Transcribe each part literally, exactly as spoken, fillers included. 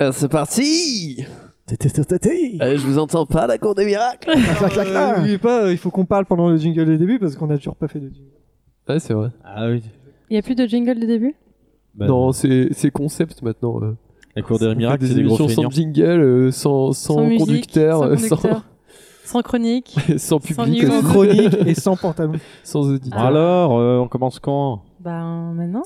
Alors, c'est parti. Allez, je vous entends pas, la cour des miracles. euh, N'oubliez pas, il faut qu'on parle pendant le jingle de début parce qu'on a toujours pas fait de jingle. Ouais, c'est vrai. Ah oui. Il y a plus de jingle de début? Bah, non, c'est, c'est concept maintenant. Euh. La cour des miracles, des c'est des gros émissions sans feignants. jingle, euh, sans, sans, Sans musique, conducteur, sans euh, conducteur. Sans chronique. sans, sans public, news. aussi, Chronique et sans pantalon. sans auditeur. Ah. Alors, euh, on commence quand? Bah maintenant.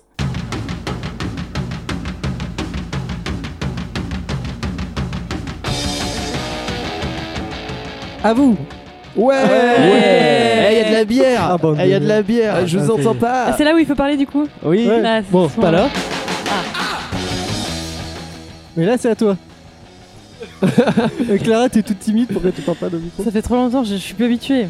À vous. Ouais. Ouais. Il y a de la bière. Ah, bon, Il y a de la bière. Ah, je vous ok. entends pas. Ah, c'est là où il faut parler du coup? Oui. Ouais. Là, Bon, c'est pas là. Ah. Mais là, c'est à toi. Euh, Clara, t'es toute timide, pourquoi tu parles pas de micro? Ça fait trop longtemps, je, je suis plus habituée.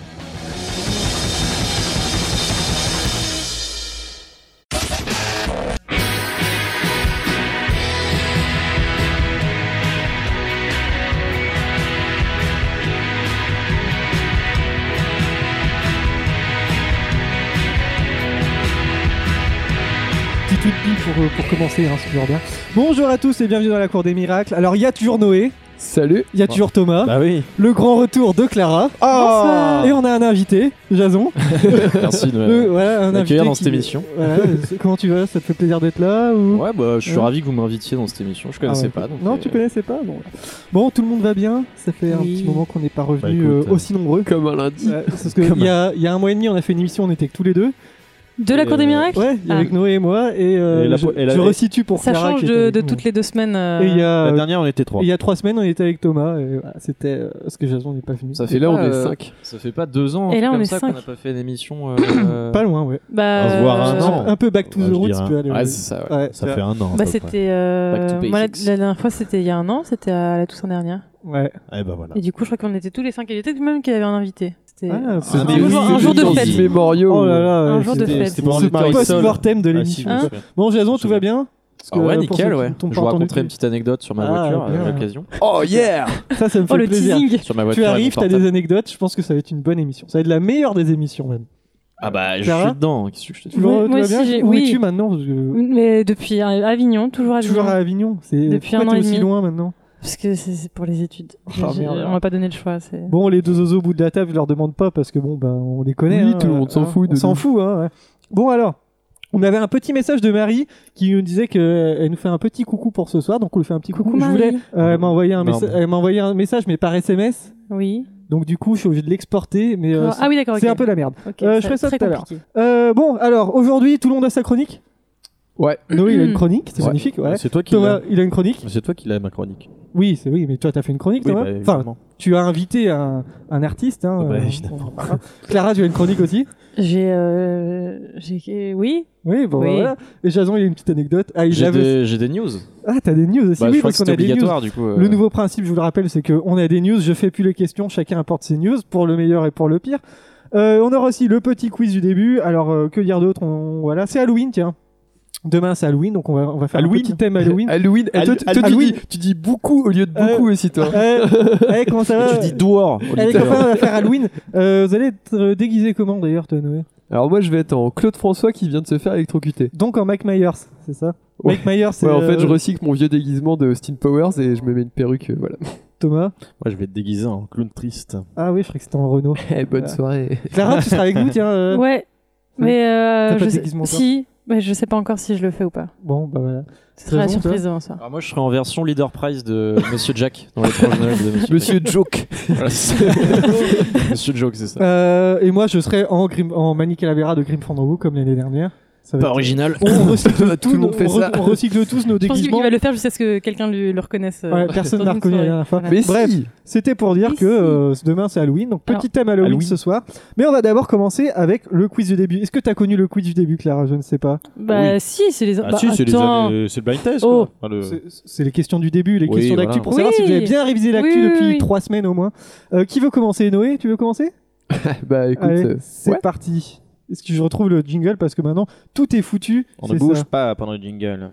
Petit tout de pour, euh, pour commencer, hein, c'est toujours bien. Bonjour à tous et bienvenue dans la cour des miracles. Alors, il y a toujours Noé, Salut. il y a toujours Thomas, Bah oui. le grand retour de Clara. Bonsoir. Et on a un invité, Jason. Merci de Le- voilà, un invité m'accueillir dans qui- cette émission. Voilà, c'est- comment tu vas? Ça te fait plaisir d'être là ou... Ouais, bah je suis Ouais. ravi que vous m'invitiez dans cette émission. Je Ah connaissais ouais. pas. Donc, Non, euh, tu connaissais pas bon. bon, tout le monde va bien. Ça fait un Oui. petit moment qu'on n'est pas revenu Bah, écoute, euh, aussi nombreux. Comme un lundi. Ouais, parce que il y a, il y a un mois et demi, on a fait une émission, on était que tous les deux. De la Et, cour des euh, miracles? Ouais, il y Ah. avait que Noé et moi. Et, euh, Et la- je, et la- je resitue pour Ça Clara. change qui était de, avec de nous. toutes les deux semaines. euh, Et il y a, La euh, dernière, on était trois. il y a trois semaines, on était avec Thomas. Et voilà, c'était euh, parce que Jason n'est pas venu. Ça Et fait là, pas, on est euh, cinq. Ça fait pas deux ans. Et là, un truc on comme est ça cinq. qu'on n'a pas fait d'émission. euh, Pas loin, ouais. Bah, On va se voir un euh, an. Un peu back to Ouais, the je roots, dirais. tu vois. le- Ouais, c'est ça. Ouais. Ouais, Ça tu fait un an. à Bah peu c'était euh, Back to moi la, basics. la dernière fois c'était il y a un an, c'était à la Toussaint dernière. vois. Ouais. près. Eh bah voilà. Et du coup je crois qu'on était tous les cinq. Il était même qu'il y avait un invité. C'était Ah, c'est un, des- jour, oui, un jour de oui, fête. oui. Mémoriaux. Oh là là, Un ouais, jour de c'était- fête. C'était pour Ce le Marisol. post-mortem de Ah, si, l'émission. je me Hein souviens. Bon, Jason, Je me tout va bien? Parce Ah ouais, euh, pour nickel, ceux qui ouais. ne t'ont Je pas vous entendu raconterai une depuis- petite anecdote sur ma Ah, voiture bien. à l'occasion. Oh yeah. Ça, ça me fait Oh le plaisir. teasing. Sur ma voiture. Tu et mon arrives, t'as portable. des anecdotes, je pense que ça va être une bonne émission. Ça va être la meilleure des émissions même. Ah bah je Clara suis dedans. Qu'est-ce que je te dis Tu vas, Moi- tu moi vas aussi, bien j'ai- Où oui. es-tu maintenant Parce que- Mais depuis euh, Avignon, toujours à Avignon. Toujours à Avignon. C'est... Depuis Pourquoi un an t'es et aussi demi. loin maintenant Parce que c'est c'est pour les études. Ah, J'ai- merde. on m'a pas donné le choix. C'est... Bon, les deux oiseaux au bout de la table, je leur demande pas parce que bon, ben, on les connaît. Oui, hein, tout le monde s'en hein, fout On de s'en nous. fout, hein. Ouais. Bon, alors. On avait un petit message de Marie qui nous disait qu'elle nous fait un petit coucou pour ce soir, donc on lui fait un petit coucou. Coucou, Je voulais, Marie. euh, elle m'a envoyé un Non, messa- mais- elle m'a envoyé un message, mais par S M S. Oui. Donc du coup, je suis obligé de l'exporter, mais euh, ah oui d'accord. c'est ok. un peu la merde. Ok, Euh, je ça- ferai ça très tout à l'heure. compliqué. Euh, bon, alors aujourd'hui, tout le monde a sa chronique. Ouais. Noé, il a une chronique, c'est Ouais. magnifique. Ouais. C'est toi qui Thomas, l'as. il a une chronique. C'est toi qui l'as ma chronique. Oui, c'est oui, mais toi, t'as fait une chronique, Oui, Thomas. bah, enfin, évidemment. tu as invité un, un artiste. Hein, Ah bah, euh, évidemment. voilà. Clara, tu as une chronique aussi. J'ai euh, j'ai oui. Oui, bon, Oui. voilà. Et Jason, il a une petite anecdote. Ah, il J'ai avait... des, j'ai des news. ah t'as des news aussi. Bah, oui, je crois parce que qu'on c'était a des news. obligatoire du coup. euh, Le nouveau principe, je vous le rappelle, c'est qu'on a des news. Je fais plus les questions. Chacun apporte ses news pour le meilleur et pour le pire. Euh, on aura aussi le petit quiz du début. Alors, euh, que dire d'autre on... Voilà, c'est Halloween, tiens. Demain, c'est Halloween, donc on va, on va faire Halloween. un petit thème Halloween. Halloween. Eh, toi, Hall- toi, tu, Halloween. dis, tu dis beaucoup au lieu de beaucoup Euh, aussi, toi. Euh, eh, comment ça va Et tu dis dehors. au Allez, lieu de- copains, on va faire Halloween. Euh, vous allez être euh, déguisé comment d'ailleurs, toi, Noé? Alors moi, je vais être en Claude François qui vient de se faire électrocuter. Donc en Mike Myers, c'est ça? Ouais. Mike Myers, c'est Ouais, en fait, euh, je recycle mon vieux déguisement de Austin Powers et je me mets une perruque. euh, voilà. Thomas. Moi je vais te déguiser en clown triste. Ah oui, je crois que c'était en Renault. Eh, bonne Voilà. soirée. Clara, tu seras avec nous, tiens. euh, Ouais. Mais euh, T'as pas je de sais- déguisement, toi si. Mais je sais pas encore si je le fais ou pas. Bon, bah voilà. Ce sera la Jason, toi surprise demain soir. Alors moi je serai en version leader prize de Monsieur Jack dans l'étrange Noël de Monsieur, Monsieur Joke. Voilà, c'est- Monsieur Joke c'est ça. Euh, et moi, je serai en, Grim... en Manny Calavera de Grim Fandango comme l'année dernière. Ça va Pas être- original. On recycle Tout le monde fait on re- ça. On recycle tous nos Je pense qu'il déguisements. va le faire jusqu'à ce que quelqu'un lui- le reconnaisse. euh, Ouais, personne dans n'a une reconnu la soirée. dernière fois. Voilà. Mais Bref, si. c'était pour dire Mais que si. euh, demain c'est Halloween, donc petit Alors, thème Halloween, Halloween. ce soir. Mais on va d'abord commencer avec le quiz du début. Est-ce que tu as connu le quiz du début, Clara? Je ne sais pas. Bah Oui. si, c'est les. Ah bah, si, c'est les attends. années- c'est le blind test. Oh. quoi. Enfin, le- C'est- C'est les questions du début, les Oui, questions voilà. d'actu pour Oui. savoir si vous avez bien révisé l'actu Oui, oui, depuis oui. trois semaines au moins. Euh, qui veut commencer? Noé, tu veux commencer? Bah écoute, Allez, euh, c'est ouais. parti. Est-ce que je retrouve le jingle parce que maintenant tout est foutu. On c'est ne bouge ça. pas pendant le jingle.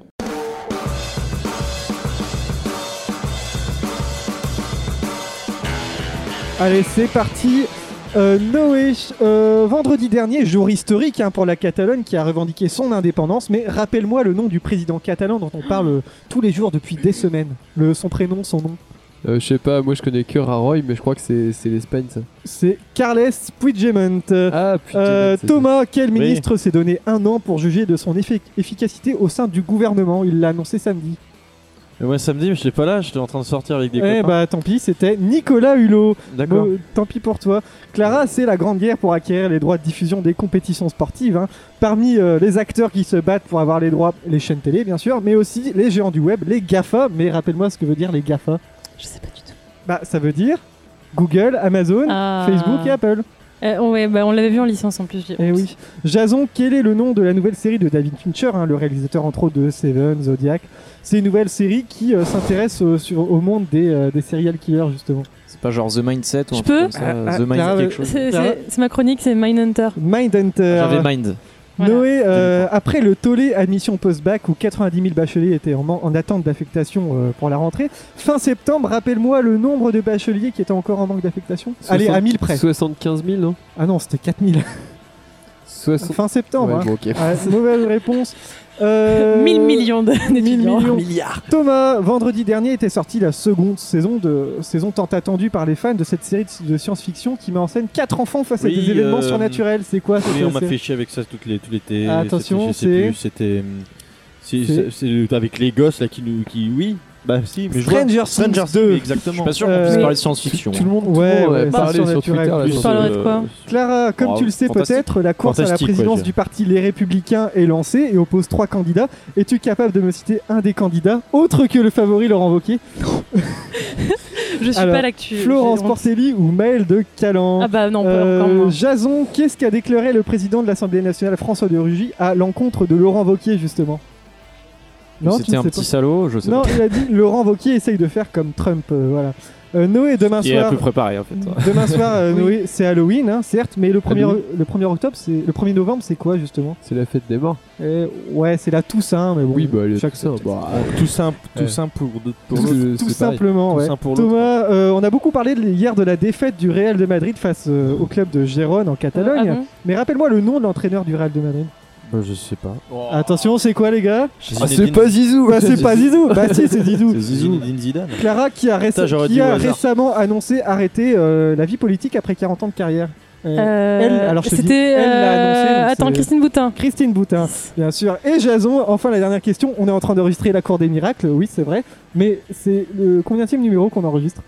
Allez, c'est parti. Euh, Noé, euh, vendredi dernier, jour historique hein, pour la Catalogne qui a revendiqué son indépendance. Mais rappelle-moi le nom du président catalan dont on parle euh, tous les jours depuis des semaines. Le, son prénom, son nom. Euh, je sais pas, moi je connais que Rajoy, mais je crois que c'est, c'est l'Espagne ça. C'est Carles Puigdemont. Ah putain. Euh, c'est Thomas, quel Oui. ministre s'est donné un an pour juger de son effic- efficacité au sein du gouvernement? Il l'a annoncé samedi. Mais moi samedi, mais je n'étais pas là, j'étais en train de sortir avec des Eh copains. bah tant pis, c'était Nicolas Hulot. D'accord. Bon, tant pis pour toi. Clara, c'est la grande guerre pour acquérir les droits de diffusion des compétitions sportives. hein. Parmi euh, les acteurs qui se battent pour avoir les droits, les chaînes télé bien sûr, mais aussi les géants du web, les GAFA. Mais rappelle-moi ce que veut dire les GAFA. Je sais pas du tout. Bah ça veut dire Google, Amazon, Ah. Facebook et Apple. Euh, ouais, bah, on l'avait vu en licence en plus. j'ai Eh honte. oui. Jason, quel est le nom de la nouvelle série de David Fincher, hein, le réalisateur entre autres de Seven, Zodiac? C'est une nouvelle série qui euh, s'intéresse au, sur- au monde des, euh, des serial killers justement. C'est pas genre The Mindset ou un Je truc peux comme ça. Ah, ah, The Mind Clara, quelque chose. C'est, Clara c'est- c'est ma chronique, c'est Mindhunter. Mindhunter. J'avais Mind. Voilà. Noé, euh, après le tollé admission post-bac où quatre-vingt-dix mille bacheliers étaient en, man- en attente d'affectation euh, pour la rentrée, fin septembre, rappelle-moi le nombre de bacheliers qui étaient encore en manque d'affectation. Allez, à mille près. soixante-quinze mille, non Ah non, c'était quatre mille. soixante... Fin septembre. Ouais, hein. bon, ok. Ah, mauvaise réponse. Euh, mille millions de- mille d'étudiants. millions. milliards. Thomas, vendredi dernier était sortie la seconde saison de saison tant attendue par les fans de cette série de, de science-fiction qui met en scène quatre enfants face Oui, à des événements euh, surnaturels. C'est quoi cette Oui, on m'a série fait chier avec ça tout les, tout l'été. Ah, attention, C'était- je sais c'est- plus, C'était. hum, c'est- C'est- C'est c'est avec les gosses là qui nous. Qui, oui, bah si, mais je vois- Stranger Things deux. Je exactement. suis pas sûr qu'on Euh, puisse mais- parler de science-fiction. Tout le monde, tout Ouais, le monde ouais, a parlé sur surnaturel, Twitter. là, plus. sur Tu parlerais ce- de quoi Clara, comme Oh, tu le sais fantastique. peut-être, la course à la Fantastique, présidence ouais, du parti Les Républicains est lancée et oppose trois candidats. Es-tu capable de me citer un des candidats, autre que le favori Laurent Wauquiez? Je suis Alors, pas l'actu. Florence j'ai honte. Portelli ou Maël de Calan? Ah bah non, pas Euh, encore moins. Jason, qu'est-ce qu'a déclaré le président de l'Assemblée nationale François de Rugy à l'encontre de Laurent Wauquiez justement? Non, tu C'était ne un sais petit pas. salaud, je sais Non, pas. il a dit Laurent Wauquiez essaye de faire comme Trump. euh, voilà. Euh, Noé, demain Qui est un soir. peu préparé en fait. Demain soir, euh, Oui. Noé, c'est Halloween, hein, certes, mais le premier, Halloween. le premier octobre, c'est le premier novembre, c'est quoi justement? C'est la fête des morts. Eh, ouais, c'est la Toussaint, mais bon. Oui, bah, elle est chaque Toussaint, bah, Tout simple, tout Ouais. simple pour, pour Parce l'autre. que Tout c'est pareil. simplement, Tout ouais. ça pour l'autre. Thomas, euh, on a beaucoup parlé de- hier de la défaite du Real de Madrid face euh, au club de Gérone en Catalogne. Ah bon Mais rappelle-moi le nom de l'entraîneur du Real de Madrid. Bah, je sais pas. Attention, c'est quoi les gars? Ah, c'est pas Zizou. Bah, c'est pas Zizou. Bah si, c'est Zizou. C'est Zinedine Zidane. Clara qui a, réce- Putain, j'aurais qui dit au a hasard. récemment annoncé arrêter euh, la vie politique après quarante ans de carrière. Euh, Euh, elle, alors je te dis, C'était. elle l'a annoncé, euh, donc Attends, c'est- Christine Boutin. Christine Boutin, bien sûr. Et Jason, enfin la dernière question. On est en train d'enregistrer la Cour des Miracles, oui c'est vrai. Mais c'est le combienième numéro qu'on enregistre?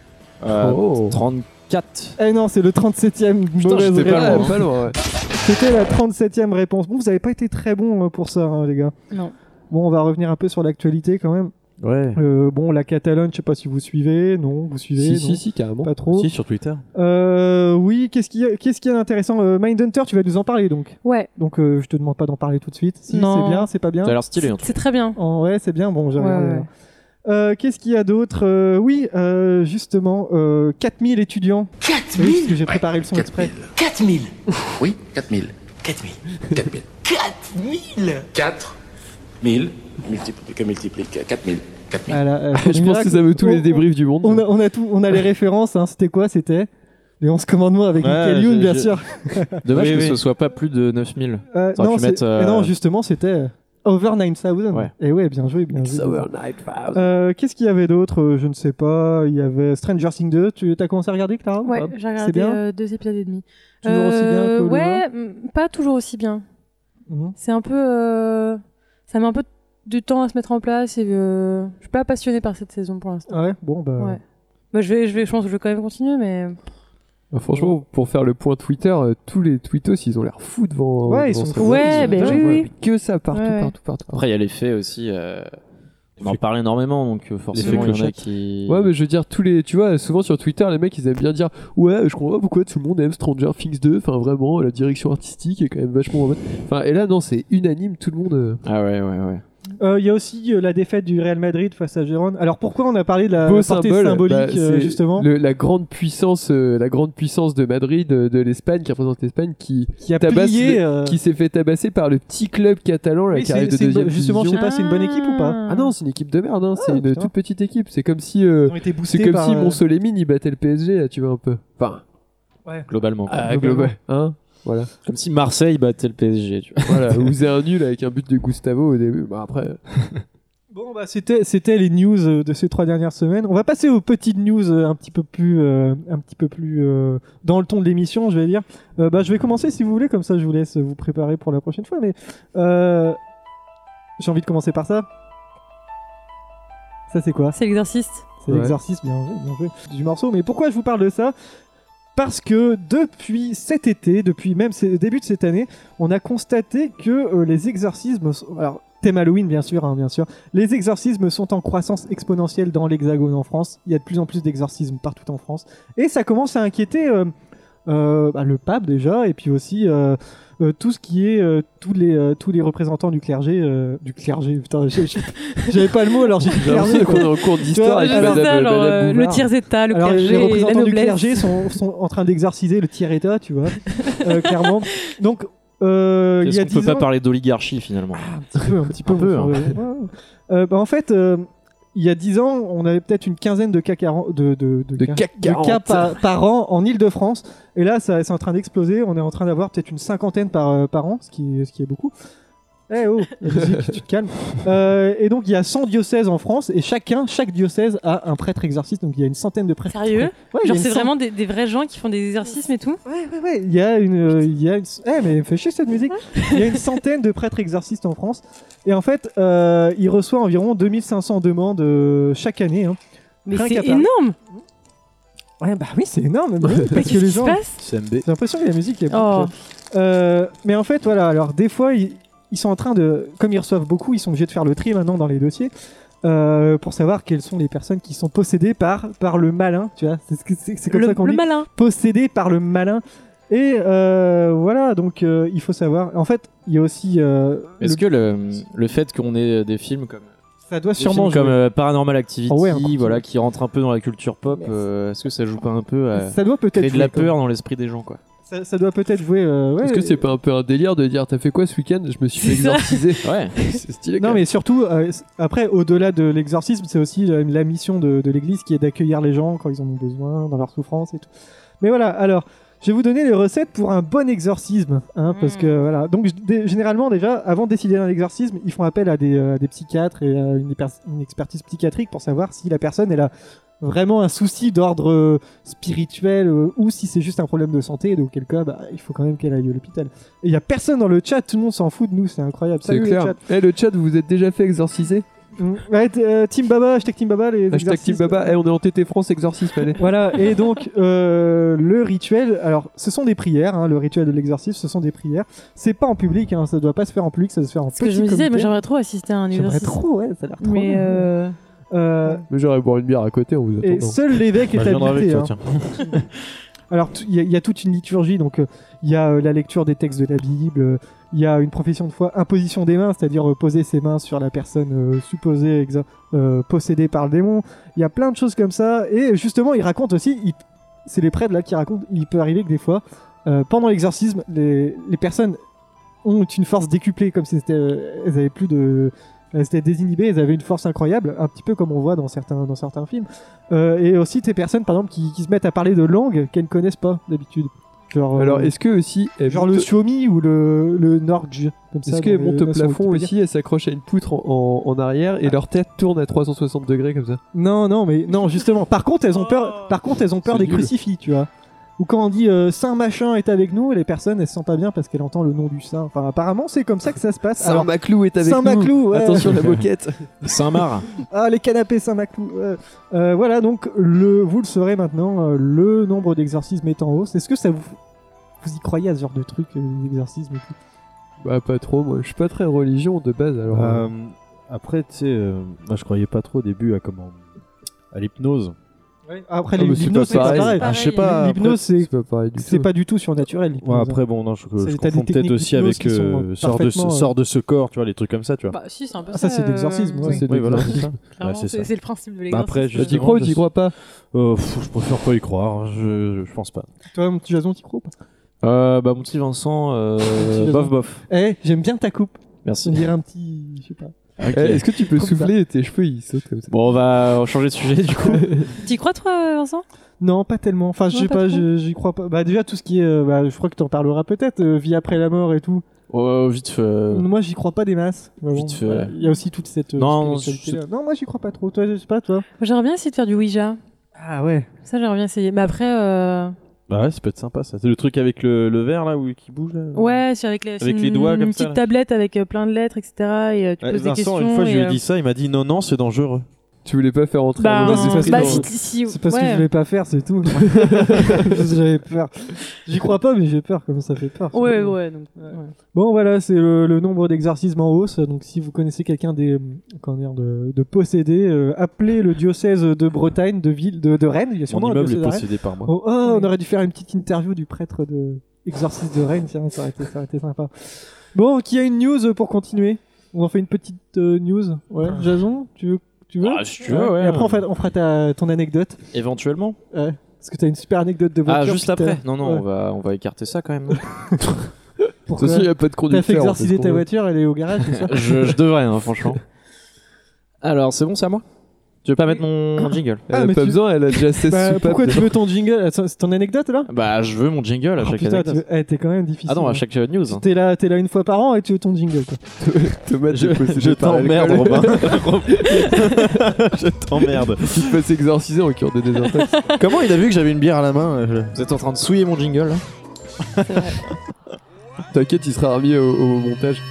Euh, Oh. trente-quatre. Eh non, c'est le trente-septième. Putain, Mauvaise j'étais pas Ah, réponse. pas loin, ouais. C'était la trente-septième réponse. Bon, vous avez pas été très bon euh, pour ça, hein, les gars. Non. Bon, on va revenir un peu sur l'actualité quand même. Ouais. Euh, bon, la Catalogne, je sais pas si vous suivez. Non, vous suivez. Si, non si, si, carrément. Pas trop. Si, sur Twitter. Euh, oui, qu'est-ce qu'il y a, qu'est-ce qu'il y a d'intéressant? euh, Mindhunter, tu vas nous en parler donc. Ouais, Donc, euh, je te demande pas d'en parler tout de suite. Si, Non. c'est bien, c'est pas bien. Ça a l'air stylé. c'est en tout c'est très bien. Oh, ouais, c'est bien. Bon, j'ai Ouais, regardé, ouais. alors. Euh, qu'est-ce qu'il y a d'autre? Euh, Oui, euh, justement, euh, quatre mille étudiants. quatre Oui, parce mille que j'ai préparé le son exprès. quatre mille Oui, quatre mille. quatre mille. quatre mille. quatre mille quatre mille. Multiplie, que multiplie, quatre mille. quatre mille. Ah, là, euh, Je pense que ça veut tous les on- débriefs du monde. On a, on a tout, on a les références. Hein. C'était quoi? C'était les onze commandements avec Ouais, Michael Youn, j'ai- bien j'ai- sûr. Dommage Oui, que oui. ce soit pas plus de neuf mille. Euh, Ça aurait non, pu c'est- mettre, euh, eh non, justement, c'était Over nine thousand. Ouais. Et ouais, bien joué, bien joué. Sour Night Fast. Euh, Qu'est-ce qu'il y avait d'autre? Euh, Je ne sais pas. Il y avait Stranger Things deux. Tu as commencé à regarder, Clara? ou Ouais, pas j'ai C'est regardé bien. euh, deux épisodes et demi. Toujours aussi bien que le Ouais, mm, pas toujours aussi bien. Mhm. C'est un peu. euh, Ça met un peu de temps à se mettre en place et euh, je suis pas passionnée par cette saison pour l'instant. Ah ouais. Bon bah. Ouais. Bah, je, vais, je, vais, je pense que je vais quand même continuer, mais. Bah, franchement, pour faire le point Twitter, euh, tous les tweetos, ils ont l'air fous devant. Ouais, ils devant sont ce fous. jeu. Ouais, Ils ont ben déjà- oui, ouais, oui. Que ça partout, Ouais, ouais. partout, partout. Après, il y a l'effet aussi. euh, On en parle énormément, donc euh, forcément, il y en a clochette. qui. Ouais, mais je veux dire, tous les, tu vois, souvent sur Twitter, les mecs ils aiment bien dire ouais, je comprends pas pourquoi tout le monde aime Stranger Things deux. Enfin, vraiment, la direction artistique est quand même vachement. en mode- Enfin, et là, non, c'est unanime, tout le monde. euh, Ah ouais, ouais, ouais. Euh, Il y a aussi euh, la défaite du Real Madrid face à Gérone. Alors pourquoi on a parlé de la beau portée symbole, symbolique bah, euh, c'est justement, le- la grande puissance, euh, la grande puissance de Madrid, euh, de l'Espagne, qui représente l'Espagne, qui, qui a tabasse plié. le- euh, qui s'est fait tabasser par le petit club catalan là, oui, qui c'est- arrive de c'est une deuxième bo- justement, je division. sais pas, c'est une bonne équipe ou pas? Ah non, c'est une équipe de merde, hein. c'est une putain. toute petite équipe. C'est comme si, euh, Ils ont été c'est boostés comme par, si euh, Monsolemine il battait le P S G là, tu vois un peu. Enfin, Ouais. Globalement. quoi. Ah, global, hein. Voilà. Comme si Marseille battait le P S G. Tu vois. Voilà. Vous faisiez un nul avec un but de Gustavo au début. Bah après. Bon, bah, c'était, c'était les news euh, de ces trois dernières semaines. On va passer aux petites news euh, un petit peu plus, euh, un petit peu plus euh, dans le ton de l'émission, je vais dire. Euh, bah, je vais commencer si vous voulez, comme ça je vous laisse vous préparer pour la prochaine fois. Mais euh, j'ai envie de commencer par ça. Ça, c'est quoi? C'est l'exercice. C'est Ouais. l'exercice, bien joué, bien joué, du morceau. Mais pourquoi je vous parle de ça? Parce que depuis cet été, depuis même le début de cette année, on a constaté que euh, les exorcismes... sont- Alors, thème Halloween, bien sûr, hein, bien sûr. Les exorcismes sont en croissance exponentielle dans l'Hexagone en France. Il y a de plus en plus d'exorcismes partout en France. Et ça commence à inquiéter euh, euh, bah, le pape déjà, et puis aussi euh, euh, tout ce qui est euh, tous les euh, tous les représentants du clergé, euh, du clergé. Putain, j'ai- j'ai- j'avais pas le mot, alors j'ai dit J'ai clergé. l'impression quoi. qu'on est en cours d'histoire avec Tu vois, C'est Madame, ça, genre, Madame euh, le Bouvard. tiers état, le Alors, clergé, les et la représentants du noblesse. clergé sont, sont en train d'exorciser le tiers-état, tu vois, euh, clairement. Donc, euh, il Est-ce y a qu'on peut dix pas ans... parler d'oligarchie finalement? Un petit peu, un petit peu. Un peu, mon hein. frère, ouais, ouais. Euh, bah, en fait, euh, il y a dix ans, on avait peut-être une quinzaine de cas, quarante de, de, De cas, C A C de cas quarante. par, par an en Ile-de-France. Et là, ça, c'est en train d'exploser. On est en train d'avoir peut-être une cinquantaine par, euh, par an, ce qui, ce qui est beaucoup. Eh oh, la musique, tu te calmes. Euh, et donc, il y a cent diocèses en France, et chacun, chaque diocèse a un prêtre exorciste. Donc, il y a une centaine de prêtres. Sérieux? Ouais, il y a Genre, une c'est cent- vraiment des, des vrais gens qui font des exercices et tout? Ouais, ouais, ouais. Il y a une. euh, il y a une... Eh, mais fais chier cette musique. Il y a une centaine de prêtres exorcistes en France. Et en fait, euh, il reçoit environ deux mille cinq cents demandes euh, chaque année. Hein. Mais Rien c'est qu'à Paris. énorme! Ouais, bah oui, c'est énorme. bah oui, Mais parce que qu'est-ce les qui se gens. passe? C M B. J'ai l'impression que la musique est. Oh. Euh, mais en fait, voilà. Alors, des fois, ils, ils sont en train de. Comme ils reçoivent beaucoup, ils sont obligés de faire le tri maintenant dans les dossiers. euh, pour savoir quelles sont les personnes qui sont possédées par, par le malin, tu vois, c'est, ce que- c'est, c'est comme Le, ça qu'on le dit, malin. possédé par le malin. Et euh, voilà, donc euh, il faut savoir. En fait, il y a aussi. euh, Est-ce le- que le, le fait qu'on ait des films comme, ça doit des sûrement films comme jouer. euh, Paranormal Activity, Ah ouais, encore voilà, plus. qui rentrent un peu dans la culture pop, Mais euh, est-ce que ça joue pas un peu à Ça doit peut-être créer de la jouer, quand peur même. dans l'esprit des gens, quoi? Ça, ça doit peut-être jouer. euh, ouais, Est-ce que c'est pas un peu un délire de dire t'as fait quoi ce week-end? Je me suis fait C'est ça. exorciser. Ouais. C'est stylé. Non, quand mais surtout, euh, c- après, au-delà de l'exorcisme, c'est aussi la, la mission de, de l'Église qui est d'accueillir les gens quand ils en ont besoin, dans leur souffrance et tout. Mais voilà, alors, je vais vous donner les recettes pour un bon exorcisme, hein, parce Mm. que voilà. Donc, je- dé- généralement, déjà, avant de décider d'un exorcisme, ils font appel à des, euh, des psychiatres et à une, hyper- une expertise psychiatrique pour savoir si la personne elle a vraiment un souci d'ordre euh, spirituel euh, ou si c'est juste un problème de santé, et auquel cas, bah, il faut quand même qu'elle aille à l'hôpital. Et il y a personne dans le chat, tout le monde s'en fout de nous, c'est incroyable. C'est Salut le clair. chat. Eh, le chat, vous vous êtes déjà fait exorciser? Mm. Ouais, t- euh, Team Baba, hashtag Team Baba, les Hashtag Team exorcistes. Baba. Eh, on est en T T France exorcisme, allez. Voilà, et donc euh, le rituel, alors ce sont des prières, hein, le rituel de l'exorcisme, ce sont des prières. C'est pas en public, hein, ça doit pas se faire en public, ça doit se faire en Ce que petit je me disais, comité. mais j'aimerais trop assister à un J'aimerais exercice. trop, ouais, ça a l'air trop Mais bien. euh... Euh, Mais j'aurais boire une bière à côté en vous et attendant. seul l'évêque Bah, est je viendrai avec habilité. toi, hein. tiens. Alors t- il y, a- il y a toute une liturgie, donc euh, il y a euh, la lecture des textes de la Bible, euh, il y a une profession de foi, imposition des mains, c'est-à-dire euh, poser ses mains sur la personne euh, supposée exa- euh, possédée par le démon. Il y a plein de choses comme ça, et justement il raconte aussi, il- c'est les prêtres là qui racontent, il peut arriver que des fois, euh, pendant l'exorcisme, les, les personnes ont une force décuplée, comme si c'était, euh, elles avaient plus de... Elles étaient désinhibées, elles avaient une force incroyable, un petit peu comme on voit dans certains, dans certains films. Euh, et aussi des personnes, par exemple, qui, qui se mettent à parler de langues qu'elles ne connaissent pas d'habitude. Genre, euh, Alors, est-ce que aussi. elle genre monte- le Suomi ou le, le Norge. Comme ça, Est-ce dans qu'elle les monte au notions plafond Wikipédia. aussi, elle s'accroche à une poutre en, en- en arrière et leur tête tourne à trois cent soixante degrés comme ça? Non, non, mais non, justement. Par contre, elles ont peur, par contre, elles ont peur C'est des nul. crucifix, tu vois. Ou quand on dit euh, Saint machin est avec nous, les personnes elles se sentent pas bien parce qu'elles entendent le nom du saint. Enfin, apparemment, c'est comme ça que ça se passe. Saint Maclou est avec Saint nous. Maclou, ouais. Attention la moquette. Saint-Marc. Ah, les canapés Saint-Maclou. ouais. Euh, voilà, donc le, vous le saurez maintenant, euh, le nombre d'exorcismes est en hausse. Est-ce que ça vous, vous y croyez à ce genre de truc, euh, les exorcismes et tout? Bah pas trop, moi je suis pas très religion de base alors. euh, Euh, après, tu sais, euh, moi je croyais pas trop au début à comment à l'hypnose. Après, Ah, mais c'est l'hypnose, c'est pas pas pareil. pareil. Ah, je sais pas. L'hypnose, c'est c'est pas pareil du c'est tout. pas du tout surnaturel. Ouais, l'hypnose. après, bon, non, je, je C'est- t'as des confonds peut-être techniques aussi d'hypnose avec qui sont, euh, euh, sort, de ce, parfaitement, euh, sort de ce corps, tu vois, les trucs comme ça, tu vois. Bah si, c'est un peu Ah, ça. ça, c'est de l'exorcisme, euh, ouais. c'est de Oui, voilà, l'exorcisme. c'est ça. Clairement, Ouais, c'est c'est ça. c'est le principe de Bah, l'exorcisme. après, Bah, t'y justement, crois ou je- t'y crois pas? Euh, pff, je préfère pas y croire, je, je pense pas. Toi, mon petit Jason, t'y crois ou pas? Euh, bah, mon petit Vincent, euh, Petit bof bof. Eh, j'aime bien ta coupe. Merci. On dirait un petit. Je sais pas. Ok. Eh, Est-ce que tu peux Comme souffler et tes cheveux ils sautent comme ça? Bon, on va changer de sujet du coup. T'y crois, toi, Vincent? Non, pas tellement. Enfin, je Non, sais pas pas, trop. je- j'y crois pas. Bah, déjà, tout ce qui est. euh, bah, je crois que t'en parleras peut-être. euh, vie après la mort et tout. Oh, vite fait. euh, Moi, j'y crois pas des masses. Mais Vite fait. voilà, Il y a aussi toute cette. euh, Non, spiritualité-là. Non, moi, j'y crois pas trop. Toi, je sais pas, toi. J'aimerais bien essayer de faire du Ouija. Ah ouais. Ça, j'aimerais bien essayer. Mais après, euh... Bah ouais, ça peut être sympa ça. C'est le truc avec le, le verre là où, qui bouge là. ouais, c'est avec les, c'est Avec les une- doigts comme une ça, petite là. tablette avec euh, plein de lettres, et cetera. Et euh, tu Ouais, poses des Vincent, questions. une fois, je et, lui ai euh, dit ça, il m'a dit non, non, c'est dangereux. Tu voulais pas faire entrer Bah, un mauvais euh, esprit bah, dans- si, si, C'est parce que ouais. je voulais pas faire, c'est tout. Parce que j'avais peur. J'y crois pas, mais j'ai peur. Comme ça fait peur. Ouais, c'est bon. ouais. Donc, ouais. Bon, voilà, c'est le, le nombre d'exorcismes en hausse. Donc, si vous connaissez quelqu'un des, comment dire, de, de possédé, euh, appelez le diocèse de Bretagne, de ville, de, de Rennes. Il y a Mon sûrement un immeuble est diocèse à Rennes. possédé par moi. Oh, oh, Oui. on aurait dû faire une petite interview du prêtre de exorciste de Rennes. Tiens, ça aurait été, ça aurait été sympa. Bon, qui a une news pour continuer? On en fait une petite euh, news. Ouais, Jason, tu veux, tu veux? Ah, si tu veux, ouais. Et après, on fera, on fera ta, ton anecdote. Éventuellement. Ouais. Parce que t'as une super anecdote de voiture. Ah, juste puis t'as- après. Non, non, Ouais. on va, on va écarter ça quand même. non De Pourquoi toute façon, il n'y a pas de conducteur. T'as fait on exorciser ce qu'on ta veut. voiture, elle est au garage, c'est ça? je, je devrais, hein, franchement. Alors, c'est bon, c'est à moi. Tu veux pas mettre mon, mon jingle? Elle Ah, a mais pas tu- besoin, elle a déjà seize Bah, soupapes. pourquoi tu dedans. veux ton jingle? Attends, c'est ton anecdote là? Bah, je veux mon jingle à Oh chaque putain, anecdote. tu veux- eh, t'es quand même difficile. Ah non, à hein. chaque euh, news. T'es là, t'es là une fois par an et tu veux ton jingle quoi. Thomas, Je, t'es possédé je par t'emmerde, l'alcool. Robin. je t'emmerde. Tu te fais exorciser en cure de désintox. Comment il a vu que j'avais une bière à la main euh, je- Vous êtes en train de souiller mon jingle là? C'est vrai. T'inquiète, il sera remis au, au montage.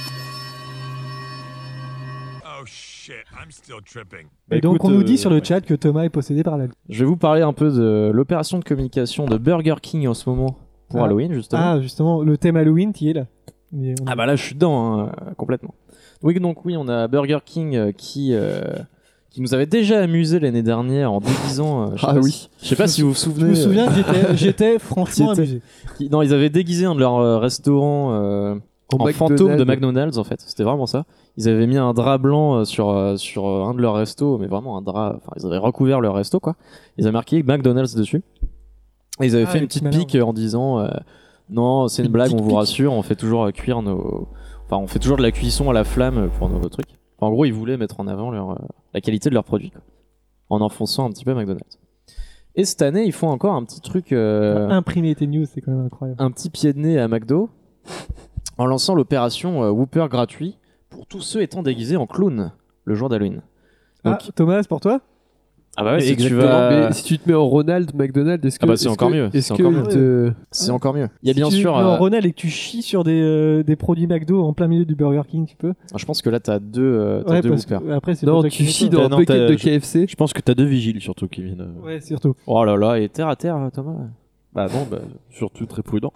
Oh shit, I'm still tripping. Bah, Et donc écoute, on nous euh, dit sur le ouais. chat que Thomas est possédé par l'alcool. Je vais vous parler un peu de l'opération de communication de Burger King en ce moment pour Ah. Halloween justement. Ah justement, le thème Halloween qui est là. Mais on- Ah bah là je suis dedans hein, euh, complètement. Oui donc oui on a Burger King euh, qui euh, qui nous avait déjà amusé l'année dernière en déguisant. euh, je sais Ah pas oui. si- Je sais pas si vous vous Je souvenez. me souviens euh, que j'étais, j'étais franchement J'étais- amusé. qui- non ils avaient déguisé un de leurs euh, restaurants euh, en fantôme de McDonald's en fait. C'était vraiment ça. Ils avaient mis un drap blanc euh, sur euh, sur euh, un de leurs restos mais vraiment un drap. Enfin ils avaient recouvert leur resto quoi. Ils avaient marqué McDonald's dessus. Et ils avaient Ah, fait les une petite petits malins. pique euh, en disant euh, non c'est une, Une blague petite on vous pique. rassure on fait toujours euh, cuire nos enfin on fait toujours de la cuisson à la flamme pour nos trucs. Enfin, en gros ils voulaient mettre en avant leur euh, la qualité de leurs produits quoi, en enfonçant un petit peu McDonald's. Et cette année ils font encore un petit truc euh, Imprimer tes news, c'est quand même incroyable. un petit pied de nez à McDo en lançant l'opération euh, Whopper gratuit pour tous ceux étant déguisés en clown le jour d'Halloween. Donc, Ah, Thomas, c'est pour toi? ah bah ouais, si tu Exactement. vas Mais si tu te mets en Ronald McDonald, est-ce que Ah bah, c'est est-ce encore que- mieux, Est-ce c'est que encore il te- c'est encore mieux. Il y a Si bien tu sûr te mets en euh, Ronald et que tu chies sur des, euh, des produits McDo en plein milieu du Burger King, tu peux? je pense que là t'as deux euh, t'as Ouais, deux parce Whoppers. que après c'est Non, pas toi tu qui chies fais ça. dans Euh, un non, paquet t'as- de je- K F C. Je pense que t'as deux vigiles surtout qui viennent. euh, Ouais, surtout. Oh là là, et terre à terre Thomas. Bah non, bah, surtout très prudent.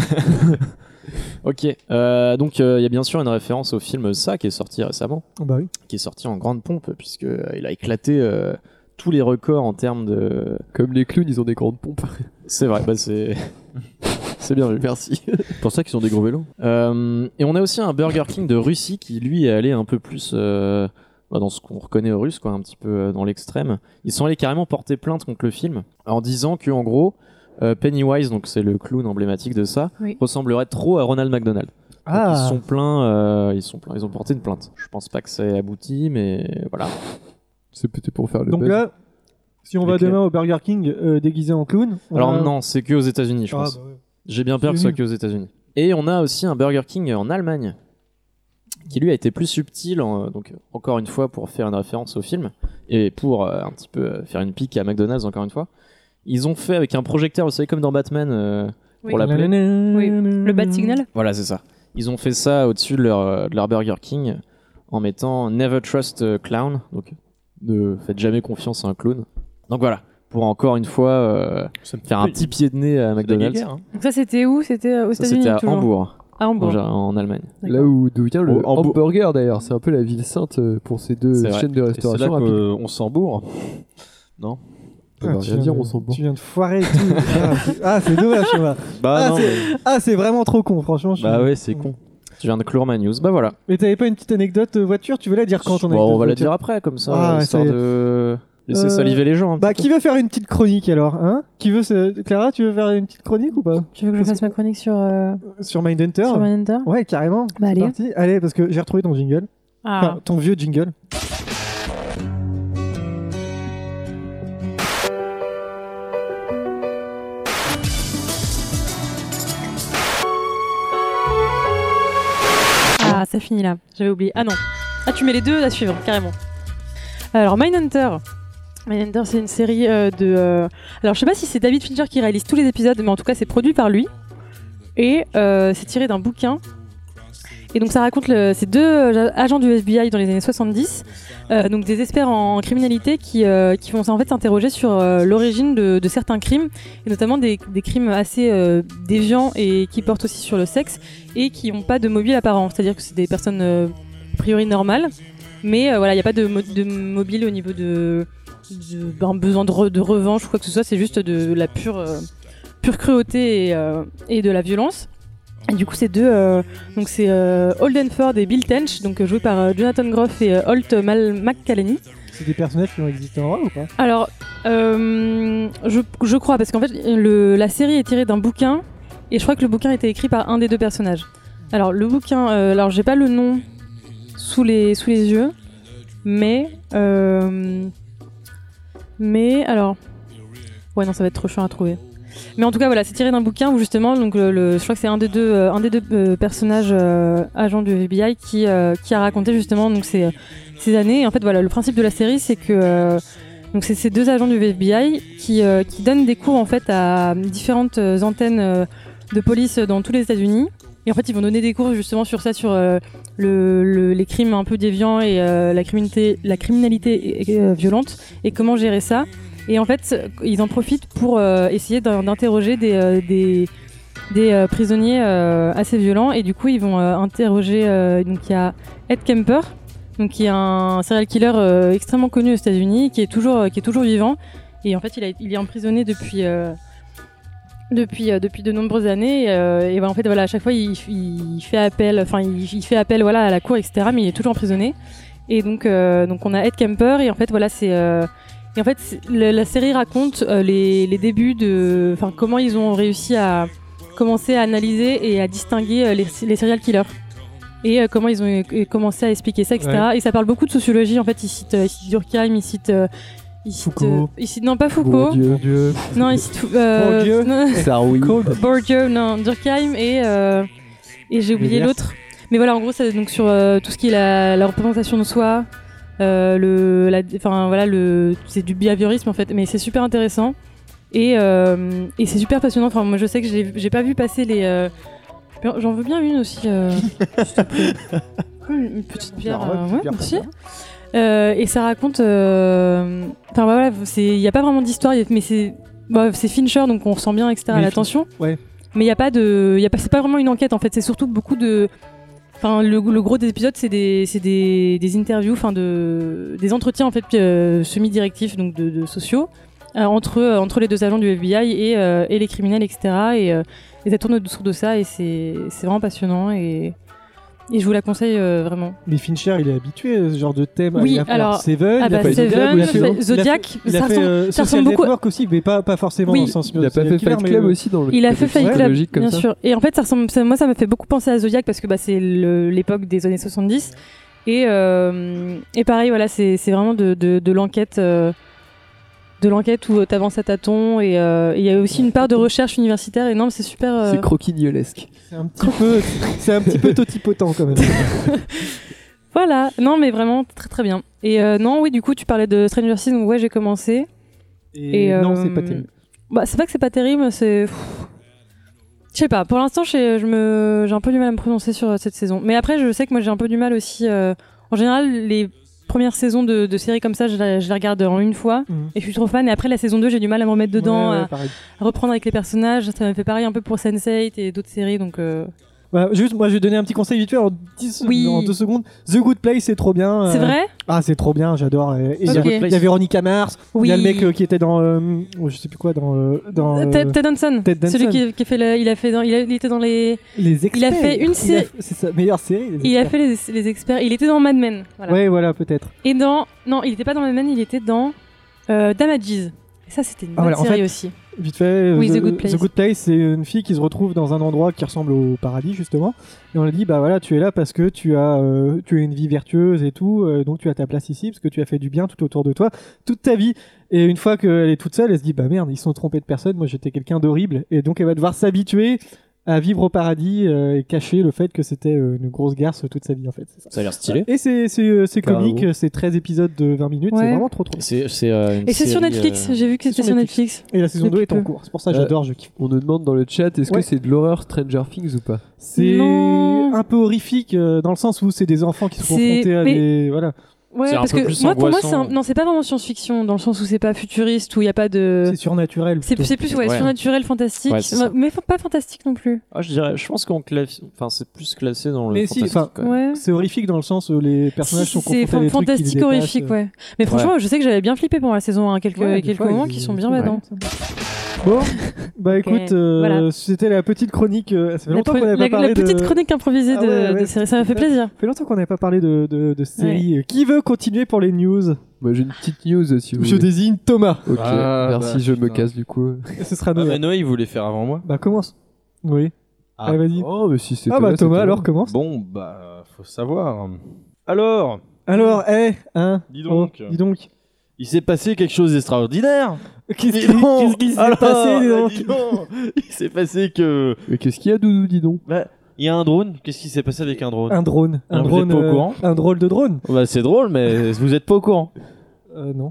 Ok, euh, donc il y a bien sûr une référence au film Ça qui est sorti récemment, Oh, bah oui. qui est sorti en grande pompe puisque euh, il a éclaté euh, tous les records en termes de. Comme les clowns, ils ont des grandes pompes. C'est vrai, bah c'est c'est bien vu. Merci. C'est pour ça qu'ils ont des gros vélos. Euh, et on a aussi un Burger King de Russie qui lui est allé un peu plus euh, bah, dans ce qu'on reconnaît aux Russes, quoi, un petit peu euh, dans l'extrême. Ils sont allés carrément porter plainte contre le film en disant que en gros euh, Pennywise, donc c'est le clown emblématique de ça, Oui. ressemblerait trop à Ronald McDonald. Donc, Ah, ils sont pleins, euh, ils sont pleins, ils ont porté une plainte. Je pense pas que c'est abouti, mais voilà. C'est peut-être pour faire le donc buzz. là, si on Les va clairs. demain au Burger King euh, déguisé en clown. on Alors a- non, c'est que aux États-Unis, je Ah, pense. bah ouais. J'ai bien peur que ce soit que aux États-Unis. Et on a aussi un Burger King en Allemagne qui lui a été plus subtil, en- donc encore une fois pour faire une référence au film et pour euh, un petit peu euh, faire une pique à McDonald's encore une fois. Ils ont fait avec un projecteur, vous savez comme dans Batman euh, Oui. pour l'appeler. Oui. Le bat signal. Voilà, c'est ça. Ils ont fait ça au-dessus de leur, euh, de leur Burger King en mettant Never Trust a Clown, donc ne faites jamais confiance à un clown. Donc voilà, pour encore une fois euh, Ça me faire un petit pied de nez à McDonald's. hein. Donc ça, c'était où? C'était euh, aux Ça États-Unis c'était à toujours Hambourg, À Hambourg. en, en Allemagne. Là où d'où vient le Au- en Bourg- hamburger d'ailleurs, c'est un peu la ville sainte euh, pour ces deux C'est vrai. chaînes de Et c'est là restauration rapide. qu'on s'embourre. Non Ça veut Ah, tu rien viens dire, de- on s'en Tu viens de foirer tout. ah, c'est- ah, c'est dommage, Thomas. Bah Ah, non, c'est- mais- Ah, c'est vraiment trop con, franchement. je bah suis- ouais, c'est con. Tu viens de clore ma news, bah voilà. Mais t'avais pas une petite anecdote euh, voiture? Tu veux la dire quand ton Bon, anecdote on va la voiture dire après, comme ça, Ah, histoire ça y est. de laisser Euh, saliver les gens. un Bah, petit qui veut faire une petite chronique alors, hein? Qui veut se... Clara, tu veux faire une petite chronique ou pas? Tu veux que je fasse ma chronique sur, euh, Sur Mindhunter? sur Mindhunter? Ouais, carrément. Bah, C'est allez. parti. Allez, parce que j'ai retrouvé ton jingle. Ah. Enfin, ton vieux jingle. Ah, ça finit là. J'avais oublié. Ah non. Ah, tu mets les deux à suivre, carrément. Alors, Mindhunter. Mindhunter, c'est une série euh, de... euh, Alors, je sais pas si c'est David Fincher qui réalise tous les épisodes, mais en tout cas, c'est produit par lui. Et euh, c'est tiré d'un bouquin. Et donc, ça raconte le... ces deux euh, agents du F B I dans les années soixante-dix, euh, donc des experts en criminalité qui, euh, qui vont en fait s'interroger sur euh, l'origine de, de certains crimes, et notamment des, des crimes assez euh, déviants et qui portent aussi sur le sexe, et qui n'ont pas de mobile apparent. C'est-à-dire que c'est des personnes euh, a priori normales, mais euh, voilà, il n'y a pas de, mo- de mobile au niveau de... de ben, besoin de, re- de revanche ou quoi que ce soit, c'est juste de la pure, euh, pure cruauté et, euh, et de la violence. Et du coup, c'est deux, euh, donc c'est euh, Holden Ford et Bill Tench, donc euh, joués par euh, Jonathan Groff et euh, Holt Mal- McCallany. C'est des personnages qui ont existé en vrai ou pas? Alors, euh, je, je crois, parce qu'en fait, le, la série est tirée d'un bouquin, et je crois que le bouquin a été écrit par un des deux personnages. Alors, le bouquin, euh, alors j'ai pas le nom sous les, sous les yeux, mais... Euh, mais, alors... Ouais, non, ça va être trop chiant à trouver. Mais en tout cas, voilà, c'est tiré d'un bouquin où justement, donc le, le, je crois que c'est un des deux, euh, un des deux euh, personnages euh, agents du F B I qui, euh, qui a raconté justement donc ces, ces années. Et en fait, voilà, le principe de la série, c'est que euh, donc c'est ces deux agents du F B I qui, euh, qui donnent des cours en fait à différentes euh, antennes euh, de police dans tous les États-Unis. Et en fait, ils vont donner des cours justement sur ça, sur euh, le, le, les crimes un peu déviants et euh, la criminalité, la criminalité euh, violente et comment gérer ça. Et en fait, ils en profitent pour euh, essayer d'interroger des, euh, des, des euh, prisonniers euh, assez violents. Et du coup, ils vont euh, interroger. Euh, donc, il y a Ed Kemper, donc qui est un serial killer euh, extrêmement connu aux États-Unis, qui est toujours, euh, qui est toujours vivant. Et en fait, il, a, il est emprisonné depuis. Euh, Depuis, euh, depuis de nombreuses années, euh, et ben, en fait voilà, à chaque fois il, il fait appel, enfin il, il fait appel voilà à la cour, et cetera. Mais il est toujours emprisonné. Et donc euh, donc on a Ed Kemper, et en fait voilà c'est euh, et en fait le, la série raconte euh, les, les débuts de, enfin comment ils ont réussi à commencer à analyser et à distinguer euh, les, les serial killers. Et euh, comment ils ont euh, commencé à expliquer ça, et cetera. Ouais. Et ça parle beaucoup de sociologie en fait. Ils citent, euh, ils citent Durkheim, ils citent euh, Il cite, Foucault. Euh, il cite, non, pas Foucault. Bourdieu. Dieu. Non, il cite euh, Bourdieu. non, Sarwi. Bourdieu, non, Durkheim et, euh, et j'ai oublié Levers. l'autre. Mais voilà, en gros, c'est donc sur euh, tout ce qui est la, la représentation de soi. Euh, le, la, enfin voilà, le, c'est du behaviorisme en fait, mais c'est super intéressant et, euh, et c'est super passionnant. Enfin, moi, je sais que j'ai, j'ai pas vu passer les. Euh, j'en veux bien une aussi, euh, s'il te plaît. Une petite bière. Alors, Euh, petite ouais, bière, merci. c'est bien. Euh, et ça raconte. euh, Enfin bah, voilà, il n'y a pas vraiment d'histoire, mais c'est bah, c'est Fincher, donc on ressent bien, et cetera. Mais La tension. ouais. Mais il y a pas de, y a pas, c'est pas vraiment une enquête en fait. C'est surtout beaucoup de. Enfin, le, le gros des épisodes, c'est des, c'est des, des interviews, enfin de, des entretiens en fait euh, semi-directifs, donc de, de sociaux, euh, entre euh, entre les deux agents du F B I et, euh, et les criminels, et cetera. Et, euh, et ça tourne autour de ça, et c'est, c'est vraiment passionnant et. Et je vous la conseille euh, vraiment. Mais Fincher, il est habitué à ce genre de thème. Oui, il a fait alors- Seven, Ah il a bah fait Seven, Zodiac, il a fait- fait- il a fait- Zodiac, il a ça fait ressemble- euh, ça Social ressemble beaucoup- Network aussi, mais pas, pas forcément Oui. dans le sens Il a pas serial fait killer, Fight mais, Club euh, aussi dans le. Il a fait côté Fight Club, psychologique comme bien ça. sûr. Et en fait, ça ressemble, ça- moi, ça m'a fait beaucoup penser à Zodiac parce que bah, c'est le- l'époque des années soixante-dix. Et, euh, et pareil, voilà, c'est c'est vraiment de, de, de l'enquête. euh, de l'enquête où tu avances à tâtons et euh, et il y a aussi une part de recherche universitaire et non mais c'est super euh, C'est croquignolesque. C'est un petit peu, c'est un petit peu totipotent quand même. voilà non mais vraiment très très bien et euh, non oui du coup tu parlais de Stranger Things donc ouais j'ai commencé Et, Et, non, euh, c'est pas terrible. bah c'est pas que c'est pas terrible c'est pff, je sais pas pour l'instant j'ai je me j'ai un peu du mal à me prononcer sur euh, cette saison mais après je sais que moi j'ai un peu du mal aussi euh, en général les premières saisons de, de séries comme ça je, la- je les regarde en une fois Mhm. et je suis trop fan et après la saison deux j'ai du mal à me remettre dedans Ouais, ouais, à- pareil. à reprendre avec les personnages ça m'a fait pareil un peu pour sense eight et d'autres séries donc euh, Bah, juste, moi, je vais donner un petit conseil vite fait en, dix Oui. en deux secondes. The Good Place, c'est trop bien. c'est euh, vrai Ah, c'est trop bien, j'adore. Et il y a- Ok. il y a Véronica Mars, Oui. il y a le mec euh, qui était dans. euh, oh, je sais plus quoi, dans. euh, dans euh, Ted, Ted Danson, Ted Danson. celui qui, qui a fait le, il a fait dans, il, a- il était dans les, Les experts. il a fait une Il a- série- C'est sa meilleure série. Les il a experts. fait les, les experts, il était dans Mad Men, voilà. Ouais, voilà, peut-être. Et dans, non, il était pas dans Mad Men, il était dans euh, Damages. Et ça, c'était une Ah, bonne voilà, en série fait, aussi. Vite fait, Oui, The, The Good Place. The Good Place, c'est une fille qui se retrouve dans un endroit qui ressemble au paradis justement, et on lui dit bah voilà, tu es là parce que tu as euh, tu as une vie vertueuse et tout, euh, donc tu as ta place ici parce que tu as fait du bien tout autour de toi toute ta vie. Et une fois qu'elle est toute seule, elle se dit bah merde, ils se sont trompés de personne, moi j'étais quelqu'un d'horrible, et donc elle va devoir s'habituer à vivre au paradis euh, et cacher le fait que c'était euh, une grosse garce toute sa vie en fait. C'est ça. Ça a l'air stylé. Et c'est c'est euh, c'est Carrément. comique, c'est treize épisodes de vingt minutes, Ouais. c'est vraiment trop trop. C'est, c'est, euh, une Et c'est sur série, Netflix. euh, J'ai vu que c'est c'était sur sur Netflix. Netflix. Et la saison Depuis deux est en peu. cours, c'est pour ça que Euh, j'adore, je kiffe. On nous demande dans le chat, est-ce Ouais. que c'est de l'horreur Stranger Things ou pas? C'est Non. un peu horrifique euh, dans le sens où c'est des enfants qui sont C'est- confrontés à mais- des voilà. Ouais, C'est un parce peu que plus moi, pour moi, c'est angoissant. un- non, c'est pas vraiment science-fiction dans le sens où c'est pas futuriste, où il y a pas de. C'est surnaturel. C'est plutôt. c'est plus ouais, Ouais. surnaturel, fantastique, Ouais, c'est ça. mais fa- pas fantastique non plus. Ah, je dirais, je pense qu'on classe, enfin, c'est plus classé dans le Mais si, fantastique. enfin, quand même. Ouais. C'est horrifique dans le sens où les personnages Si, sont c'est confrontés à des trucs qui les fantastique, dépassent. horrifique, ouais. Mais franchement, je sais que j'avais bien flippé pendant la saison un quelques Ouais, des quelques fois, moments ils- qui sont ils bien sont badants. Bon, bah écoute, euh, voilà. c'était la petite chronique. euh, ça fait La, longtemps pre- qu'on n'avait la- pas parlé la petite de. chronique improvisée Ah de, ouais, ouais, de série, ça m'a fait c'est- plaisir. Ça fait longtemps qu'on n'avait pas parlé de, de, de série. Qui veut continuer pour les news? Moi j'ai une petite news si vous Je voulez. désigne Thomas. Ok, Ah, merci, bah, je me putain. casse du coup. Ce sera Ah, Noé. mais Noé, il voulait faire avant moi. Bah commence. Oui. Ah. Allez, vas-y. Oh, mais si c'est Ah bah c'est Thomas, toi. alors commence. Bon, bah, faut savoir. Alors, Alors, eh, hein. Dis donc. oh, dis donc. il s'est passé quelque chose d'extraordinaire. Qu'est-ce Dis qui donc. qu'est-ce qui s'est Alors, passé, dis donc dis donc. Il s'est passé que. Mais qu'est-ce qu'il y a, Doudou, dis donc? Bah, il y a un drone. Qu'est-ce qui s'est passé avec un drone Un drone. Un Non, vous drone. êtes pas au euh, courant un drôle de drone. Bah, c'est drôle, mais vous êtes pas au courant. Euh, non.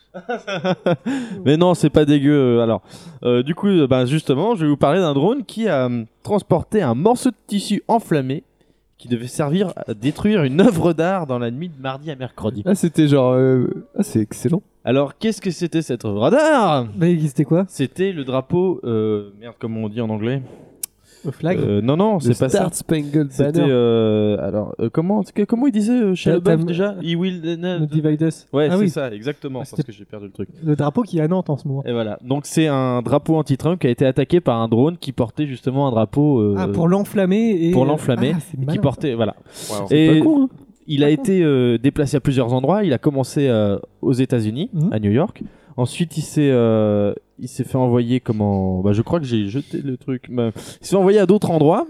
Mais non, c'est pas dégueu. euh, Alors, euh, du coup, euh, bah, justement, je vais vous parler d'un drone qui a hum, transporté un morceau de tissu enflammé qui devait servir à détruire une œuvre d'art dans la nuit de mardi à mercredi. Ah, c'était genre. euh, Ah, c'est excellent. Alors, qu'est-ce que c'était cette œuvre d'art? Mais c'était quoi? C'était le drapeau. Euh, merde, comment on dit en anglais? Le flag. Euh, Non, non, Le c'est pas ça. Star Spangled C'était. Banner. euh, alors, euh, comment, que- comment il disait euh, chez T'as- LeBeouf t'as- déjà? He will. Le Divide Us. Ouais, ah c'est oui. ça, exactement. Ah, parce c'était- que j'ai perdu le truc. Le drapeau qui est à Nantes en ce moment. Et voilà. Donc, c'est un drapeau anti-Trump qui a été attaqué par un drone qui portait justement un drapeau. euh, Ah, pour l'enflammer et. pour l'enflammer, Ah, c'est qui malin, portait. Voilà. C'est Et pas con, hein. il a été euh, déplacé à plusieurs endroits. Il a commencé euh, aux États-Unis, Mhm. à New York. Ensuite, il s'est, euh, il s'est fait envoyer comment bah, je crois que j'ai jeté le truc. Bah, il s'est envoyé à d'autres endroits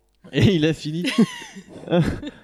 et il a fini ça.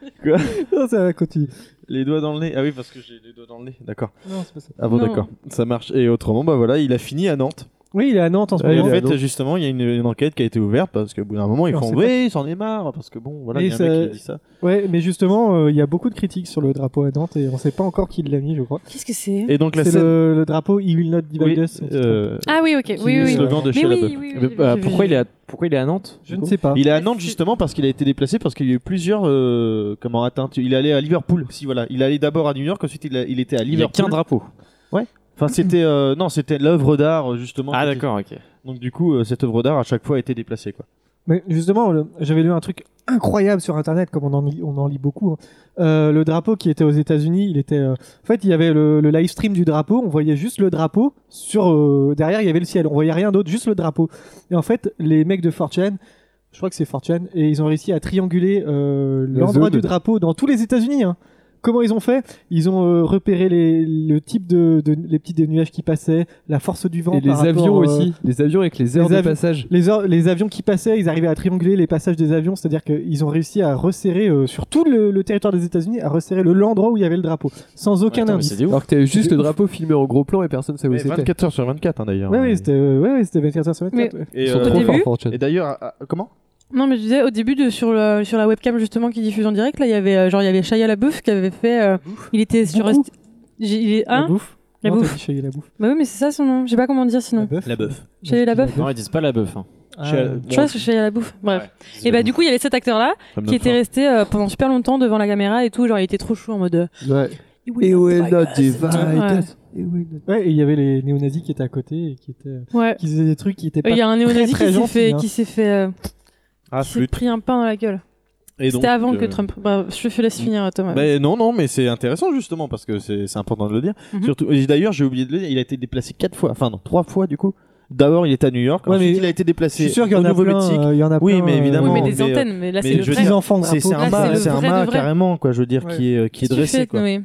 Non, ça continue. les doigts dans le nez. Ah oui, parce que j'ai les doigts dans le nez. D'accord. Non, c'est pas ça. Ah bon, Non. d'accord. Ça marche. Et autrement, bah voilà, il a fini à Nantes. Oui, il est à Nantes en ce Ouais, Et moment. en il est à fait, Nantes. justement, il y a une, une enquête qui a été ouverte parce qu'au bout d'un moment, ils On font sait oui, c'en est marre parce que bon, voilà, Et il y a un ça- mec qui a dit ça. Ouais, mais justement, euh, il y a beaucoup de critiques sur le drapeau à Nantes et on sait pas encore qui l'a mis, je crois. Qu'est-ce que c'est Et donc la C'est scène. le, le drapeau He Will Not Divide Oui, Us. euh, Ah oui, ok, Qui oui, est le oui. slogan de Mais chez oui, Labeouf. oui, oui, Mais, oui, bah, j'ai vu, pourquoi, j'ai il est vu. à, pourquoi il est à Nantes Je du ne coup sais pas. Il est à Nantes justement parce qu'il a été déplacé parce qu'il y a eu plusieurs euh, comment atteints. Il est allé à Liverpool. Si voilà, il est allé d'abord à New York, ensuite il, a- il était à Il n'y a Liverpool. qu'un drapeau. Enfin c'était euh, non, c'était l'œuvre d'art justement. Ah qui était- d'accord, ok. Donc du coup euh, cette œuvre d'art à chaque fois a été déplacée quoi. Mais justement, le- j'avais lu un truc incroyable sur internet, comme on en lit, on en lit beaucoup. hein. Euh, le drapeau qui était aux États-Unis, il était. euh, En fait, il y avait le, le live stream du drapeau, on voyait juste le drapeau. Sur, euh, derrière, il y avait le ciel, on voyait rien d'autre, juste le drapeau. Et en fait, les mecs de four chan, je crois que c'est four chan, et ils ont réussi à trianguler euh, La l'endroit zone. du drapeau dans tous les États-Unis. hein. Comment ils ont fait? Ils ont euh, repéré les, le type de, de les petits des nuages qui passaient, la force du vent. Et les par rapport, avions euh, aussi. Les avions avec les heures les de avi- passage. les, heures- les avions qui passaient, ils arrivaient à trianguler les passages des avions, c'est-à-dire qu'ils ont réussi à resserrer euh, sur tout le, le territoire des États-Unis, à resserrer le l'endroit où il y avait le drapeau, sans aucun Attends, mais indice. c'est des ouf. Alors que t'avais juste C'est le ouf. drapeau filmé en gros plan et personne savait où Mais c'était. vingt-quatre heures sur vingt-quatre hein, d'ailleurs. Ouais, oui, c'était euh, ouais, ouais, c'était vingt-quatre heures sur vingt-quatre. ouais. Et, Ils sont euh, trop Au forts, début four chan. et d'ailleurs ah, ah, comment Non, mais je disais au début de sur le sur la webcam justement qui diffuse en direct, là il y avait euh, genre il y avait Shia LaBeouf qui avait fait, euh, il était sur. Beaucoup. J'ai- il est La hein bouffe. La Non, t'as bouffe. dit Shia la bouffe. Bah oui, mais c'est ça son nom. Je sais pas comment dire La sinon. bœuf. La bœuf. Shia LaBeouf. Non, ils disent pas la bœuf. Hein. Ah, Shia- euh, Je crois que c'est Shia LaBeouf. Bref. Et bah du coup il y avait cet acteur là Comme qui notre était frère. resté euh, pendant super longtemps devant la caméra et tout, genre il était trop chaud en mode. euh, Ouais. It will Et not will divide not us. divide Ouais. us. It will not- Ouais, et il y avait les néo-nazis qui étaient à côté et qui étaient euh, Ouais. qui faisaient des trucs qui étaient pas Il y a un très, néo-nazi très qui s'est gentils, fait hein. qui s'est fait euh, Ah qui s'est flûte. pris un pain dans la gueule. Et donc, C'était avant que euh, Trump. Bah, je te laisse finir Thomas. Mais non, non, mais c'est intéressant justement parce que c'est c'est important de le dire. Mhm. Surtout, et d'ailleurs, j'ai oublié de le dire, il a été déplacé quatre fois, enfin non, trois fois du coup. D'abord, il était à New York, Ouais, ensuite mais il a été Je déplacé suis sûr qu'il y au en a plein. Nouveau-Mexique. euh, Il y en a Oui, plein, mais euh, évidemment, oui, mais des mais, euh, antennes, mais là mais c'est le je veux vrai. dire, enfants de C'est drapeau. c'est un Là, mât, c'est le c'est un vrai de mât vrai. carrément quoi. Je veux dire Ouais. qui est qui est Tu dressé fais, quoi. Noé.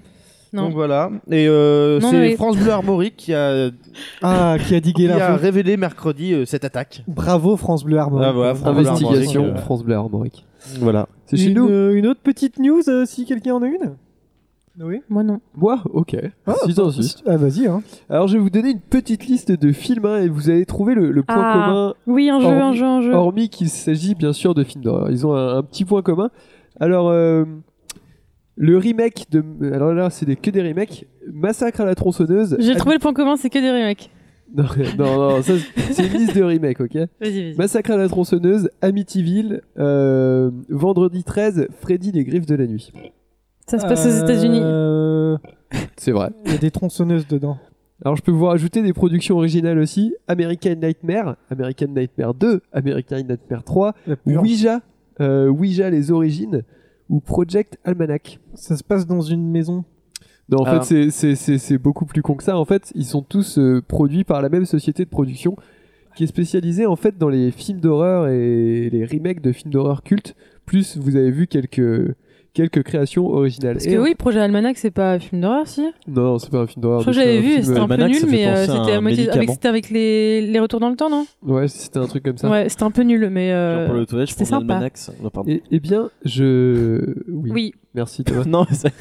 Non. Donc voilà. Et euh, Non, c'est mais- France Bleu Armorique qui a, Ah, qui a qui digué a l'info. révélé mercredi euh, cette attaque. Bravo France Bleu Armorique. Ah, voilà, France Bleu Investigation, Armorique, euh, France Bleu Armorique. Voilà. C'est chez une, nous. euh, une autre petite news, euh, si quelqu'un en a une. Oui. Moi non. Moi, ok. Ah, Si t'insistes. Ah, vas-y. Hein. Alors, je vais vous donner une petite liste de films hein, et vous allez trouver le, le point Ah. commun, Oui, un jeu, Hormis- un jeu, un jeu. hormis qu'il s'agit bien sûr de films d'horreur. Ils ont un, un petit point commun. Alors, euh, le remake de. Alors là, c'est des, que des remakes. Massacre à la tronçonneuse. J'ai Ami- trouvé le point commun, c'est que des remakes. Non, non, non, ça, c'est une liste de remakes, ok. Vas-y, vas-y. Massacre à la tronçonneuse, Amityville, euh, Vendredi treize, Freddy les griffes de la nuit. Ça se passe aux États-Unis. Euh, C'est vrai. Il y a des tronçonneuses dedans. Alors je peux vous rajouter des productions originales aussi. American Nightmare, American Nightmare deux, American Nightmare trois, La purge. Ouija, euh, Ouija les origines, ou Project Almanac. Ça se passe dans une maison. Non, en Ah. fait c'est- c'est- c'est c'est beaucoup plus con que ça. En fait, ils sont tous euh, produits par la même société de production qui est spécialisée en fait dans les films d'horreur et les remakes de films d'horreur cultes. Plus vous avez vu quelques quelques créations originales. Parce Et que en- oui, Projet Almanac, c'est pas un film d'horreur, si. Non, non, c'est pas un film d'horreur. Je crois que c'est j'avais un vu et film, c'était euh, un peu Almanac, nul, ça fait mais euh, penser à c'était un à moitié. Avec, médicament. c'était avec les, les retours dans le temps, non Ouais, c'était un truc comme ça. Ouais, c'était un peu nul, mais. euh, Genre pour le toilette, je c'était prends sympa. l'almanax. Non, pardon. Et, eh bien, je. Oui. Oui. Merci Thomas. Non, mais c'est-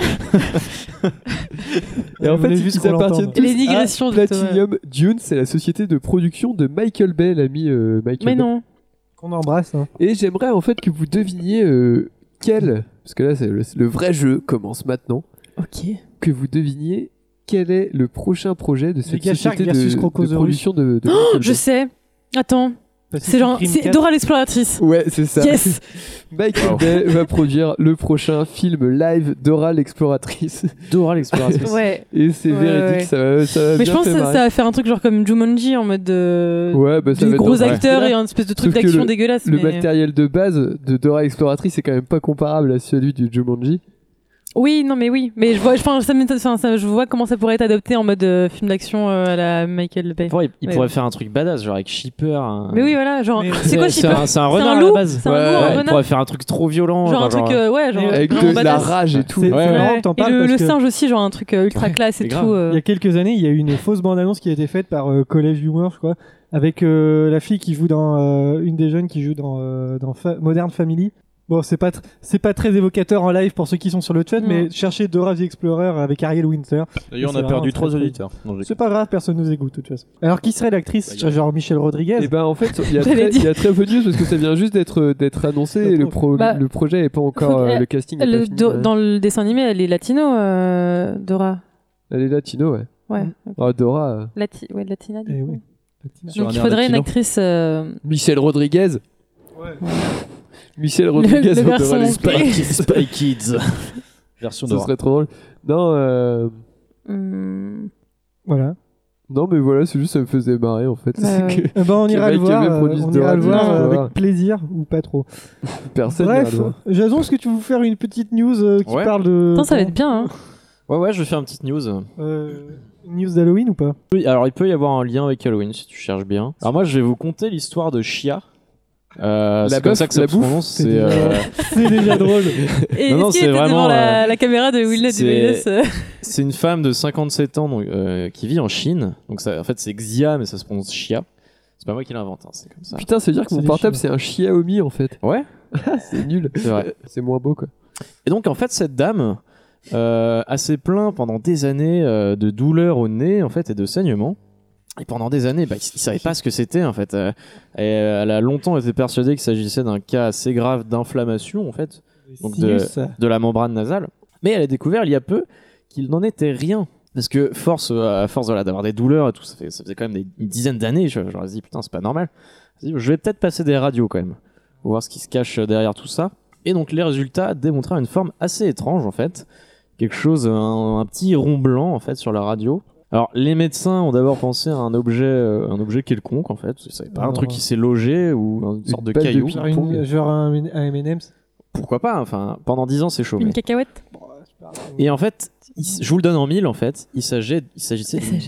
Et en Vous fait, voulez ils juste qu'on appartiennent l'entende. tous Les digressions à de Platinum Dunes, c'est la société de production de Michael Bay, l'ami euh, Michael Mais Bay. non. Qu'on embrasse. Hein. Et j'aimerais en fait que vous deviniez euh, quel, parce que là c'est le, le vrai jeu commence maintenant, Ok. que vous deviniez quel est le prochain projet de cette Giga Shark société de, versus de Crocosaurus. production de, de Oh, Michael je Bay. sais. Attends. Pacific C'est genre. Rim C'est quatre. Dora l'exploratrice. Ouais, c'est ça. Yes. Michael Bay va produire le prochain film live Dora l'exploratrice. Dora l'exploratrice. Ouais. Et c'est Ouais, véridique, ouais. ça va, ça va Mais je bien pense que faire ça, marrer. ça va faire un truc genre comme Jumanji en mode de. Ouais, bah ça des va être gros dans- acteurs ouais. et un espèce de truc Sauf que d'action le- dégueulasse. Le mais- matériel de base de Dora Exploratrice c'est quand même pas comparable à celui du Jumanji. Oui, non, mais oui. Mais je vois, enfin, ça m'étonne- enfin, ça- je vois comment ça pourrait être adopté en mode euh, film d'action euh, à la Michael Bay. Pourquoi il, il Ouais. pourrait faire un truc badass, genre avec Shipper. un- Mais oui, voilà, genre. Mais- C'est quoi c'est Shipper un, c'est un C'est renard un à la loup base. C'est un loup, Ouais, un ouais, il renard pourrait faire un truc trop violent. Genre un truc, euh, ouais, genre. Mais Avec vraiment de la badass. rage et tout. C'est Ouais, c'est ouais. marrant que t'en Et parles le, parce le que singe aussi, genre un truc euh, ultra Ouais, classe et c'est tout. grave. euh. il y a quelques années, il y a eu une fausse bande-annonce qui a été faite par euh, College Humor, je crois, avec euh, la fille qui joue dans euh, une des jeunes qui joue dans, euh, dans Fa- Modern Family. Bon, c'est pas tr- c'est pas très évocateur en live pour ceux qui sont sur le chat, Non. mais cherchez Dora the Explorer avec Ariel Winter. D'ailleurs, on C'est a perdu vraiment trois très, très- auditeurs. Non, je C'est pas grave, personne nous écoute de toute façon. Alors qui serait l'actrice Bah, genre Michel Rodriguez? Et ben en fait, il y a J'allais très, dire. il y a très peu de news parce que ça vient juste d'être d'être annoncé et le, pro- Bah, le projet est pas encore faut que- euh, le casting est Le- pas fini, do- ouais. Dans le dessin animé, elle est latino, euh, Dora. Elle est latino, ouais. Ouais. Mm. Oh, Dora. euh, Lati- ouais, latina. du Eh coup. oui. Sur Donc un il air faudrait une latino. actrice. euh, Michel Rodriguez. Ouais. Michel Rodriguez. le on garçon devrait aller- Spy Kids, Spy Kids. Version Ce Dora. serait trop drôle. Non, euh... hum, Voilà. non mais voilà, c'est juste ça me faisait marrer en fait. Bah C'est ouais. que Eh ben, on Que ira le Michael voir, Bay euh, produise on Dora. ira le voir Non, euh, voilà. avec plaisir ou pas trop. personne n'ira Bref, le voir. Jason, est-ce que tu veux faire une petite news euh, qui Ouais. parle de... Attends, ça va être bien. Hein. Ouais, ouais, je vais faire une petite news. Euh, une news d'Halloween ou pas? Oui, alors il peut y avoir un lien avec Halloween si tu cherches bien. Alors moi, je vais vous conter l'histoire de Chia. Euh, La c'est comme bœuf, ça que ça la se bouffe, prononce. c'est C'est déjà- euh, C'est déjà drôle. Et Non, non, est-ce c'est qu'il était vraiment, devant la, euh, la caméra de Will Not c'est- euh, c'est une femme de cinquante-sept ans donc, euh, qui vit en Chine. Donc ça, en fait, c'est Xia, mais ça se prononce Chia. C'est pas moi qui l'invente, hein, c'est comme ça. Putain, ça veut dire que C'est mon des portable Chinois. c'est un Xiaomi en fait. Ouais, C'est nul. c'est vrai. C'est moins beau quoi. Et donc en fait cette dame euh, a s'est plaint pendant des années euh, de douleurs au nez en fait et de saignements. Et pendant des années, bah, il ne savait pas ce que c'était en fait. Euh, et euh, elle a longtemps été persuadée qu'il s'agissait d'un cas assez grave d'inflammation en fait Donc de- Sinus, ça. de la membrane nasale. Mais elle a découvert il y a peu qu'il n'en était rien. Parce que force, euh, à force voilà, d'avoir des douleurs et tout, ça, fait, ça faisait quand même des, une dizaine d'années. Je, je leur ai dit putain c'est pas normal. Je, dis, je vais peut-être passer des radios quand même. Pour voir ce qui se cache derrière tout ça. Et donc les résultats démontraient une forme assez étrange en fait. Quelque chose, un, un petit rond blanc en fait sur la radio. Alors les médecins ont d'abord pensé à un objet, euh, un objet quelconque en fait. C'est pas un Alors, truc qui s'est logé ou une sorte de balle de caillou. ping-pong. Genre, une- genre un, un M and M's. Pourquoi pas. Enfin pendant dix ans c'est chaud. Une mais- cacahuète. Et en fait, il s- je vous le donne en mille en fait. Il s'agissait, il s'agissait Il d'une s'agissait- dent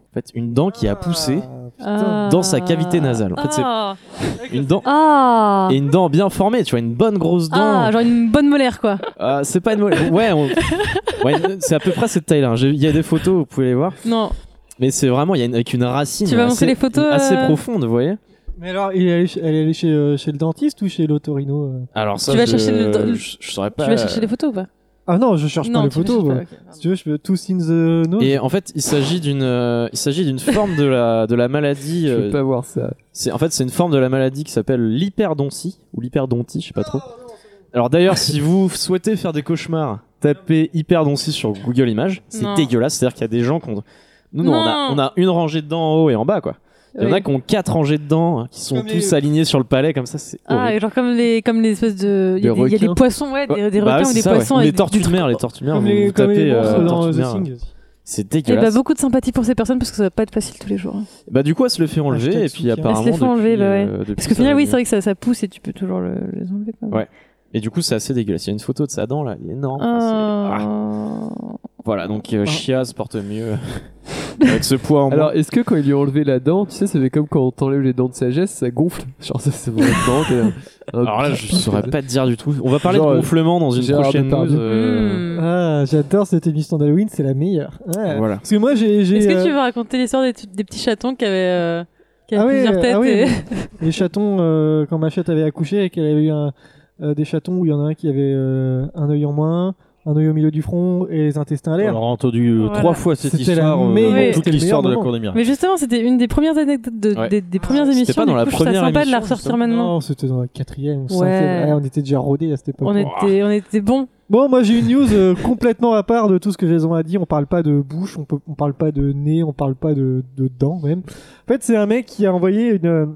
En fait, une dent qui a poussé Ah, dans sa cavité nasale. En fait, c'est Ah. une dent Ah. et une dent bien formée, tu vois, une bonne grosse dent. Ah, genre une bonne molaire quoi. Ah, c'est pas une molaire. Ouais, on- ouais, c'est à peu près cette taille-là. J'ai- Il y a des photos, vous pouvez les voir. Non. Mais c'est vraiment, il y a une, avec une racine Tu vas assez, montrer les photos, assez euh profonde, vous voyez. Mais alors, il est allé chez- elle est allée chez, euh, chez le dentiste ou chez l'otorino euh Alors ça, Tu vas je, chercher le- je, je saurais Tu pas. vas chercher les photos ou pas? Ah non, je cherche Non, pas les tu les photos. cherches moi. pas, ok. Si tu veux, je fais tous in the nose. Et en fait, il s'agit d'une, euh, il s'agit d'une forme de la, de la maladie. Je euh, veux pas voir ça. c'est, en fait, c'est une forme de la maladie qui s'appelle l'hyperdontie ou l'hyperdontie, je sais pas trop. Alors d'ailleurs, si vous souhaitez faire des cauchemars, tapez hyperdontie sur Google Images. C'est Non. dégueulasse. C'est-à-dire qu'il y a des gens qui ont, nous, non, on a, Non. on a une rangée de dents en haut et en bas, quoi. Il y en a Oui. qui ont quatre rangées de dents, qui sont Comme tous les- alignés sur le palais comme ça. C'est Ah, horrible. et genre comme les, comme les espèces de. Il y, a Des des- il y a des requins. poissons, ouais, des, Ouais, des bah requins ouais, ou des c'est ça, ouais. poissons. Ou avec les du tortues de truc. mer, les tortues de mer. Comme vous, les, vous comme les tapez monstres euh, dans tortues de The mer. Thing. C'est Et bah, dégueulasse. beaucoup de sympathie pour ces personnes parce que ça va pas être facile tous les jours. hein. Bah du coup, elle se le fait enlever Hashtag et puis soutien. apparemment Elle se les fait enlever, depuis, bah ouais. euh, depuis, Parce qu'au ça final, va oui, mieux. c'est vrai que ça, ça pousse et tu peux toujours le- les enlever. Quand même. Ouais. Et du coup, c'est assez dégueulasse. Il y a une photo de sa dent là, elle est énorme. Enfin, c'est- ah. Ah. Voilà, donc euh, Chia se porte mieux avec ce poids en moins. Alors, est-ce que quand ils lui ont enlevé la dent, tu sais, ça fait comme quand on t'enlève les dents de sagesse, ça gonfle. Genre, ça, c'est vraiment t'es un- un Alors là, je pipi. saurais pas te dire du tout. On va parler Genre, de gonflement dans une Gérard prochaine Depardieu. news. euh, Hmm. Ah, j'adore cette émission d'Halloween, c'est la meilleure. Ouais. Voilà. Parce que moi, j'ai. j'ai, Est-ce que euh, tu veux raconter l'histoire des, des petits chatons qui avaient, euh, qui avaient Ah ouais, plusieurs têtes ah oui, et- bon. Les chatons, euh, quand Machette avait accouché et qu'elle avait eu un, euh, des chatons où il y en a un qui avait euh, un œil en moins, un œil au milieu du front et les intestins à l'air. Alors, on a entendu euh, Voilà. trois fois cette C'était la histoire, euh, meilleure- toute c'était le l'histoire de meilleur la moment. Cour des miracles. Mais justement, c'était une des premières anecdotes de, Ouais. des, des premières C'était émissions. pas dans du la coup, je trouve ça première sympa de la émission, ressortir maintenant. Non, c'était dans la quatrième ou Ouais. cinquième. Ouais, on était déjà rodés à cette époque. On était, on était bons. Bon, moi j'ai une news euh, complètement à part de tout ce que Jason a dit. On parle pas de bouche, on, peut, on parle pas de nez, on parle pas de, de dents même. En fait, c'est un mec qui a envoyé une, euh,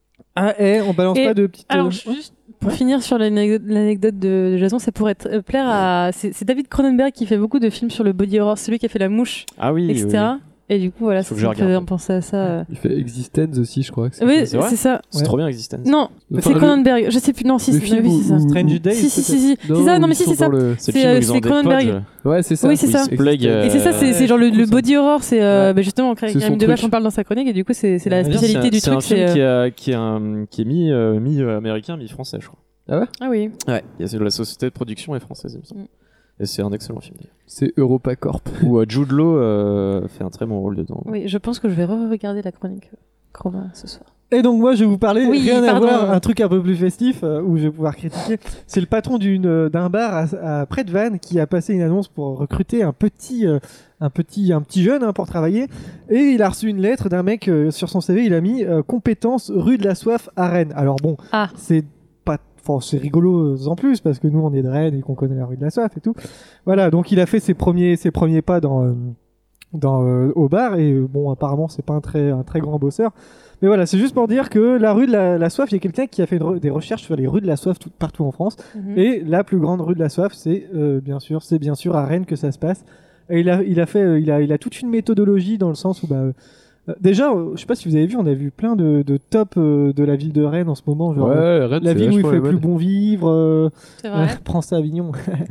un hait, on balance Et pas de petites. Alors, euh, juste pour finir sur l'anecdote l'anecdote de, de Jason, ça pourrait être, euh, plaire à. C'est c'est David Cronenberg qui fait beaucoup de films sur le body horror. C'est lui qui a fait La Mouche, Ah oui, et cetera. oui. Et du coup, voilà, Faut ça que je me regarde. faisait penser à ça. euh. Il fait Existence aussi, je crois. que c'est Oui, ça. c'est vrai c'est ça. C'est Ouais. trop bien Existence. Non, Enfin, c'est le- Cronenberg. Je sais plus. Non, si, le c'est film oui, où- c'est ça. où- Strange Days. Si, si, si, peut-être. si. C'est ça, non, mais si, ils c'est sont ça. dans le- C'est C'est, le film où euh, ils ont c'est des Cronenberg. pods, Ouais, c'est ça. Oui, c'est où ça. ils se plaguent, euh, Et c'est ça, c'est c'est genre le, le body horror, c'est euh, bah, justement, Craig C'est son Devache truc. en parle dans sa chronique, et du coup, c'est c'est la Ouais, spécialité c'est un- du c'est truc. un film c'est, qui, euh, a- qui est, un- qui est mi, euh, mi euh, américain, mi français, je crois. Ah oui. Ouais, il y a- c'est- la société de production est française, il me semble. Mm. Et c'est un excellent film. d'ailleurs. C'est EuropaCorp. Où euh, Jude Law euh, fait un très bon rôle dedans. Oui, je pense que je vais re-regarder la chronique euh, Chroma ce soir. Et donc moi je vais vous parler, Oui, rien à pardon. voir, un truc un peu plus festif euh, où je vais pouvoir critiquer. C'est le patron d'une euh, d'un bar à, à près de Vannes qui a passé une annonce pour recruter un petit euh, un petit un petit jeune hein, pour travailler, et il a reçu une lettre d'un mec euh, sur son C V, il a mis euh, compétences rue de la Soif à Rennes. Alors bon, Ah. c'est pas Enfin, c'est rigolo euh, en plus parce que nous on est de Rennes et qu'on connaît la rue de la Soif et tout. Voilà, donc il a fait ses premiers ses premiers pas dans euh, dans euh, au bar, et euh, bon apparemment c'est pas un très un très grand bosseur. Mais voilà, c'est juste pour dire que la rue de la, la Soif, il y a quelqu'un qui a fait une re- des recherches sur les rues de la Soif tout, partout en France. Mhm. Et la plus grande rue de la Soif, c'est euh, bien sûr, c'est bien sûr à Rennes que ça se passe. Et il a, il a fait, euh, il a, il a toute une méthodologie dans le sens où, bah, euh, euh, déjà, euh, je sais pas si vous avez vu, on a vu plein de, de top euh, de la ville de Rennes en ce moment, genre euh, Ouais, Rennes, la c'est ville où il vachement fait la plus mode. bon vivre. euh, C'est vrai. prends ça Avignon.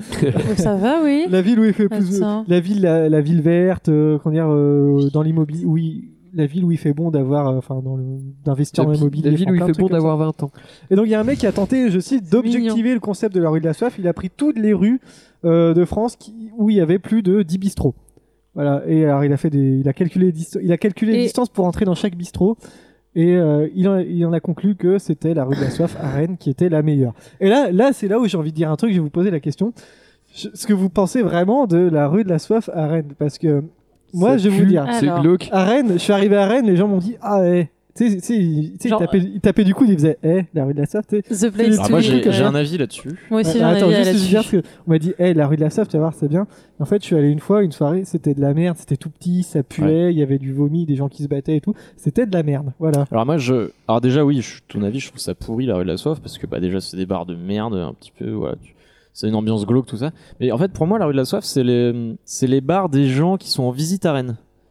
Ça va, oui. La ville où il fait plus, Attends. la ville, la, la ville verte, euh, comment dire, euh, dans l'immobilier, oui. La ville où il fait bon d'avoir, euh, enfin, dans le, d'investir La dans vi- l'immobilier. la ville enfin, où il plein de fait bon trucs comme ça. d'avoir vingt ans. Et donc il y a un mec qui a tenté, je cite, d'objectiver le concept de la rue de la Soif. Il a pris toutes les rues euh, de France qui, où il y avait plus de dix bistrots. Voilà. Et alors il a fait des, il a calculé, les dis- il a calculé les Et- distances pour entrer dans chaque bistrot. Et euh, il, en, il en a conclu que c'était la rue de la Soif à Rennes qui était la meilleure. Et là, là, c'est là où j'ai envie de dire un truc. Je vais vous poser la question. Je- ce que vous pensez vraiment de la rue de la Soif à Rennes, parce que moi, Ça je vais vous pue, dire. C'est Alors. glauque. À Rennes, je suis arrivé à Rennes, les gens m'ont dit ah ouais. Tu sais, tu sais, ils- tu sais, ils Genre, tapaient, ils tapaient du coude, ils faisaient eh la rue de la Soif, tu sais. The Place Alors to moi Be. j'ai trucs, j'ai euh, un avis là-dessus. Moi aussi, Ouais, j'ai un attends, avis juste je veux là-dessus. dire parce que on m'a dit hey, la rue de la Soif, tu vas voir, c'est bien. Et en fait, je suis allé une fois, une soirée, c'était de la merde, c'était tout petit, ça puait, il y avait du vomi, des gens qui se battaient et tout. C'était de la merde, voilà. Alors moi je, alors déjà oui, je... ton avis, je trouve ça pourri la rue de la Soif parce que bah déjà c'est des bars de merde un petit peu, voilà. tu- C'est une ambiance glauque tout ça. Mais en fait pour moi la rue de la Soif c'est les, c'est les bars des gens qui sont en visite à Rennes.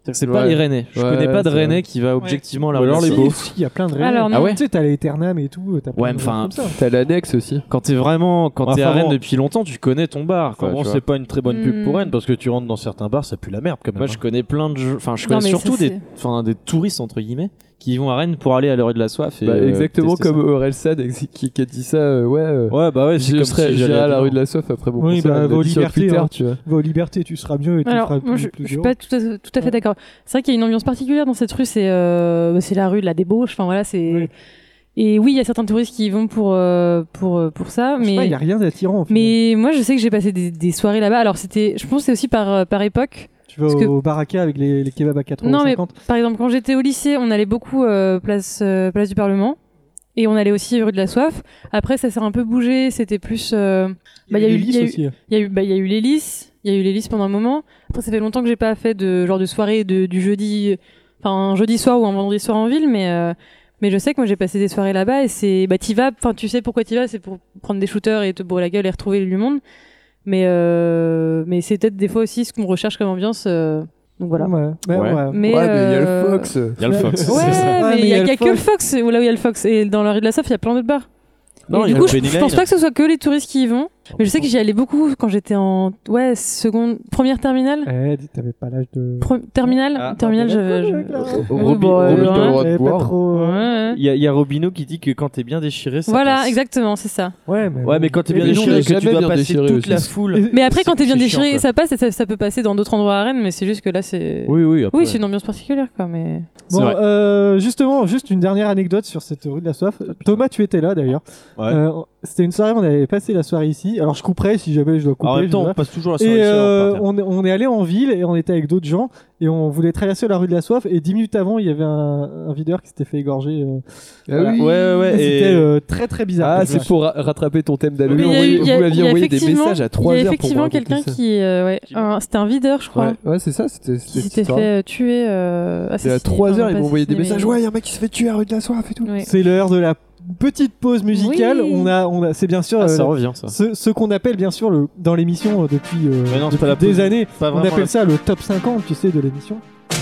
C'est-à-dire que c'est Ouais. pas les Rennais. Je Ouais, connais pas de c'est vrai. Rennais qui va objectivement là. Ou alors les Si, beaux. si, il y a plein de rêves. Alors, non. Ah ouais. Tu sais, t'as les Eternam et tout. T'as plein Ouais, de mais enfin, trucs comme ça. T'as l'annexe aussi. Quand t'es vraiment, quand Enfin, t'es à Rennes bon. depuis longtemps, tu connais ton bar. Quoi, Enfin, bon, tu vois. c'est pas une très bonne pub pour Hmm. Rennes parce que tu rentres dans certains bars, ça pue la merde quand même. Moi, hein. je connais plein de jeux. Enfin, je Non, connais mais surtout ça, des, c'est- enfin, des touristes entre guillemets qui vont à Rennes pour aller à l'heure de la soif. Et, Bah, euh, exactement tester comme ça. Orelsan ex- qui, qui a dit ça. euh, ouais. euh, Ouais, bah ouais, c'est je comme serais, si j'irais j'allais à la Dinan. rue de la soif après mon Oui, concert. bah, il l'a va aux dit sur libertés, Twitter, hein. tu vois. Va aux libertés, tu seras mieux et tu Alors, feras moi, plus, je, plus je suis heureux. pas tout à, tout à fait Ouais. d'accord. C'est vrai qu'il y a une ambiance particulière dans cette rue, c'est euh, c'est la rue de la débauche. Enfin voilà, c'est. Oui. Et oui, il y a certains touristes qui y vont pour euh, pour euh, pour ça, Je sais pas, mais il y a rien d'attirant. en fait. mais moi je sais que j'ai passé des, des soirées là-bas. Alors c'était, je pense que c'est aussi par euh, par époque. Tu vas parce au, que- au Baraka avec les, les kebabs à quatre euros Non, mais cinquante. par exemple, quand j'étais au lycée, on allait beaucoup euh, place euh, place du Parlement. Et on allait aussi rue de la Soif. Après, ça s'est un peu bougé. C'était plus. euh, Bah, il y a eu- il y a eu- aussi. Il y a eu, bah, il y a eu l'hélice. Il y a eu l'hélice pendant un moment. Après, ça fait longtemps que j'ai pas fait de genre de soirée de, du jeudi, enfin un jeudi soir ou un vendredi soir en ville, mais euh, mais je sais que moi j'ai passé des soirées là-bas et c'est bah t'y vas. Enfin, tu sais pourquoi t'y vas, c'est pour prendre des shooters et te bourrer la gueule et retrouver du monde. Mais euh, mais c'est peut-être des fois aussi ce qu'on recherche comme ambiance. euh, donc voilà. Ouais, bah, Ouais. ouais. Mais, Ouais, mais il y a euh, le Fox. Il y a le Fox. Ouais, c'est ça. mais il y a, il y a que le Fox, ou là où il y a le Fox. Et dans la rue de la Soif, il y a plein d'autres bars. Non, et il y du a coup, le je, Penny je pense Lane. pas que ce soit que les touristes qui y vont. Mais je sais que j'y allais beaucoup quand j'étais en ouais seconde première terminale. Eh, dis, t'avais pas l'âge de. Pro- terminale, Ah, terminale, ah, j'avais. d'accord, je- d'accord. Oui, Robi- bon, euh, Robi- ouais. le droit de T'avais pas boire. trop. Ouais, ouais. Il y, a- il y a Robino qui dit que quand t'es bien déchiré, ça Voilà, passe. exactement, c'est ça. Ouais, mais. Ouais, mais quand t'es bien Mais non, déchiré, mais que tu jamais dois bien passer déchiré toute aussi. la foule. Et- Mais après, quand t'es bien c'est déchiré, chiant, ça passe et ça, ça peut passer dans d'autres endroits à Rennes, mais c'est juste que là, c'est. Oui, oui. après. Oui, c'est une ambiance particulière, quoi, mais. C'est Bon, vrai. euh, justement, juste une dernière anecdote sur cette rue de la Soif. Thomas, tu étais là d'ailleurs. Ouais. Euh, c'était une soirée, on avait passé la soirée ici. Alors je couperai si jamais je dois couper. En même je temps, sais on pas. passe toujours la soirée Et ici, euh, alors, on, est- on est allé en ville et on était avec d'autres gens et on voulait traverser la rue de la Soif et dix minutes avant il y avait un, un videur qui s'était fait égorger. euh, Ah voilà. oui. Ouais, ouais, ouais. et Et- C'était euh, très très bizarre. Ah, comme c'est ça. pour ra- rattraper ton thème Mais d'Halloween. il y a eu- il y a- Vous il y m'aviez a envoyé des effectivement- messages à Il y trois a heures pour me effectivement raconter quelqu'un ça. qui. euh, ouais, un- C'était un videur, je crois. Ouais, ouais, c'est ça, c'était Qui c'était cette s'était histoire. fait euh, tuer. Euh, Et à assassiner, trois enfin, heures, non, ils pas m'ont envoyé des assassiner, messages. mais- Ouais, il y a un mec qui se fait tuer à la rue de la Soif et tout. Ouais. C'est l'heure de la petite pause musicale. Oui. On a, on a, c'est bien sûr Ah, ça euh, revient ça. ce, ce qu'on appelle bien sûr le, dans l'émission euh, depuis, euh, Mais non, c'est depuis pas la des pause. années. Pas On vraiment appelle la- ça le top cinquante, tu sais, de l'émission.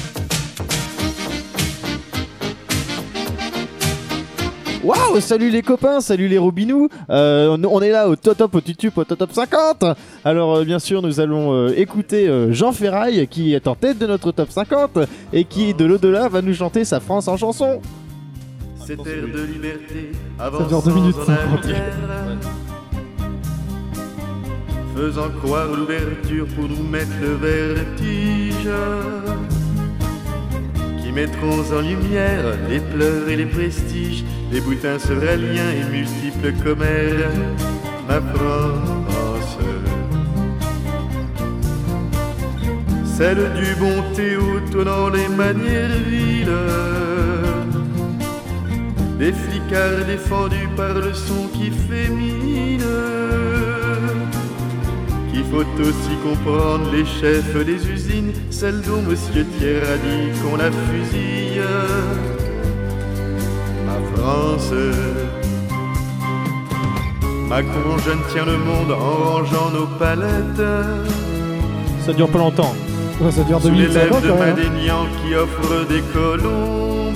Waouh, salut les copains, salut les robinous. Euh, on, on est là au top top au tutup au top top cinquante. Alors euh, bien sûr, nous allons euh, écouter euh, Jean Ferraille qui est en tête de notre top cinquante et qui de l'au-delà va nous chanter sa France en chanson. Cette ère de liberté Ça dure deux minutes cinquante. faisant croire l'ouverture pour nous mettre le vertige, qui mettront en lumière les pleurs et les prestiges, les boutins sevraliens et multiples commères, ma France. Celle du bon Théo tenant les manières viles, des flicards défendus par le son qui fait mine, qu'il faut aussi comprendre les chefs des usines, celles dont Monsieur Thiers a dit qu'on la fusille. Ma France, Macron jeune tient le monde en rangeant nos palettes, Ça dure pas longtemps. Ouais, ça dure deux sous les minutes lèvres cinquante de quand même. hein. Madignan qui offre des colombes.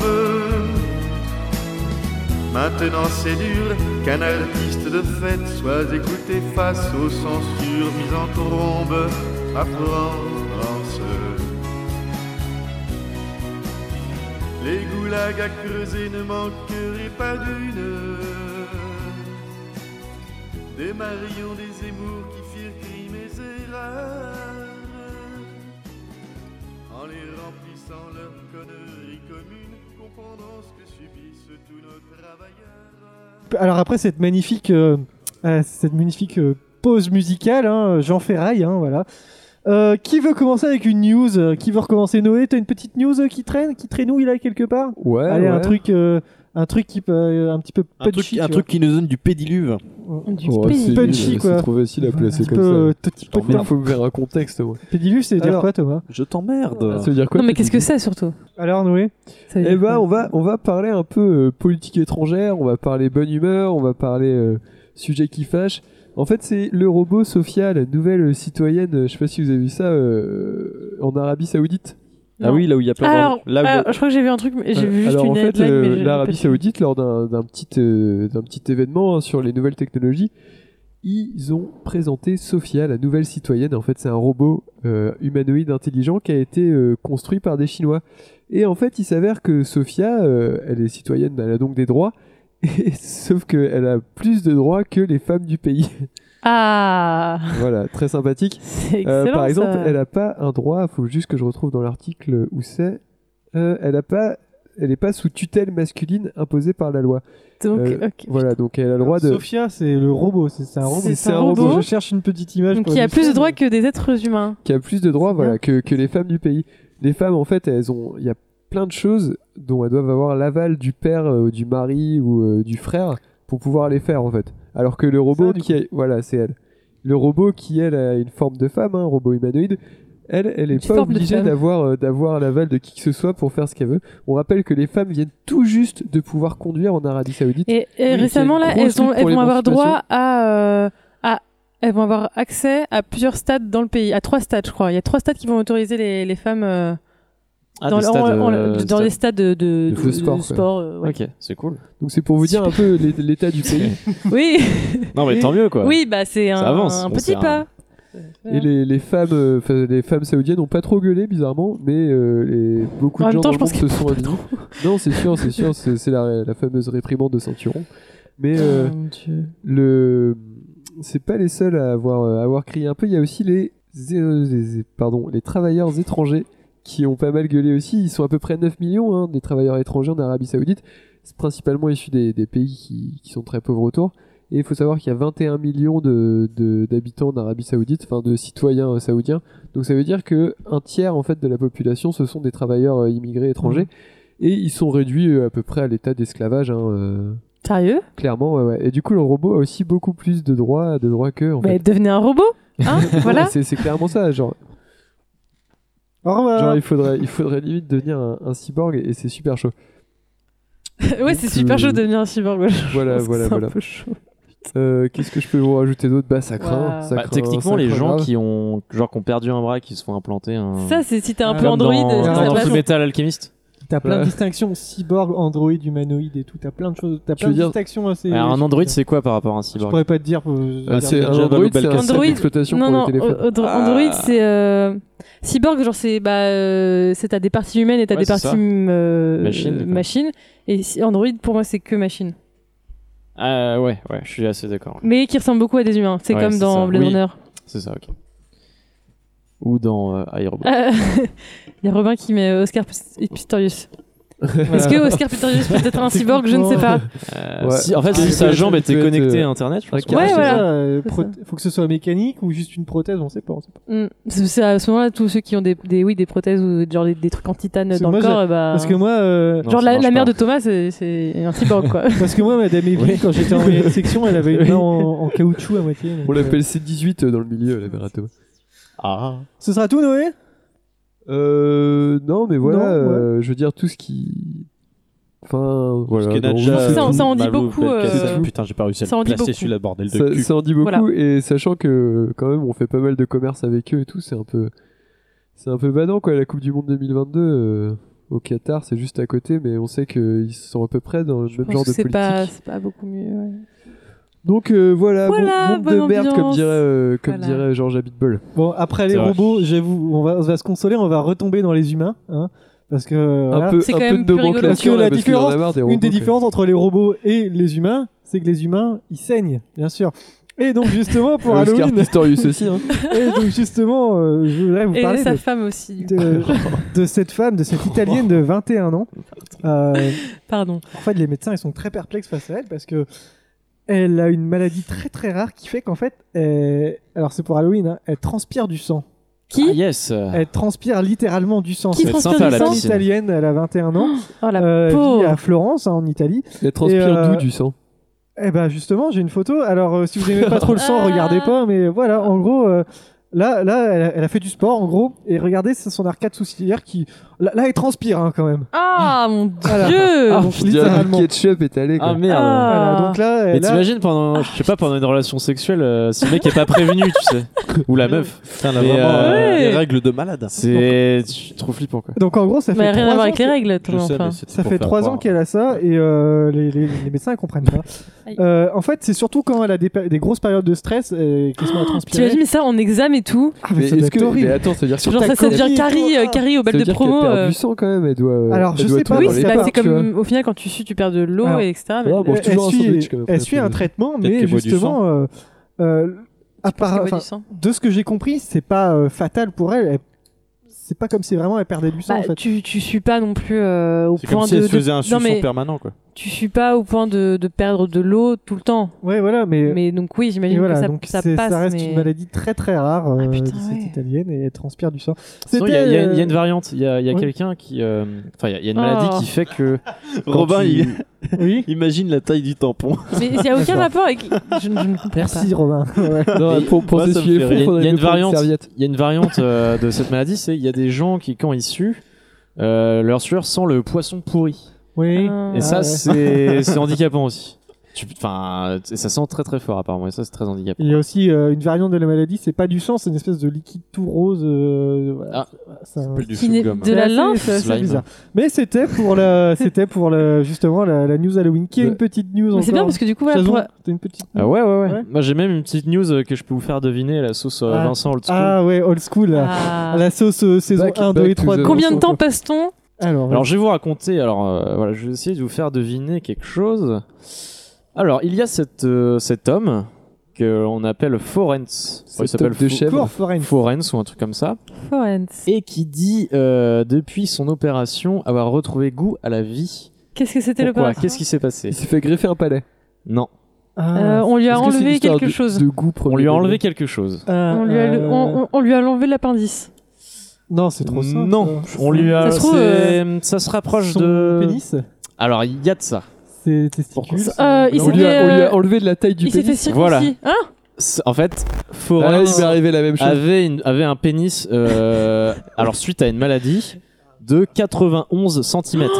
Maintenant c'est dur qu'un artiste de fête soit écouté face aux censures mises en trombe à France. Les goulags à creuser ne manqueraient pas d'une, des Marion, des Zemmour qui firent crimes et erreurs, en les remplissant leurs conneries communes, comprendront ce que subissent tous nos travailleurs. Alors après cette magnifique, euh, euh, cette magnifique euh, pause musicale, hein, Jean Ferraille, hein, voilà. Euh, qui veut commencer avec une news euh, Qui veut recommencer Noé, t'as une petite news euh, qui traîne, qui traînouille là quelque part Ouais, Allez, un ouais. truc, euh, un truc qui peut, euh, un petit peu Un truc, punchy, un tu truc qui nous donne du pédiluve. vois. Du Oh, pays. c'est Punchy, nul, quoi. c'est trop facile à Un placer petit comme peu, ça. euh, petit peu Il faut me faire un contexte, moi. Pédiluve, ça veut dire Alors- quoi, Thomas Je t'emmerde. Ça veut dire quoi Non, mais t'as qu'est-ce dit que c'est surtout Alors, Noé Ça veut Eh dire ben, quoi on va, on va parler un peu euh, politique étrangère, on va parler bonne humeur, on va parler euh, sujet qui fâche. En fait, c'est le robot Sophia, la nouvelle citoyenne, euh, je sais pas si vous avez vu ça, euh, en Arabie Saoudite. Ah oui, là où il y a plein Alors, de... Là où il y a- alors, je crois que j'ai vu un truc, mais j'ai vu juste Alors une en fait, headline. euh, mais j'ai l'Arabie pas Saoudite, lors d'un d'un petit, euh, d'un petit événement hein, sur les nouvelles technologies, ils ont présenté Sophia, la nouvelle citoyenne. En fait, c'est un robot euh, humanoïde intelligent qui a été euh, construit par des Chinois. Et en fait, il s'avère que Sophia, euh, elle est citoyenne, elle a donc des droits, et, sauf qu'elle a plus de droits que les femmes du pays. Ah, Voilà, très sympathique. c'est Euh, excellent. par exemple, ça. elle n'a pas un droit, il faut juste que je retrouve dans l'article où c'est, euh, elle a pas, elle n'est pas sous tutelle masculine imposée par la loi. Donc, Euh, ok. Voilà, donc elle a le droit de... Sophia, c'est le robot, c'est c'est un robot. C'est- c'est un robot. Je cherche une petite image. Donc pour il y a illustrer, plus de droits mais- que des êtres humains. qui a plus de droits C'est voilà, bien. que, que les femmes du pays. Les femmes, en fait, elles ont, il y a plein de choses dont elles doivent avoir l'aval du père, euh, du mari ou euh, du frère pour pouvoir les faire, en fait. Alors que le robot Ça, du qui a... Voilà, c'est elle. Le robot qui, elle, a une forme de femme, un robot humanoïde, elle, elle est Une pas forme de obligée femme. d'avoir euh, d'avoir l'aval de qui que ce soit pour faire ce qu'elle veut. On rappelle que les femmes viennent tout juste de pouvoir conduire en Arabie Saoudite. Et, et Oui, récemment, qu'il y a là, une grosse elles, ont, lutte elles pour vont avoir l'émancipation. droit à, euh, à. Elles vont avoir accès à plusieurs stades dans le pays, à trois stades, je crois. Il y a trois stades qui vont autoriser les, les femmes euh, Ah, dans, des le- stades, en- en- euh, dans stades. les stades de, de, De sport, quoi. euh, ouais. Ok, c'est cool. Donc c'est pour vous dire un peu l'é- l'état du pays. Oui, Non, mais tant mieux, quoi. oui, bah c'est un, Ça avance. un Bon, petit c'est un- pas. Et les, les femmes, euh, 'fin, les femmes saoudiennes n'ont pas trop gueulé bizarrement, mais euh, les, beaucoup En de même gens temps, dans je le pense monde se qu'elles sont peuvent indignés. Non, c'est sûr, c'est sûr, c'est c'est la, la fameuse réprimande de ceinturon. Mais euh, Oh, mon Dieu. le, c'est pas les seuls à avoir, euh, à avoir crié un peu. Il y a aussi les, euh, les- pardon, les travailleurs étrangers qui ont pas mal gueulé aussi. Ils sont à peu près neuf millions, hein, des travailleurs étrangers en Arabie Saoudite. C'est principalement issus des, des pays qui, qui sont très pauvres autour. Et il faut savoir qu'il y a vingt et un millions de, de- d'habitants en Arabie Saoudite, enfin de citoyens euh, saoudiens. Donc ça veut dire que un tiers en fait de la population, ce sont des travailleurs euh, immigrés étrangers. Et ils sont réduits euh, à peu près à l'état d'esclavage, hein, euh, Sérieux? clairement. Ouais, ouais. Et du coup, le robot a aussi beaucoup plus de droits, de droits qu'eux. En Mais fait. devenez un robot, hein? Voilà. C'est c'est clairement ça. Genre, Au revoir. genre il faudrait, il faudrait limite devenir un, un cyborg et c'est super chaud. Ouais, c'est super euh, chaud de devenir un cyborg. ouais, je Voilà, pense que voilà, c'est voilà. un peu chaud. Euh, Qu'est-ce que je peux vous rajouter d'autre? Bah ça craint. Wow. Ça Bah, craint, techniquement, ça les craint gens grave. qui ont, genre, qui ont perdu un bras, qui se font implanter un. Ça, c'est si t'es un Ah, peu Comme android. dans, ça dans passe. Full Metal Alchemist. T'as plein Ouais. de distinctions, cyborg, android, humanoïde et tout. T'as plein de choses. T'as Tu plein veux de dire- distinctions assez. Alors, un android, c'est quoi par rapport à un Je cyborg? pourrais pas te dire. euh, Ah, c'est un Java Android, Nobel c'est un Cast. centre Android- d'exploitation Non, pour non, les téléphones. o- o- Ah. Android, c'est. euh, Cyborg, genre, c'est. Bah, euh, c'est t'as des parties humaines et t'as Ouais, des c'est parties. ça. euh, Machine, euh, quoi. machines. Et si- Android, pour moi, c'est que machine. Ah ouais, ouais, je suis assez d'accord. Mais qui ressemble beaucoup à des humains. C'est Ouais, comme c'est dans ça. Blade Oui. Runner. C'est ça, ok. Ou dans euh, iRobot. Euh, Il y a Robin qui met euh, Oscar Pist- Pistorius. Est-ce que Oscar Pistorius peut être un cyborg? Je ne sais pas. Euh, Ouais. si- en fait, Ah, si il sa peut jambe être- était il peut être, connectée euh, à Internet, je pense un qu'on- Ouais, C'est voilà. ça, euh, C'est pro- ça. Faut que ce soit mécanique ou juste une prothèse, on sait pas. On sait pas. Mm. C'est c'est à ce moment-là, tous ceux qui ont des, des, oui, des prothèses ou genre des, des trucs en titane Parce que dans moi, le corps, eh bah, Parce que moi, euh, Non, genre ça la, marche la mère pas. de Thomas, c'est c'est un cyborg quoi. parce que moi, Madame Evelyne, quand j'étais en moyenne section, elle avait une main en, en caoutchouc à moitié. donc, On euh, l'appelle C dix-huit dans le milieu, la mère à Thomas. Ah. Ce sera tout, Noé. Euh, non, mais voilà, Non, ouais. euh, je veux dire, tout ce qui. Enfin, voilà. Parce que non, Nadja, c'est Ça, tout. ça en dit Malou, beaucoup, Belle euh, Cassette. Putain, j'ai pas réussi à ça en le dit placer beaucoup. celui-là, bordel de Ça, cul. ça en dit beaucoup, Voilà. et sachant que quand même on fait pas mal de commerce avec eux et tout, c'est un peu, c'est un peu badant quoi. La Coupe du Monde deux mille vingt-deux euh, au Qatar, c'est juste à côté, mais on sait qu'ils sont à peu près dans le Je même pense genre que de c'est politique. pas, c'est pas beaucoup mieux. ouais. Donc euh, voilà, Voilà, mon monde bonne de merde comme ambiance. dirait, euh, comme Voilà. dirait Georges Abitbol. Bon, après les C'est vrai. robots, j'avoue, on va, on va se consoler, on va retomber dans les humains, hein, parce que voilà. Un peu, C'est un quand peu même de plus rigolo. nomenclature Parce que là, la parce qu'il y en a différence- marre des une robots, des quoi. différences entre les robots et les humains, c'est que les humains, ils saignent, bien sûr. Et donc justement pour Euh, Oscar Halloween, Pistorius aussi. Hein. et donc justement, euh, je voudrais vous Et parler sa de, femme aussi. de, de cette femme, de cette italienne de vingt et un ans. Euh, Pardon. En fait, les médecins ils sont très perplexes face à elle parce que elle a une maladie très très rare qui fait qu'en fait, elle- alors c'est pour Halloween, hein, elle transpire du sang. Qui Ah, yes. Elle transpire littéralement du sang. Qui C'est transpire sympa, du la sang une piscine. italienne, elle a vingt et un ans. Oh la Euh, elle vit pauvre. à Florence, hein, en Italie. Elle transpire euh, d'où du sang? Eh ben justement, j'ai une photo. Alors, euh, si vous aimez pas trop le sang, Ah. regardez pas. Mais voilà, en gros, euh, Là, là, elle a, elle a fait du sport en gros, et regardez, c'est son arcade sourcilière qui, là, là elle transpire hein, quand même. Ah mon Voilà. dieu. Ah, donc, Il y a littéralement. le ketchup est allé quoi. Ah merde. Ah. Voilà, donc là, Mais elle a- t'imagines pendant, je sais pas, pendant une relation sexuelle, euh, si le mec est pas prévenu, tu sais, ou la meuf, Putain, on a Mais, vraiment euh, euh, ouais. des règles de malade. c'est c'est trop flippant quoi. donc en gros, ça fait Mais rien à trois voir ans avec les que- règles, Je ton sais, enfin. mais c'était Ça pour fait faire trois croire. ans qu'elle a ça et euh, les, les, les médecins ne comprennent pas. Aïe. Euh, en fait, c'est surtout quand elle a des, pa- des grosses périodes de stress et qu'elle se met à transpirer. T'imagines mais ça en examen et tout. Ah, mais Mais ça doit est-ce être que horrible. mais attends, ça veut dire sur Genre ta ça, ça devient copie, Carrie, euh, Carrie au ça bal veut de dire promo. qu'elle perd euh. du sang quand même, elle doit. Alors, elle je doit sais tout pas, Oui, dans les c'est bah, parcs, c'est tu vois. comme au final quand tu sues, tu perds de l'eau Alors, et et cetera. mais- voilà, bon, Elle, toujours un suit, sandwich, quand même, elle après, suit un c'est- traitement, Peut-être mais qu'elle boit du justement, euh, euh, à Je pense part- qu'elle boit enfin, du sang. de ce que j'ai compris, c'est pas euh, fatal pour elle. Elle- C'est pas comme si vraiment elle perdait du sang Bah, en fait. tu, tu suis pas non plus euh, au C'est point comme si de, elle se de- faisait un non suçon mais permanent quoi. tu suis pas au point de, de perdre de l'eau tout le temps. Ouais, voilà, mais, Mais donc oui, et j'imagine voilà, que ça, donc ça c'est- passe. ça reste mais... une maladie très très rare euh, Ah, putain, de cette ouais. italienne et elle transpire du sang. Sinon, il y, a- il y a- il y a une euh, variante. Il y a, il y a ouais. quelqu'un qui, euh, enfin, il y a- il y a une maladie Oh. qui fait que quand Robin, tu- il... Oui. imagine la taille du tampon. Mais il n'y a aucun D'accord. rapport avec. Je, ne- je ne comprends Merci pas. Robin. Ouais. Non, pour pour Moi, ça me s'essuyer fait le Il y a- front, il y a une faudrait mieux prendre variante. serviette. Il y a une variante euh, de cette maladie, c'est il y a des gens qui, quand ils suent, euh, leur sueur sent le poisson pourri. Oui. Ah. Et ça, ouais. c'est c'est handicapant aussi. Tu- Enfin, et ça sent très très fort apparemment. Et ça, c'est très handicapant. Il y a aussi euh, une variante de la maladie, c'est pas du sang, c'est une espèce de liquide tout rose. euh, voilà. Ah. Ça- Ça s'appelle du Qui n'est- chewing-gum. de la C'est assez- lymphe. c'est assez Slime. bizarre. Mais c'était pour la, c'était pour la, justement la, la news Halloween. Qui a Ouais. une petite news Mais c'est bien encore parce que du coup, voilà, Chazon, pour- t'as une petite. Ah ouais, ouais, ouais, Ouais. Moi, j'ai même une petite news euh, que je peux vous faire deviner, la sauce euh, Ah. Vincent Old School. Ah ouais, old school. là. Ah. La sauce euh, saison Back- un, deux back et to trois. the- Combien de temps passe-t-on Alors, Alors je vais vous raconter, alors euh, voilà, je vais essayer de vous faire deviner quelque chose. Alors il y a cette, euh, cet homme qu'on appelle Forens. Cet il s'appelle homme de Fo- chèvre. Pour Foreign. Forens ou un truc comme ça. Forens. Et qui dit euh, depuis son opération avoir retrouvé goût à la vie. Qu'est-ce que c'était le Pourquoi plat Qu'est-ce qui s'est passé Il s'est fait greffer un palais. Non, Ah, Euh, On lui a Est-ce que c'est une enlevé histoire quelque de- chose. De goût on lui a premier enlevé quelque chose. euh, On lui a, le- euh, on, on- on lui a enlevé l'appendice. Non, c'est trop simple. Non, ça. on lui a. Ça se trouve, c'est- ça se rapproche Son de. pénis, Alors il y a de ça. ses testicules. Euh, il On s'est lui, a, fait, on lui a euh, enlevé de la taille du Il s'est fait pénis. circoncis. Voilà. Hein C'est- En fait, Ah, Forens il m'est arrivé la même chose. avait, une- avait un pénis, euh, alors suite à une maladie, de quatre-vingt-onze centimètres.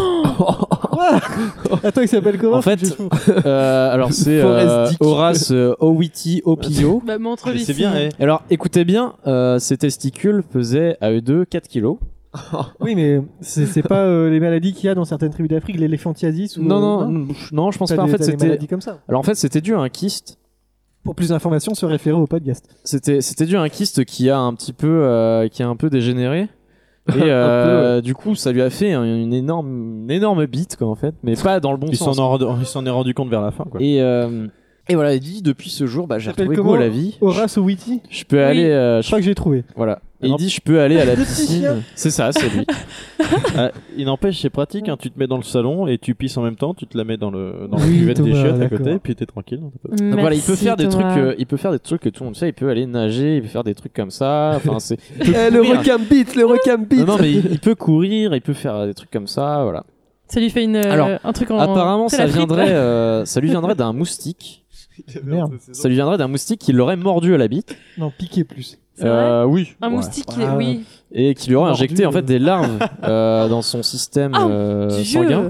Attends, il s'appelle comment En fait, ce jeu Euh, alors c'est Forrest euh, Dick. Horace euh, Owiti Opio. Bah, montre Mais lui. c'est bien, eh. Alors écoutez bien, euh, ses testicules pesaient à eux deux quatre kilos. Oui, mais c'est c'est pas euh, les maladies qu'il y a dans certaines tribus d'Afrique, l'éléphantiasis ou Non, euh, non, non, non, je pense T'as pas. En des- fait, t'as des c'était. maladies comme ça. Alors en fait, c'était dû à un kyste. Pour plus d'informations, se référer au podcast. C'était, c'était dû à un kyste qui a un petit peu, euh, qui a un peu dégénéré. Et Un peu, euh, du coup, ça lui a fait un- une énorme, une énorme bite, quoi, en fait, mais pas dans le bon Il s'en sens. en rendu- il s'en est rendu compte vers la fin quoi. Et, euh, et voilà, il dit depuis ce jour, bah, j'ai S'appelle retrouvé comment goût à la vie. Horace Witty. Je peux aller, euh, Je je- crois que j'ai trouvé. voilà. Et il Alors- dit, je peux aller à la Le petit piscine. chien. C'est ça, c'est lui. Ah, il n'empêche, c'est pratique, hein, tu te mets dans le salon et tu pisses en même temps, tu te la mets dans le dans la Oui, cuvette des Thomas, chiottes à d'accord. côté, et puis t'es tranquille. dans ta poche. Donc voilà, il peut Merci, faire des Thomas. trucs, euh, il peut faire des trucs que tout le monde fait. Il peut aller nager, il peut faire des trucs comme ça. Enfin, c'est. Eh, le requin beat, le requin beat. Non, non, mais il, il peut courir, il peut faire des trucs comme ça, voilà. Ça lui fait une, euh, Alors, un truc en. Apparemment, c'est ça la frite, viendrait, là. euh, ça lui viendrait d'un moustique. Merde. Ça lui viendrait d'un moustique qui l'aurait mordu à la bite. Non, piqué plus. C'est vrai Euh, oui. Un Ouais. moustique, il est- Ah, oui. Et qui lui aurait Mordu, injecté en fait euh. des larves euh, dans son système Ah, euh, Dieu. sanguin.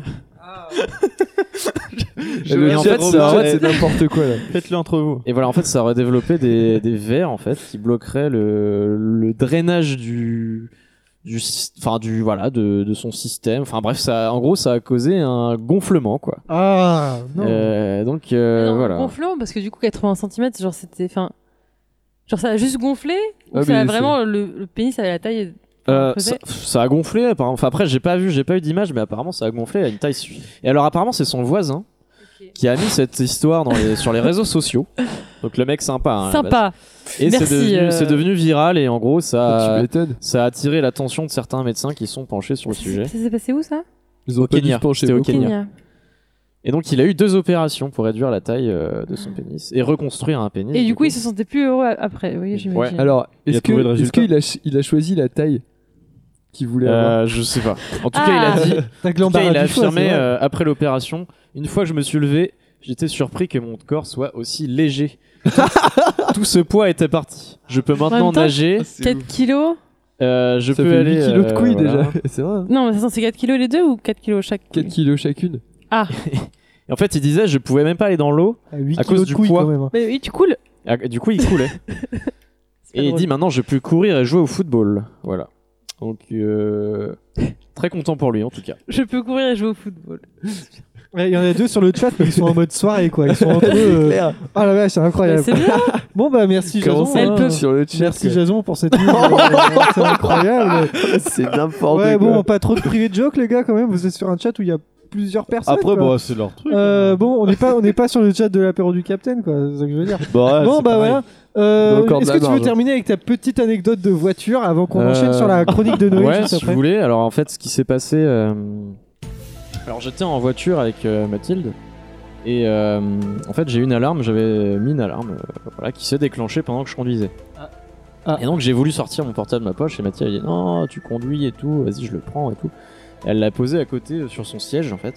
Et le Et en chat, fait, Robin, ça aurait- c'est n'importe quoi là. Faites-le entre vous. Et voilà, en fait, ça aurait développé des, des vers en fait qui bloqueraient le, le drainage du, du, sy- enfin du voilà, de, de son système. Enfin bref, ça, en gros, ça a causé un gonflement quoi. Ah, non. Euh, donc euh, Non, voilà. Gonflant, parce que du coup, quatre-vingts centimètres, genre c'était. Enfin. Genre ça a juste gonflé ou Ah, ça mais a c'est- vraiment. Le, le pénis avait la taille. Euh, faisait- ça, ça a gonflé. apparemment. Enfin après, j'ai pas vu, j'ai pas eu d'image, mais apparemment, ça a gonflé à une taille. su- Et alors apparemment, c'est son voisin Ok. qui a mis cette histoire dans les, sur les réseaux sociaux. Donc le mec sympa. hein, à la base. Sympa. Et c'est Merci, devenu, euh. c'est devenu viral et en gros, Ah, ça, tu m'étonnes. ça a attiré l'attention de certains médecins qui sont penchés sur le sujet. Ça s'est passé où ça Ils ont Au pas dû Kenya. se pencher C'était au beaucoup. Kenya. Kenya. Et donc il a eu deux opérations pour réduire la taille euh, de son pénis et reconstruire un pénis. Et du coup, il se sentait plus heureux a- après. Oui, j'imagine. Alors, Il a est-ce trouvé le que- est-ce résultat. qu'il a, ch- il a choisi la taille qu'il voulait avoir Euh, je sais pas. En tout Ah. cas, il a dit. T'as que En tout cas, l'embarras il a du choix, affirmé c'est vrai. euh, après l'opération, une fois que je me suis levé, J'étais surpris que mon corps soit aussi léger. Tout ce poids était parti. Je peux maintenant même temps, nager. quatre kilos Euh, je Ça peux fait aller. huit kilos de euh, couilles voilà. déjà. C'est vrai. hein. Non, mais attends, c'est quatre kilos les deux ou quatre kilos chaque quatre kilos chacune. Ah, Et en fait, il disait, je pouvais même pas aller dans l'eau. À huit À kilos cause de du couilles poids. quand même. hein. mais oui, tu coules. Ah, Du coup, il coulait. C'est Et il drôle. dit maintenant, je peux courir et jouer au football. Voilà. Donc, euh, très content pour lui en tout cas. Je peux courir et jouer au football. Ouais, il y en a deux sur le chat, mais ils sont en mode soirée quoi. Ils sont entre eux. euh, Claire. Ah la vache, c'est Bah, incroyable. c'est bien. Bon bah merci Comment Jason. ça Elle hein. peut. sur le chat Merci quoi. Jason pour cette news. euh, c'est incroyable. C'est n'importe Ouais quoi. bon, pas trop de privé de joke les gars quand même. Vous êtes sur un chat où il y a plusieurs personnes. Après, quoi. bon, c'est leur truc. Euh, bon, on n'est pas, on n'est pas sur le chat de l'apéro du Capitaine, quoi. C'est ça que je veux dire. Bon, ouais, bon, c'est bah pareil. voilà. Euh, Il y a encore de Est-ce la que tu veux marge. terminer avec ta petite anecdote de voiture avant qu'on Euh, enchaîne sur la chronique de Noé Ouais, juste si après vous voulez. Alors en fait, ce qui s'est passé. euh, Alors j'étais en voiture avec euh, Mathilde. Et euh, en fait, j'ai eu une alarme. J'avais mis une alarme euh, voilà, qui s'est déclenchée pendant que je conduisais. Ah. Et donc j'ai voulu sortir mon portable de ma poche. Et Mathilde a dit non, tu conduis et tout. Vas-y, je le prends et tout. Elle l'a posé à côté euh, sur son siège en fait.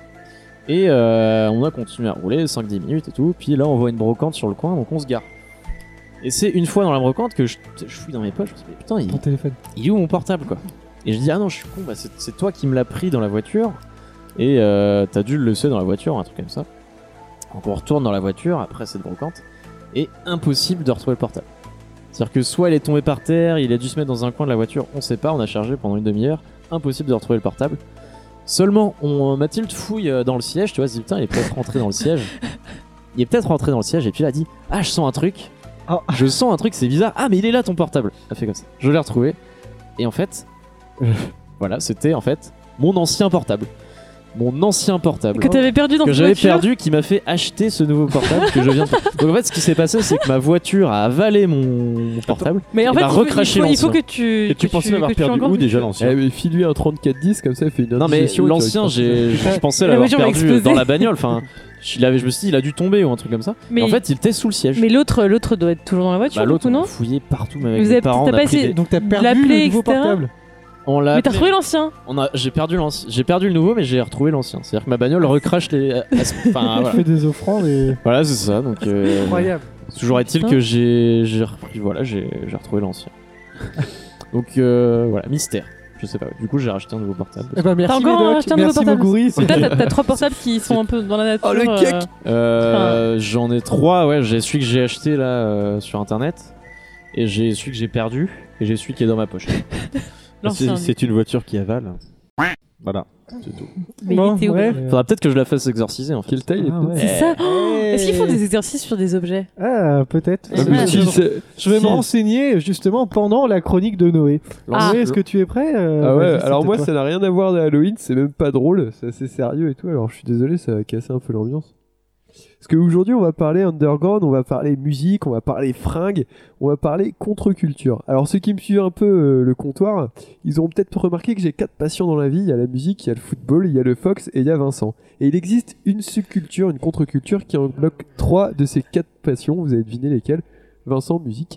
Et euh, on a continué à rouler cinq dix minutes et tout. Puis là, on voit une brocante sur le coin, donc on se gare. Et c'est une fois dans la brocante que je, je fouille dans mes poches. Je me suis dit, putain, il, Ton téléphone. il est où mon portable quoi? Et je dis ah non, je suis con, bah, c'est, c'est toi qui me l'as pris dans la voiture et euh, t'as dû le laisser dans la voiture, un truc comme ça. Donc on retourne dans la voiture après cette brocante et impossible de retrouver le portable. C'est-à-dire que soit il est tombé par terre, il a dû se mettre dans un coin de la voiture, on sait pas, on a chargé pendant une demi-heure, impossible de retrouver le portable. Seulement, on, Mathilde fouille euh, dans le siège, tu vois, elle se dit putain, il est peut-être rentré dans le siège. Il est peut-être rentré dans le siège et puis elle a dit ah, je sens un truc. Oh. Je sens un truc, c'est bizarre. Ah, mais il est là ton portable. Elle fait comme ça. Je l'ai retrouvé. Et en fait, voilà, c'était en fait mon ancien portable. Mon ancien portable. Que t'avais perdu dans que ta j'avais voiture. perdu, qui m'a fait acheter ce nouveau portable que je viens de. Donc en fait, ce qui s'est passé, c'est que ma voiture a avalé mon, mon portable. Mais en Il fait, m'a il faut, il recraché faut, il faut l'ancien. que tu. Et tu que pensais l'avoir que tu perdu encore- où déjà l'ancien? Eh, mais file-lui un trente-quatre dix, comme ça, il fait une Non mais indigestion, tu l'ancien, récupères. j'ai, je pensais La l'avoir voiture va perdu exploser. dans la bagnole. Enfin, je, l'avais, je me suis dit, il a dû tomber ou un truc comme ça. Mais, Et en fait, il était sous le siège. mais l'autre, l'autre doit être toujours dans la voiture, Bah, l'autre, du coup, on a non? fouillé partout, mais avec Vous mes avez- parents, t'as on a pas pris essayé- des- Donc t'as perdu L'appeler, le nouveau et cetera. portable. On l'a Mais t'as appelé- retrouvé l'ancien. on a, j'ai perdu l'ancien, j'ai perdu le nouveau, mais j'ai retrouvé l'ancien. C'est-à-dire que ma bagnole recrache les. à- à- Enfin Je voilà. fais des offrandes et. Voilà, c'est ça. Donc euh, Incroyable. toujours est-il Putain. que j'ai, j'ai repris, voilà, j'ai, j'ai retrouvé l'ancien. Donc euh, voilà, mystère. Je sais pas. Du coup, j'ai racheté un nouveau portable. Eh ben merci encore Médoc. acheté un nouveau Merci portable. Moguri. Donc là, t'as, t'as trois portables qui sont un peu dans la nature. Oh, le euh, cake. Euh, j'en ai trois. Ouais, j'ai celui que j'ai acheté là euh, sur internet, et j'ai celui que j'ai perdu, et j'ai celui qui est dans ma poche. l'ancien. C'est c'est une voiture qui avale. Voilà, c'est tout. Mais Bon, il était ouais. horrible. Faudra peut-être que je la fasse exorciser en fait. Quelle taille Ah est ouais. C'est ça. Oh, Eh. est-ce qu'ils font des exercices sur des objets? Ah, peut-être. Ah, mais si, c'est- Je vais si. me renseigner justement pendant la chronique de Noé. Ah. Noé, est-ce que tu es prêt Euh, Ah ouais, vas-y, alors c'était moi toi. ça n'a rien à voir de Halloween, c'est même pas drôle, c'est assez sérieux et tout, alors je suis désolé, ça va casser un peu l'ambiance. Parce qu'aujourd'hui on va parler underground, on va parler musique, on va parler fringues, on va parler contre-culture. Alors ceux qui me suivent un peu euh, le comptoir, ils auront peut-être remarqué que j'ai quatre passions dans la vie, il y a la musique, il y a le football, il y a le Fox et il y a Vincent. Et il existe une subculture, une contre-culture qui englobe trois de ces quatre passions, vous avez deviné lesquelles. Vincent, musique.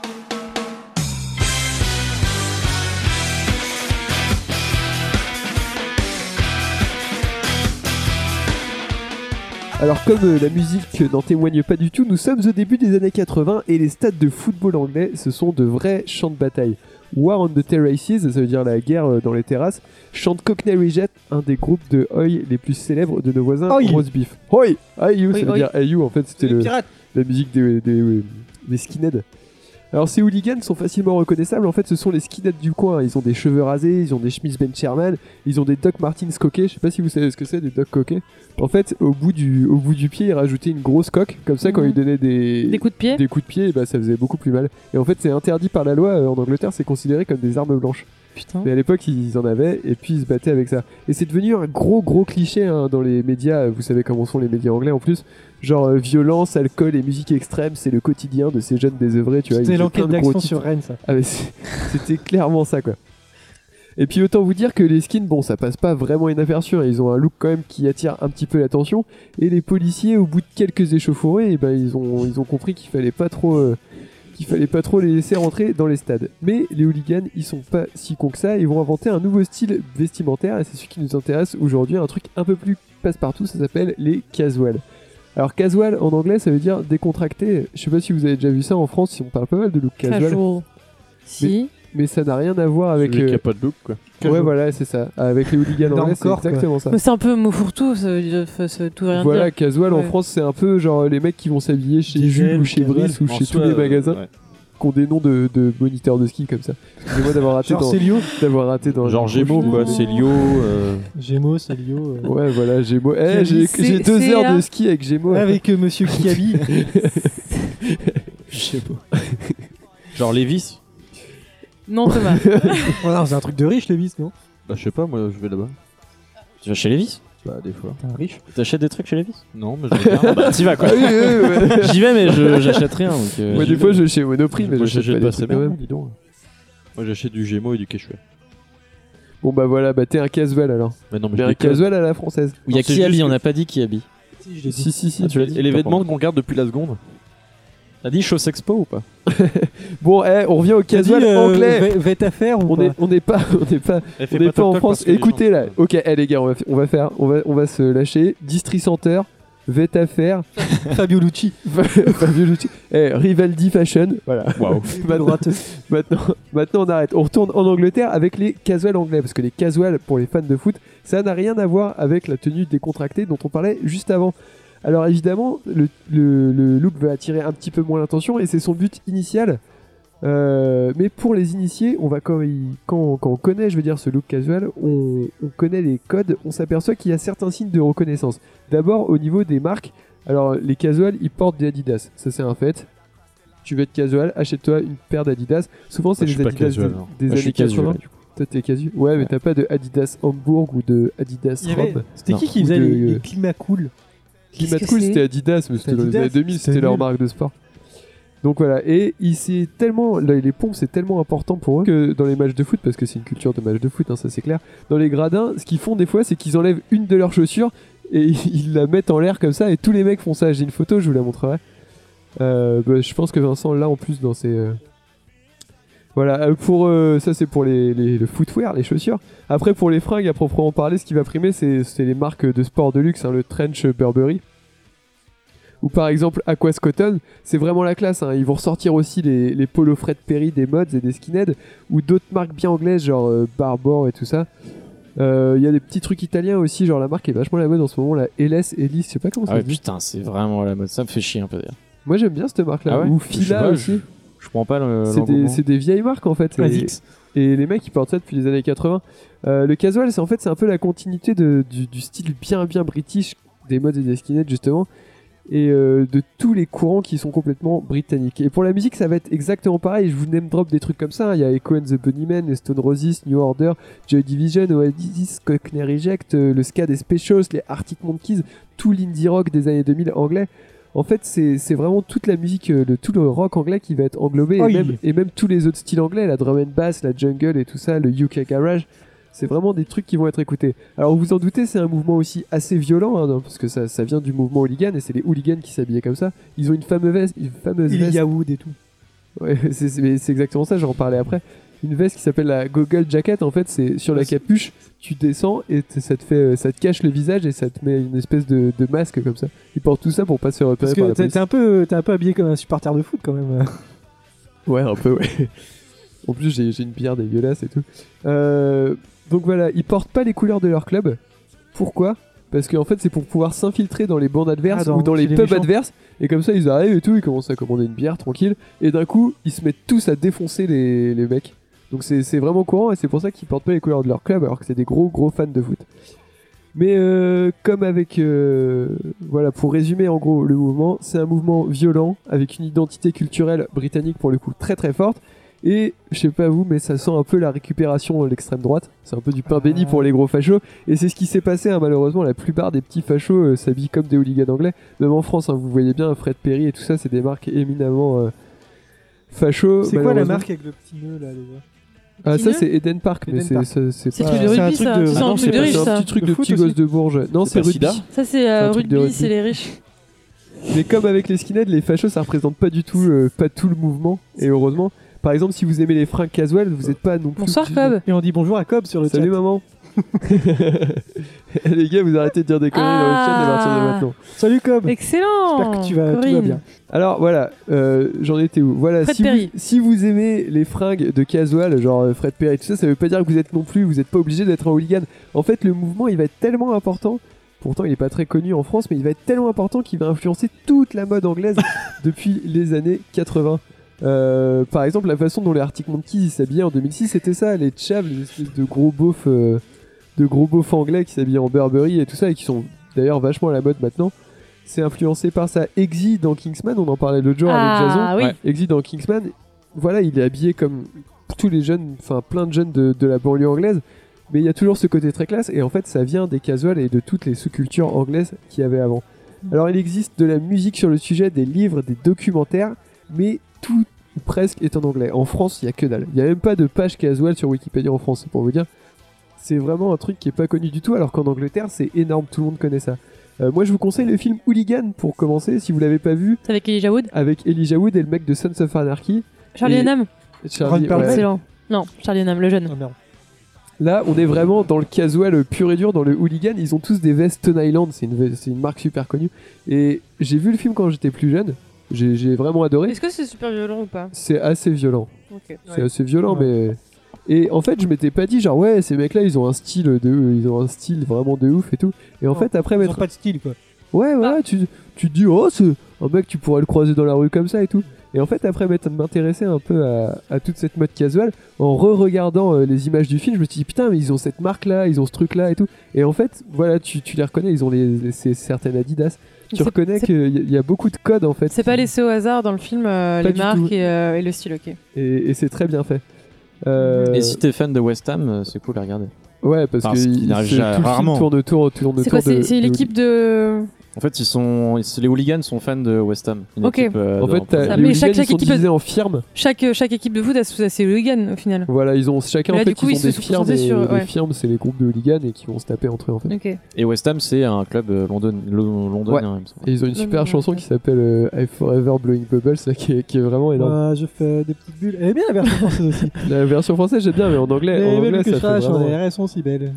Alors comme euh, la musique n'en témoigne pas du tout, nous sommes au début des années quatre-vingts et les stades de football anglais, ce sont de vrais champs de bataille. War on the Terraces, ça veut dire la guerre euh, dans les terrasses, chante Cockney Reject, un des groupes de Oi les plus célèbres de nos voisins Oi. Roast Beef. Oi Oi, you, ça Oi, veut oi. dire Hey you, en fait c'était Les le, pirates. la musique des, des, des, des skinheads. Alors ces hooligans sont facilement reconnaissables, en fait ce sont les skinheads du coin, ils ont des cheveux rasés, ils ont des chemises Ben Sherman, ils ont des Doc Martens coquets, je sais pas si vous savez ce que c'est des Doc coquets. En fait au bout du, au bout du pied ils rajoutaient une grosse coque, comme ça quand Mhm. ils donnaient des, Des coups de pied. des coups de pied, et bah, ça faisait beaucoup plus mal. Et en fait c'est interdit par la loi, euh, en Angleterre c'est considéré comme des armes blanches. Putain. Mais à l'époque ils en avaient et puis ils se battaient avec ça. Et c'est devenu un gros gros cliché hein, dans les médias, vous savez comment sont les médias anglais en plus. Genre euh, violence, alcool et musique extrême, c'est le quotidien de ces jeunes désœuvrés, tu vois. C'était ils font l'enquête plein de gros d'action titres. sur Rennes, ça. Ah mais c'est- c'était clairement ça quoi. Et puis autant vous dire que les skins, bon ça passe pas vraiment inaperçu, hein. Ils ont un look quand même qui attire un petit peu l'attention. Et les policiers au bout de quelques échauffourées, eh ben, ils, ont, ils ont compris qu'il fallait pas trop... euh, qu'il fallait pas trop les laisser rentrer dans les stades. Mais les hooligans, ils sont pas si cons que ça, ils vont inventer un nouveau style vestimentaire et c'est ce qui nous intéresse aujourd'hui, un truc un peu plus passe-partout, ça s'appelle les casuals. Alors casual en anglais ça veut dire décontracté. Je sais pas si vous avez déjà vu ça en France, si on parle pas mal de look casual. Casual. Si. Mais ça n'a rien à voir avec. Celui qui euh, a pas de look, quoi. Ouais, Casual. voilà, c'est ça. Avec les hooligans Énorme anglais, c'est corps, quoi. exactement ça. Mais c'est un peu mot fourre-tout, ça veut dire ça- ça veut tout rien Voilà, dire. casual en Ouais. France, c'est un peu genre les mecs qui vont s'habiller chez Diesel, Jules ou chez casual. Brice ou En chez soi, tous les euh, magasins ouais. qui ont des noms de, de moniteurs de ski comme ça. Excusez-moi d'avoir raté Genre dans. Célio, D'avoir raté dans. Genre Gémeaux, quoi. Célio. euh, Gémeaux, Célio. euh, Ouais, voilà, Gémeaux. Eh, Qui j'ai c'est- j'ai deux c'est heures un- de ski avec Gémeaux. Avec euh, Monsieur Kiabi. Je sais pas. Genre Lévis. Non, Thomas. Oh non, c'est un truc de riche, Lévis, non? Bah, je sais pas, moi, je vais là-bas. Tu vas chez Levi's? Bah, des fois. T'es un riche. T'achètes des trucs chez Levi's? Non, mais je vais bien. Bah, t'y vas quoi. Ah oui, oui, oui, ouais. J'y vais, mais je- j'achète rien. Donc, euh, Moi, j'y des vais. fois, je vais chez Monoprix, mais Moi, j'achète j'achète pas des pas trucs ça quand même. dis donc. Moi, j'achète du Gémeaux et du Quechua. Bon, bah voilà, bah t'es un casual alors. Mais non, mais Mais je un déconne. casual à la française. Il y a Non, c'est qui habille, juste on que- n'a pas dit qui habille. Si, je l'ai dit. Si, si, si. Ah, tu l'as dit. Et les vêtements qu'on garde depuis la seconde? T'as dit Shows Expo ou pas? Bon, eh, on revient au T'as dit, casual euh, anglais. va- Va t'affaire ou On pas est, on n'est pas, on n'est pas, Elle on n'est pas en France. Écoutez là. là. Ok, eh, les gars, on va, f- on va faire, on va, on va se lâcher. Distri Center, Vetafer, Fabio Lucci. Fabio Lucci, eh, Rivaldi Fashion. Voilà. Waouh. Maintenant, maintenant, maintenant, on arrête. On retourne en Angleterre avec les casuals anglais parce que les casuals pour les fans de foot, ça n'a rien à voir avec la tenue décontractée dont on parlait juste avant. Alors évidemment, le, le- le look va attirer un petit peu moins l'attention et c'est son but initial. Euh, mais pour les initiés, on va quand, il- quand, quand on connaît, je veux dire, ce look casual, on, on connaît les codes, on s'aperçoit qu'il y a certains signes de reconnaissance. D'abord au niveau des marques. Alors les casuals, ils portent des Adidas, ça c'est un fait. Tu veux être casual, achète-toi une paire d'Adidas. Souvent c'est Moi, je des suis pas Adidas casual, des, alors. des Moi, je années suis casual, quatre-vingts. du coup. Toi t'es casual. Ouais, mais t'as pas de Adidas Hamburg ou de Adidas Il y avait- Rome. C'était Non. qui qui Ou faisait de- les, les Climat Cool? Climat Qu'est-ce que Cool c'est c'était Adidas, mais c'était dans les Adidas, années deux mille, c'était c'était leur nul. marque de sport. Donc voilà, et il c'est tellement, là, les pompes c'est tellement important pour eux que dans les matchs de foot, parce que c'est une culture de match de foot, hein, ça c'est clair, dans les gradins, ce qu'ils font des fois c'est qu'ils enlèvent une de leurs chaussures et ils la mettent en l'air comme ça et tous les mecs font ça. J'ai une photo, je vous la montrerai. Euh, bah, je pense que Vincent l'a en plus dans ses... euh, Voilà, euh, pour euh, ça c'est pour les, les- le footwear, les chaussures. Après pour les fringues à proprement parler, ce qui va primer c'est c'est les marques de sport de luxe, hein, le Trench Burberry. Ou par exemple Aquas Cotton, c'est vraiment la classe. Hein. Ils vont ressortir aussi les, les polos Fred Perry des mods et des skinheads, ou d'autres marques bien anglaises, genre euh, Barbour et tout ça. Euh, Il y a des petits trucs italiens aussi, genre la marque est vachement à la mode en ce moment, la L S Elise, je sais pas comment ça Ah se ouais, dit. putain, c'est vraiment la mode. Ça me fait chier un peu d'ailleurs. Moi j'aime bien cette marque là, Ah ouais ou Je sais Fila pas, aussi. Je prends pas le. C'est des, l'engouement. c'est des vieilles marques en fait. Et, Asics. et les mecs ils portent ça depuis les années quatre-vingts. Euh, le casual, c'est en fait c'est un peu la continuité de, du, du style bien bien british des mods et des skinheads justement, et euh, de tous les courants qui sont complètement britanniques. Et pour la musique, ça va être exactement pareil. Je vous name drop des trucs comme ça. Il y a Echo and the Bunnymen, les Stone Roses, New Order, Joy Division, Oasis, Cockney Reject, euh, le ska des Specials, les Arctic Monkeys, tout l'indie rock des années deux mille anglais. En fait, c'est c'est vraiment toute la musique, euh, le, tout le rock anglais qui va être englobé, et Oui. même, et même tous les autres styles anglais, la drum and bass, la jungle et tout ça, le U K garage. C'est vraiment des trucs qui vont être écoutés. Alors vous en doutez, c'est un mouvement aussi assez violent, hein, non, parce que ça, ça vient du mouvement hooligan, et c'est les hooligans qui s'habillaient comme ça. Ils ont une fameuse veste, une fameuse veste. Elijah Wood et tout. Ouais, c'est c'est- mais c'est exactement ça, j'en parlais après. Une veste qui s'appelle la goggle jacket, en fait, c'est sur la capuche, tu descends et t- ça te fait, euh, ça te cache le visage et ça te met une espèce de, de masque comme ça. Ils portent tout ça pour pas se faire repérer Parce par que la t'es police. t'es un peu, t'es un peu habillé comme un supporter de foot quand même. Ouais, un peu, ouais. En plus, j'ai j'ai une bière dégueulasse et tout. Euh, donc voilà, ils portent pas les couleurs de leur club. Pourquoi ? Parce qu'en fait, c'est pour pouvoir s'infiltrer dans les bandes adverses Ah, dans- ou dans les chez les pubs méchants. adverses. Et comme ça, ils arrivent et tout, ils commencent à commander une bière tranquille. Et d'un coup, ils se mettent tous à défoncer les, les mecs. Donc c'est c'est vraiment courant et c'est pour ça qu'ils portent pas les couleurs de leur club alors que c'est des gros gros fans de foot. Mais euh, comme avec... euh, voilà, pour résumer en gros le mouvement, c'est un mouvement violent avec une identité culturelle britannique pour le coup très très forte. Et je sais pas vous, mais ça sent un peu la récupération de l'extrême droite. C'est un peu du pain béni pour les gros fachos. Et c'est ce qui s'est passé, hein, malheureusement. La plupart des petits fachos euh, s'habillent comme des hooligans anglais. Même en France, hein, vous voyez bien, Fred Perry et tout ça, c'est des marques éminemment euh, fachos. C'est quoi la malheureusement. marque avec le petit nœud là déjà? Ah, ça Petit c'est Eden Park, mais Eden c'est Park. ça- c'est C'est pas. le truc de c'est un rugby, truc ça. de- C'est Ah un non, truc c'est de pas- riche, C'est un ça. petit truc Le de foot petits aussi. gosses de Bourges. Non, C'est c'est pas rugby. Sida Ça, c'est C'est un euh, truc de rugby, rugby. c'est les riches. Mais comme avec les skinheads, les fachos ça représente pas du tout, euh, pas tout le mouvement. Et heureusement. Par exemple, si vous aimez les fringues casual, vous êtes pas non plus. Bonsoir, du- Cobb. Et on dit bonjour à Cobb sur le Salut chat. maman. Les gars, vous arrêtez de dire des conneries dans le chat à partir de Ah. maintenant. Salut Cobb. Excellent. J'espère que tu vas, tout va Corinne. bien. Alors voilà, euh, j'en étais où Voilà, Fred si vous, Perry. si vous aimez les fringues de casual, genre euh, Fred Perry, tout ça, ça veut pas dire que vous êtes non plus, vous êtes pas obligé d'être un hooligan. En fait, le mouvement, il va être tellement important. Pourtant, il est pas très connu en France, mais il va être tellement important qu'il va influencer toute la mode anglaise depuis les années quatre-vingts. Euh, par exemple, la façon dont les Arctic Monkeys ils s'habillaient en deux mille six, c'était ça, les chavs, les espèces de gros beaufs, euh, de gros beaufs anglais qui s'habillaient en Burberry et tout ça, et qui sont d'ailleurs vachement à la mode maintenant. C'est influencé par ça. Eggsy dans Kingsman, on en parlait l'autre jour Ah, avec Jason. oui. Ouais. Eggsy dans Kingsman, voilà, il est habillé comme tous les jeunes, enfin plein de jeunes de, de la banlieue anglaise, mais il y a toujours ce côté très classe, et en fait ça vient des casuals et de toutes les sous-cultures anglaises qu'il y avait avant. Alors il existe de la musique sur le sujet, des livres, des documentaires, mais tout presque est en anglais. En France, il y a que dalle. Il y a même pas de page casual sur Wikipédia en France, c'est pour vous dire. C'est vraiment un truc qui est pas connu du tout, alors qu'en Angleterre, c'est énorme, tout le monde connaît ça. Euh, moi, je vous conseille le film Hooligan pour commencer, si vous l'avez pas vu, C'est avec Elijah Wood. avec Elijah Wood et le mec de Sons of Anarchy. Charlie Et- Hunnam. Charlie, Ron Perlman. ouais. Excellent. Non, Charlie Hunnam, le jeune. Oh, merde. Là, on est vraiment dans le casual pur et dur, dans le hooligan. Ils ont tous des vestes Stone Island, c'est une, ve- c'est une marque super connue. Et j'ai vu le film quand j'étais plus jeune. J'ai j'ai vraiment adoré. Est-ce que c'est super violent ou pas? C'est assez violent. Ok. C'est assez violent, Ouais. mais. Et en fait, je m'étais pas dit, genre, ouais, ces mecs-là, ils ont un style de, ils ont un style vraiment de ouf et tout. Et en Non, fait, après Ils ont m'être. pas de style quoi. Ouais, voilà, tu, tu te dis, oh, c'est un mec, tu pourrais le croiser dans la rue comme ça et tout. Et en fait, après m'être- m'intéresser un peu à, à toute cette mode casual, en re-regardant euh, les images du film, je me suis dit, putain, mais ils ont cette marque-là, ils ont ce truc-là et tout. Et en fait, voilà, tu, tu les reconnais, ils ont les, les- c'est certaines Adidas. Tu C'est- reconnais c'est- qu'il y, a- y a beaucoup de codes en fait. C'est pas laissé au hasard dans le film, euh, Pas les du marques tout. et, euh, et le style, ok. Et, et c'est très bien fait. Euh, Et si t'es fan de West Ham, euh, c'est cool à regarder. Ouais, parce Parce que qu'il il- n'arrive c'est- jamais- tout le film rarement. tourne autour, tourne C'est autour quoi? de- C'est c'est de- l'équipe de. En fait, ils sont, ils- les hooligans sont fans de West Ham. Une Ok. équipe, euh, En de- fait, t'as- Ça, les mais hooligans, chaque- ils chaque sont équipe- divisés en firmes. Chaque, chaque équipe de foot a ses ses hooligans au final. Voilà, ils ont chacun en Là, fait, du coup, ils ils ont se des sont firmes. concentrés Et sur- les ouais. firmes, c'est les groupes de hooligans et qui vont se taper entre eux en fait. Ok. Et West Ham, c'est un club euh, london, lo- londonien. il me semble. Et ils ont une Non, super non, chanson non. qui s'appelle euh, I Forever Blowing Bubbles, là, qui, est, qui est vraiment énorme. Ouais, je fais des petites bulles. Elle est bien la version française aussi. La version française, j'aime bien, mais en anglais, Mais en même anglais que ça je fait crache, vraiment... elles sont si belles.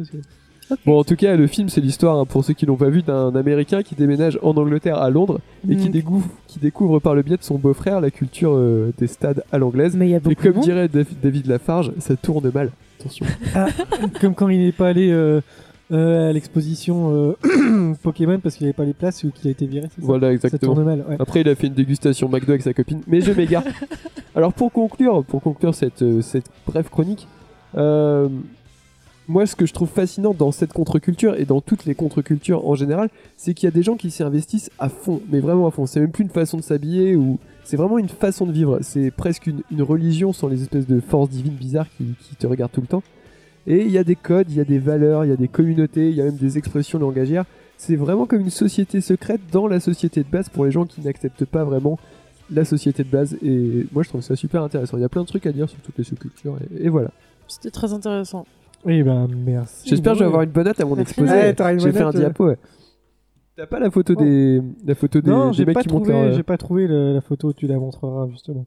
Bon, en tout cas, le film, c'est l'histoire, hein, pour ceux qui l'ont pas vu, d'un Américain qui déménage en Angleterre à Londres et qui Mm. découvre, qui découvre par le biais de son beau-frère la culture euh, des stades à l'anglaise. Mais il y a Et beaucoup de comme monde. dirait Dav- David Lafarge, ça tourne mal. Attention. Comme quand il n'est pas allé euh, euh, à l'exposition euh, Pokémon parce qu'il n'avait pas les places ou qu'il a été viré. c'est ça Voilà, Ça exactement. tourne mal. Ouais. Après, il a fait une dégustation McDo avec sa copine, mais je m'égare. Alors, pour conclure, pour conclure cette, euh, cette brève chronique, euh, moi, ce que je trouve fascinant dans cette contre-culture et dans toutes les contre-cultures en général, c'est qu'il y a des gens qui s'y investissent à fond, mais vraiment à fond. C'est même plus une façon de s'habiller ou c'est vraiment une façon de vivre. C'est presque une, une religion sans les espèces de forces divines bizarres qui, qui te regardent tout le temps. Et il y a des codes, il y a des valeurs, il y a des communautés, il y a même des expressions langagières. C'est vraiment comme une société secrète dans la société de base pour les gens qui n'acceptent pas vraiment la société de base. Et moi, je trouve ça super intéressant. Il y a plein de trucs à dire sur toutes les sous-cultures. Et, et voilà. C'était très intéressant. Oui, ben merci. J'espère que je vais avoir une bonne note à mon Merci. exposé. Ouais, t'auras une J'ai bonne fait un note, diapo, ouais. T'as pas la photo Oh. des, la photo des, Non, des j'ai mecs pas, qui montent trouvé, leur... j'ai pas trouvé le- la photo, tu la montreras justement.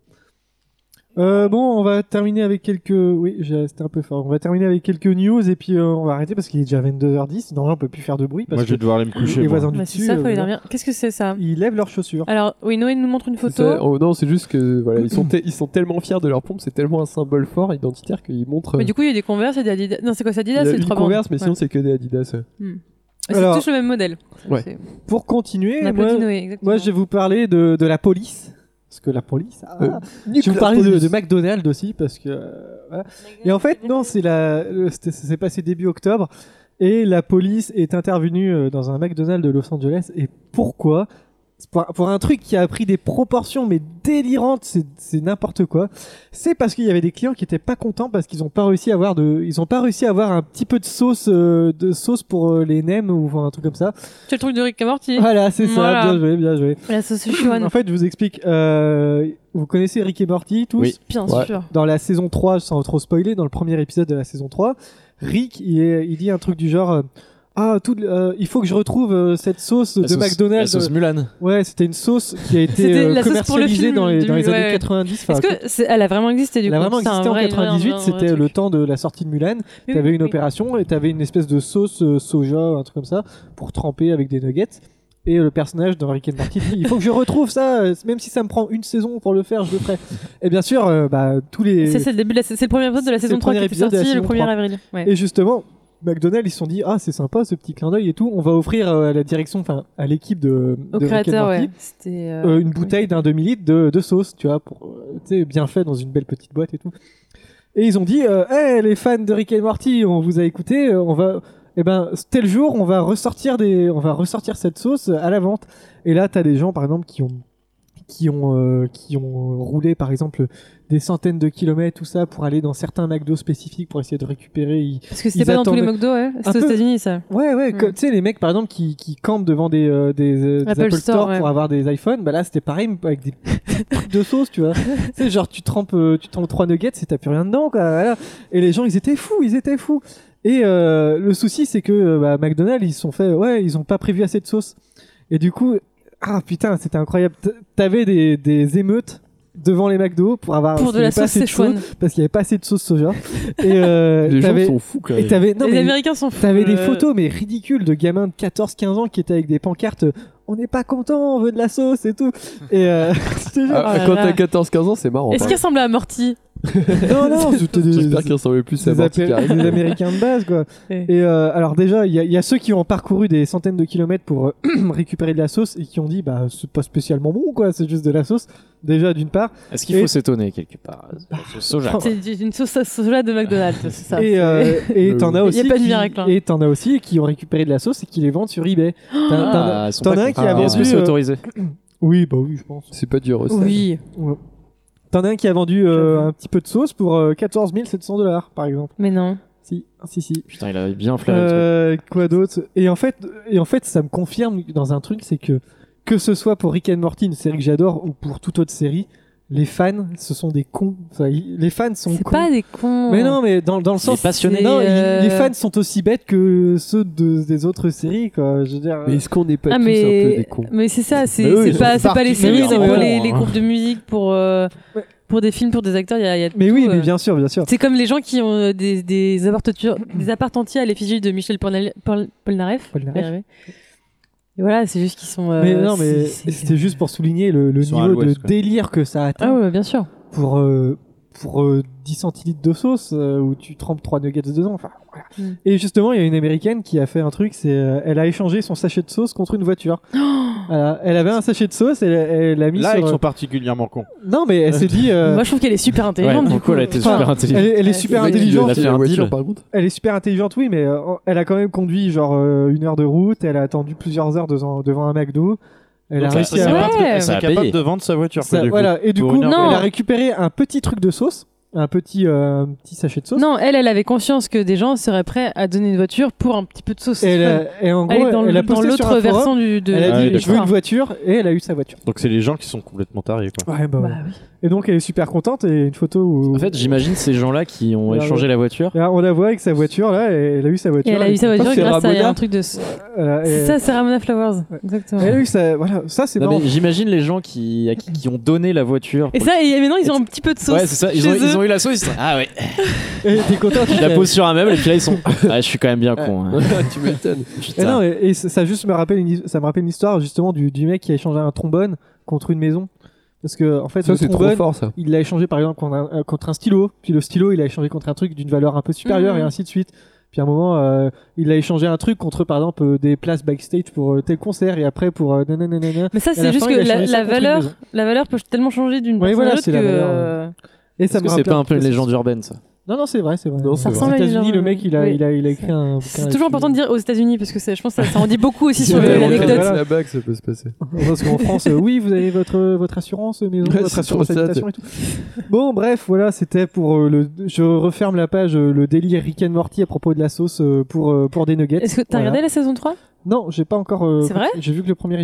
Euh, bon, on va terminer avec quelques. Oui, j'ai- c'était un peu fort. On va terminer avec quelques news et puis euh, on va arrêter parce qu'il est déjà vingt-deux heures dix. Normalement, on peut plus faire de bruit parce Moi, je vais que devoir aller me coucher. les moi. voisins du Bah, c'est dessus. ça, faut euh, les dormir. Qu'est-ce que c'est ça? ils lèvent leurs chaussures. Alors, oui, Noé nous montre une C'est photo. ça. Oh, non, c'est juste que voilà, ils sont, te- ils sont tellement fiers de leur pompe, c'est tellement un symbole fort, identitaire, qu'ils montrent. Mais du coup, il y a des Converse et des Adidas. Non, c'est quoi, c'est il y Adidas? a C'est une trois Converse, mais bandes. sinon Ouais. c'est que des Adidas. ouais. Hmm. C'est Alors- tous le même modèle. Ouais. C'est- Pour continuer, On moi, applaudit Noé, exactement. moi, je vais vous parler de, de la police. Parce que la police. ah, Euh, je vais vous la parler de, police. de McDonald's aussi parce que. euh, voilà. Et en fait, non, c'est la, le- c'était- ça s'est passé début octobre et la police est intervenue euh, dans un McDonald's de Los Angeles. Et pourquoi? C'est pour, pour un truc qui a pris des proportions mais délirantes, c'est, c'est n'importe quoi. C'est parce qu'il y avait des clients qui étaient pas contents parce qu'ils ont pas réussi à avoir de, ils ont pas réussi à avoir un petit peu de sauce, euh, de sauce pour euh, les nems ou enfin, un truc comme ça. C'est le truc de Rick et Morty. Voilà, c'est ça. Voilà. Bien joué, bien joué. La sauce Sichuan. En fait, je vous explique. euh, vous connaissez Rick et Morty tous? Oui. Bien Ouais. sûr. Dans la saison trois, sans trop spoiler, dans le premier épisode de la saison trois, Rick, il, est- il dit un truc du genre euh, ah, tout, euh, il faut que je retrouve euh, cette sauce La de sauce- McDonald's. La sauce Mulan. Ouais, c'était une sauce qui a été C'était euh, la sauce pour le commercialisée film dans les, du- dans les ouais. années quatre-vingt-dix. Enfin, Est-ce que c'est- elle a vraiment existé du elle coup a vraiment C'est un existé en vrai- quatre-vingt-dix-huit, un vrai- un vrai c'était le truc. temps de la sortie de Mulan. Oui, T'avais oui, une oui. opération et t'avais une espèce de sauce euh, soja, un truc comme ça, pour tremper avec des nuggets. Et le personnage de Rick and Morty dit il faut que je retrouve ça, euh, même si ça me prend une saison pour le faire, je le ferai. Et bien sûr, euh, bah, tous les. Ça, c'est le début de la, c'est le premier épisode de la C'est saison le trois premier qui est épisode de la sorti le saison premier trois. avril. Ouais. Et justement, McDonald's, ils se sont dit ah, c'est sympa ce petit clin d'œil et tout, on va offrir euh, à la direction, enfin, à l'équipe de, Au de Rick and créateur, Morty, ouais. C'était. euh, euh, une bouteille d'un demi-litre de, de sauce, tu vois, pour, euh, tu sais, bien fait dans une belle petite boîte et tout. Et ils ont dit, euh, hey, les fans de Rick and Morty, on vous a écouté, euh, on va, eh ben, tel jour, on va ressortir des, on va ressortir cette sauce à la vente. Et là, t'as des gens, par exemple, qui ont, qui ont, euh, qui ont roulé, par exemple, des centaines de kilomètres, tout ça, pour aller dans certains McDo spécifiques pour essayer de récupérer. Ils- Parce que c'était ils pas dans tous les attendaient- McDo, ouais. Un C'était aux peu. États-Unis, ça. Ouais, ouais, Mm. comme- tu sais, les mecs, par exemple, qui, qui campent devant des, euh, des, euh, des Apple Apple, Store, Store ouais. pour avoir des iPhones, bah là, c'était pareil, mais avec des trucs de sauce, tu vois. Tu sais, genre, tu trempes, euh, tu trempes trois nuggets et t'as plus rien dedans, quoi. Voilà. Et les gens, ils étaient fous, ils étaient fous. Et euh, le souci, c'est que euh, bah, McDonald's, ils se sont fait, ouais, ils ont pas prévu assez de sauce. Et du coup, ah putain, c'était incroyable. T- T'avais des, des émeutes devant les McDo pour avoir Pour parce de la qu'il y avait pas sauce assez de Szechuan. sauce, parce qu'il y avait pas assez de sauce soja. Et euh, Les gens t'avais- sont fous quand et même. t'avais non Les mais Américains sont fous. t'avais des euh, photos mais ridicules de gamins de quatorze quinze ans qui étaient avec des pancartes euh, on n'est pas content, on veut de la sauce et tout. Et euh, je te jure, Ah, Oh là quand là. t'as quatorze quinze ans, c'est marrant. Est-ce par qu'il ressemblait à Morty non non, c'était des, J'espère qu'il ressemblait plus à des, Morty Apé- Carré. des Américains de base quoi. Ouais. Et euh, alors déjà il y, a- il y a ceux qui ont parcouru des centaines de kilomètres pour euh, récupérer de la sauce et qui ont dit bah c'est pas spécialement bon quoi, c'est juste de la sauce. Déjà d'une part. Est-ce qu'il Et- faut s'étonner quelque part Ce soja. quoi. C'est une sauce à soja de McDonald's, c'est ça. et c'est- euh, et Le- t'en as Y a aussi pas de qui- miracle, hein. et t'en as aussi qui ont récupéré de la sauce et qui les vendent sur eBay. T'en- t'en as- Ah, ils sont t'en pas as un contents. qui a Ah, Est-ce que vendu c'est euh, autorisé oui bah oui je pense. C'est pas du recette. Oui, Ouais. T'en as un qui a vendu euh, un petit peu de sauce pour euh, quatorze mille sept cents dollars par exemple. mais non. Si, si, si. Putain, il avait bien flairé le truc. Euh, quoi d'autre Et en fait, et en fait, ça me confirme dans un truc, c'est que que ce soit pour Rick and Morty, une série que j'adore, ou pour toute autre série, les fans, ce sont des cons. Enfin, ils- les fans sont C'est cons. pas des cons. Mais non, mais dans, dans le sens. passionnés. Non, C'est, ils- euh, les fans sont aussi bêtes que ceux de, des autres séries, quoi. Je veux dire. Mais est-ce qu'on n'est pas Ah tous un peu mais des cons mais c'est ça, c'est Mais eux, c'est ils pas sont c'est pas les partis- séries, mais oui, c'est non, pour mais les, bon, les hein. groupes de musique, pour euh, Ouais. pour des films, pour des acteurs, il y a, il y a Mais tout, oui, euh. mais bien sûr, bien sûr. C'est comme les gens qui ont euh, des des appartements des appartements entiers à l'effigie de Michel Polna- Pol- Polnareff. Polnareff. Ouais, ouais. Et voilà, c'est juste qu'ils sont. euh, Mais non, mais c'est- c'est- c'était juste pour souligner le, le Ils sont à niveau de l'ouest, quoi. délire que ça atteint. Ah ouais, bien sûr. pour, euh, pour euh, dix centilitres de sauce euh, où tu trempes trois nuggets dedans. Enfin, voilà. Mm. Et justement, il y a une américaine qui a fait un truc, c'est euh, elle a échangé son sachet de sauce contre une voiture. Voilà. Elle avait un sachet de sauce, elle elle l'a mis Là, sur. ils euh, sont particulièrement cons. Non, mais elle s'est dit. euh, Moi, je trouve qu'elle est super Ouais, intelligente. du du coup, elle a été Enfin, super intelligente. elle, est- elle est Ouais, super Le mec, il intelligente. a fait fait un la voiture deal. par contre. Elle est super intelligente, oui, mais euh, elle a quand même conduit genre euh, une heure de route. Elle a attendu plusieurs heures devant, devant un McDo. Elle Donc, a ça- réussi c'est à. Ouais. pas très- Ça c'est a capable payé. de vendre sa voiture. Ça- quoi, du coup. voilà. Et du Pour coup, une heure. Non. elle a récupéré un petit truc de sauce, un petit, euh, un petit sachet de sauce. Non, elle, elle avait conscience que des gens seraient prêts à donner une voiture pour un petit peu de sauce. Et, elle Fun. a- et en Elle gros, est dans, elle le- a dans posté sur l'autre un forum. versant du, de Elle a Ah dit oui, je veux une voiture et elle a eu sa voiture. Donc c'est les gens qui sont complètement tarés. Quoi. Ouais, bah, Bah ouais. oui. Et donc elle est super contente et une photo où En fait, j'imagine ces gens-là qui ont Ouais, échangé ouais. la voiture. Là, on la voit avec sa voiture là et elle a eu sa Et voiture. elle a eu sa voiture c'est grâce à Ramona. un truc de. Voilà, et- C'est ça, c'est Ramona Flowers. Ouais. Exactement. Elle a eu sa voilà, ça c'est Non, marrant. mais j'imagine les gens qui, à qui, qui ont donné la voiture. Et pour- ça, et maintenant, ils ont un petit peu de sauce. Ouais, c'est ça. Ils chez ont, eux. ils ont eu la sauce. Ils se sont- Ah ouais. Et t'es content tu Ils la fais- posent sur un meuble et puis là ils sont. Ah, je suis quand même bien con. hein. Tu m'étonnes. Et Putain. non, et, et ça ça juste me rappelle une, ça me rappelle une histoire justement du, du mec qui a échangé un trombone contre une maison. Parce que en fait Ça, le c'est trop trombone, fort ça. il l'a échangé par exemple contre un, euh, contre un stylo, puis le stylo il a échangé contre un truc d'une valeur un peu supérieure Mhm. et ainsi de suite. Puis à un moment euh, il a échangé un truc contre par exemple euh, des places backstage pour euh, tel concert et après pour euh, nanana. Mais ça, Et à c'est la juste fin, que il a la, changé ça la contre une valeur, maison. la valeur peut tellement changer d'une Oui, personne voilà, à l'autre c'est que. la valeur, euh, Et ça Est-ce me que c'est rappelle pas un peu une peu légende urbaine ça? Non non, c'est vrai, c'est vrai. Non, Ça c'est Aux ressemble à une États-Unis, légende. le mec il a Oui. il a il a écrit un bouquin. C'est toujours là-dessus. important de dire aux États-Unis parce que ça, je pense que ça, ça en dit beaucoup aussi sur Ouais, le- on l'anecdote. connaît Voilà. là-bas que ça peut se passer. Parce qu'en France, euh, oui, vous avez votre, votre assurance maison, Ouais, votre c'est assurance trop ça, habitation et tout. Bon, bref, voilà, c'était pour euh, le. Je referme la page, euh, le délire Rick and Morty à propos de la sauce euh, pour, euh, pour des nuggets. Est-ce que t'as Voilà. regardé la saison trois? Non, j'ai pas encore. euh, C'est vrai J'ai vu que le premier épisode.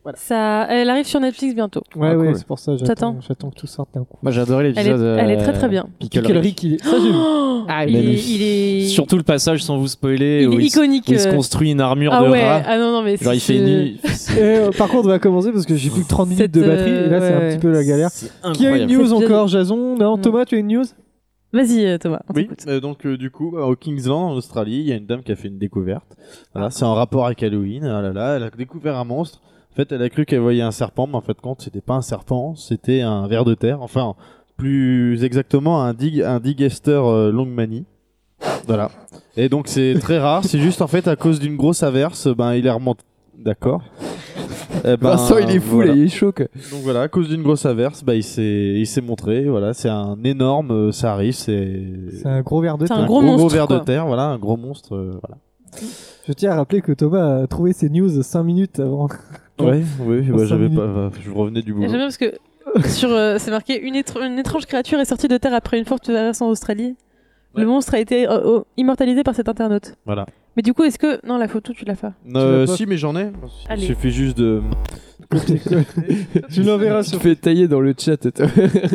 Voilà. Ça, elle arrive sur Netflix bientôt. Ouais, Ah, ouais, cool. c'est pour ça. J'attends, T'attends j'attends que tout sorte d'un coup. Moi j'ai adoré Elle est, l'épisode. elle est euh, très très bien. Pickle Pickle Rick. Rick, il est. Ça, j'ai vu. Ah, il il, est- est, il est, Surtout le passage sans vous spoiler il où est il, s- iconique. où il se euh. construit une armure Ah de ouais, rat. ah non, non, mais Genre il c'est- fait nuit. Et, euh, par contre, on va commencer parce que j'ai plus que trente minutes de Cette, batterie et là, euh, c'est un ouais, petit peu la galère. C'est Qui a une incroyable. news Cette encore, vieille- Jason? Non, Non. Thomas, tu as une news? Vas-y, euh, Thomas. on Oui, t'écoute. euh, donc euh, du coup, bah, au Kingsland, en Australie, il y a une dame qui a fait une découverte. Voilà, c'est en rapport avec Halloween. Ah là là, elle a découvert un monstre. En fait, elle a cru qu'elle voyait un serpent, mais en fait, compte, c'était pas un serpent, c'était un ver de terre. Enfin, plus exactement, un dig, un digester euh, longmani. Voilà. Et donc, c'est très rare. C'est juste en fait à cause d'une grosse averse, ben il est remonté. D'accord. Eh ben, Vincent, il est fou, voilà. là, il est chaud, quoi. Donc voilà, à cause d'une grosse averse, bah, il s'est, il s'est montré. Voilà, c'est un énorme, euh, ça arrive, c'est. C'est un gros verre de C'est terre. un gros monstre, ver quoi. de terre, voilà, un gros monstre, euh, voilà. Je tiens à rappeler que Thomas a trouvé ses news cinq minutes avant. Ouais, oui, bah, cinq j'avais minutes. pas, bah, je revenais du Et boulot. J'aime bien parce que sur, euh, c'est marqué une, étr- une étrange créature est sortie de terre après une forte averse en Australie. Le monstre a été euh, euh, immortalisé par cet internaute. Voilà. Mais du coup, est-ce que. Non, la photo, tu l'as fait. Euh, l'as pas si, mais j'en ai. Il Allez. suffit juste de. Tu l'enverras Tu sur. te fais tailler dans le chat. toi.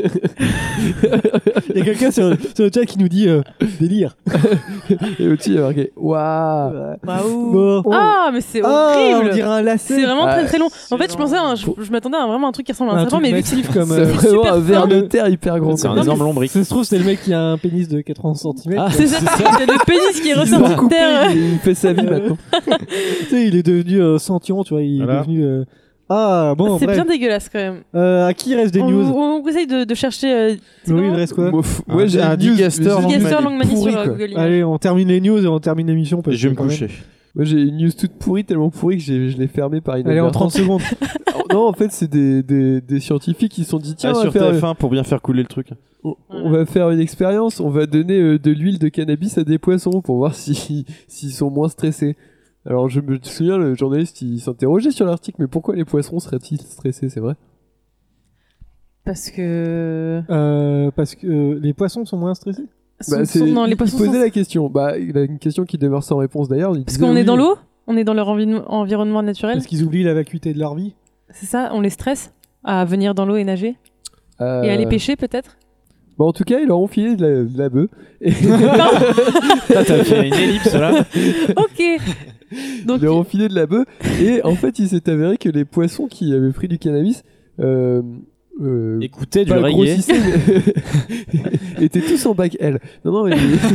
Il y a quelqu'un sur, sur le chat qui nous dit euh, délire. Et au-dessus, il y a marqué Waouh. Bon. Ah, mais c'est Ah, on horrible! dirait un lacet. C'est vraiment Ah, très très long. En fait, je pensais, à un- je, je m'attendais à vraiment un truc qui ressemble à un un serpent, truc mais vu que c'est massif comme. C'est euh, vraiment super un ver fin. de terre hyper grand. C'est quoi. un énorme lombric. Ça se trouve, c'est le mec qui a un pénis de quatre-vingts centimètres. Ah. c'est ça, c'est le pénis qui Ils ressort ont de coupé, terre. il il fait sa vie maintenant. Tu sais, il est devenu euh, sentient, tu vois. Il Voilà. est devenu. euh, Ah, bon, C'est bref. bien dégueulasse quand même. Euh, à qui reste des On, news vous- on vous conseille de, de chercher. euh, c'est Oui, il comment reste quoi Moi, f- Un- moi, j'ai un une news, digester mais j'ai- Digester Longmani. Longmani pourri, sur euh, quoi. Google Images. Allez, on termine les news et on termine l'émission. parce Et je vais que me quand même- coucher. Moi, j'ai une news toute pourrie, tellement pourrie que j'ai- je l'ai fermée par Allez, en trente inadvertance. secondes. Non, en fait, c'est des, des, des scientifiques qui se sont dit tiens, Ah, on, va sur faire, T F un pour bien faire couler le truc. on, on va faire une expérience, on va donner euh, de l'huile de cannabis à des poissons pour voir si- s'ils sont moins stressés. Alors, je me souviens, le journaliste il s'interrogeait sur l'article, mais pourquoi les poissons seraient-ils stressés, c'est vrai? Parce que. Euh, parce que euh, les poissons sont moins stressés. Bah, sont- c'est- sont- non, les il poissons posait sont- la question. Bah, il a une question qui demeure sans réponse d'ailleurs. Il Parce disait qu'on est oui. dans l'eau, on est dans leur envi- environnement naturel. Parce qu'ils oublient la vacuité de leur vie. C'est ça, on les stresse à venir dans l'eau et nager. Euh, Et aller pêcher peut-être. Bah, en tout cas, ils leur ont filé de la, de la bœuf. Et Là, t'as fait une ellipse là. Ok. Donc, ils leur ont filé de la bœuf. Et en fait, il s'est avéré que les poissons qui avaient pris du cannabis. Euh, euh, Écoutez du pas reggae. grossissaient, mais étaient tous en bac L. Non, non, mais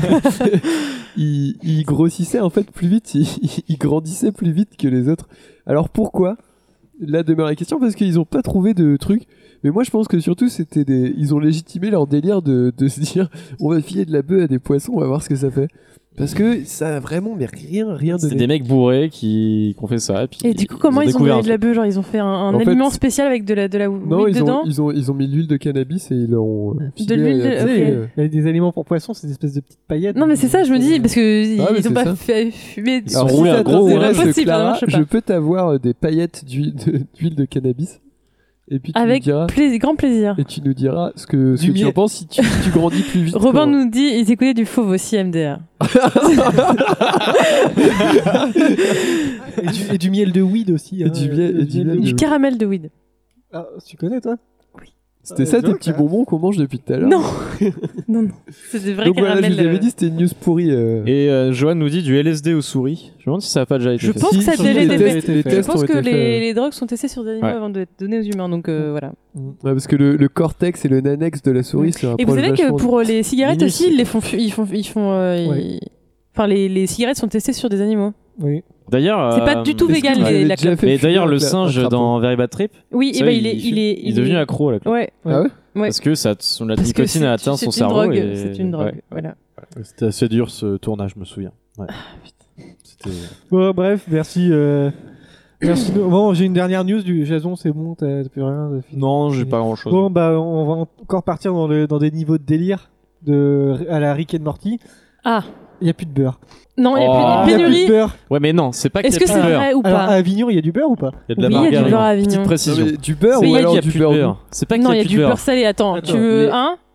ils, ils grossissaient en fait plus vite, ils, ils grandissaient plus vite que les autres. Alors pourquoi? Là demeure la question, parce qu'ils ont pas trouvé de truc. Mais moi je pense que surtout c'était des, ils ont légitimé leur délire de, de se dire on va filer de la bœuf à des poissons, on va voir ce que ça fait. Parce que ça a vraiment mais rien, rien C'est donné. des mecs bourrés qui, qui ont fait ça. Et, puis et du coup, comment ils ont découvert donné de un la bœuf? Genre, ils ont fait un, un En fait, aliment spécial avec de la, de la Non, huile ils ont, dedans. ils ont, ils ont mis de l'huile de cannabis et ils l'ont euh, filé l'huile à- de- tu sais, ok. euh, Il y a des aliments pour poissons, c'est des espèces de petites paillettes. Non, mais c'est ça, je me dis, parce que Ah, mais ils ont c'est pas ça. fait fumer. Ils sont Alors, roulés si à ça gros, t'intéresse, ouais. Possible, Clara, hein, je sais pas. je peux t'avoir euh, des paillettes d'huile de, d'huile de cannabis. Et puis tu Avec nous diras, plaisir, grand plaisir. et tu nous diras ce que, ce Du que tu en miel. penses si tu, tu grandis plus vite. Robin quand- nous dit, ils écoutaient du fauve aussi, M D R. Et du, et du miel de weed aussi. Et hein, du miel- et du de miel weed. Du oui. caramel de weed. Ah, tu connais toi C'était Euh, ça tes joke, petits hein. bonbons qu'on mange depuis tout à l'heure. Non, non, non. C'est des vrais Donc voilà, je caramels. vous avais euh, dit c'était une news pourrie. euh. Et euh, Johan nous dit du L S D aux souris. Je me demande si ça a pas déjà été Je fait. pense Si, que ça a si, déjà les été tests- fait. les Je tests pense ont que été les, faits. les drogues sont testées sur des animaux Ouais. avant d'être données aux humains, donc euh, voilà. Ouais, parce que le, le cortex et le nanex de la souris se Et vous rapprochent savez que vachement. pour euh, les cigarettes Minus. aussi, ils les font, fu- ils font, ils font, euh, ils- Ouais. enfin les, les cigarettes sont testées sur des animaux. Oui. D'ailleurs, C'est pas euh, du tout Est-ce que vegan vous les- avez la déjà clope. fait Mais d'ailleurs, fumer le un cla- un singe crapaud dans Very Bad Trip, Oui, et ça, ben il est, il est, il est devenu accro à la clope. Ouais. Ah ouais Ouais. Parce que ça, son, la Parce que nicotine c'est- a atteint c'est son une cerveau. drogue, et- C'est une drogue. ouais. Voilà. C'était assez dur ce tournage, je me souviens. Ouais. C'était- Bon, bref, merci. euh, Merci. Bon, j'ai une dernière news du Jason, c'est bon, t'as t'as plus rien. t'as fini. Non, j'ai pas grand chose. Bon, bah, on va encore partir dans, le, dans des niveaux de délire de, à la Rick and Morty. Ah Il n'y a plus de beurre. non, il y Oh. a Il plus n'y de a plus de pénurie. beurre. Ouais, mais non, c'est pas qu'il y Est-ce a que plus c'est de beurre. vrai ou Alors, à pas? Avignon, il y a du beurre ou pas Il y a de la Oui, il y a du margarine. beurre à Petite Avignon. Non, précision. mais du beurre Oui, ou C'est pas alors qu'il y a du plus de beurre doux. beurre. C'est pas qu'il Non, y il y a a plus du de beurre beurre. salé. Attends, tu Attends, veux mais- un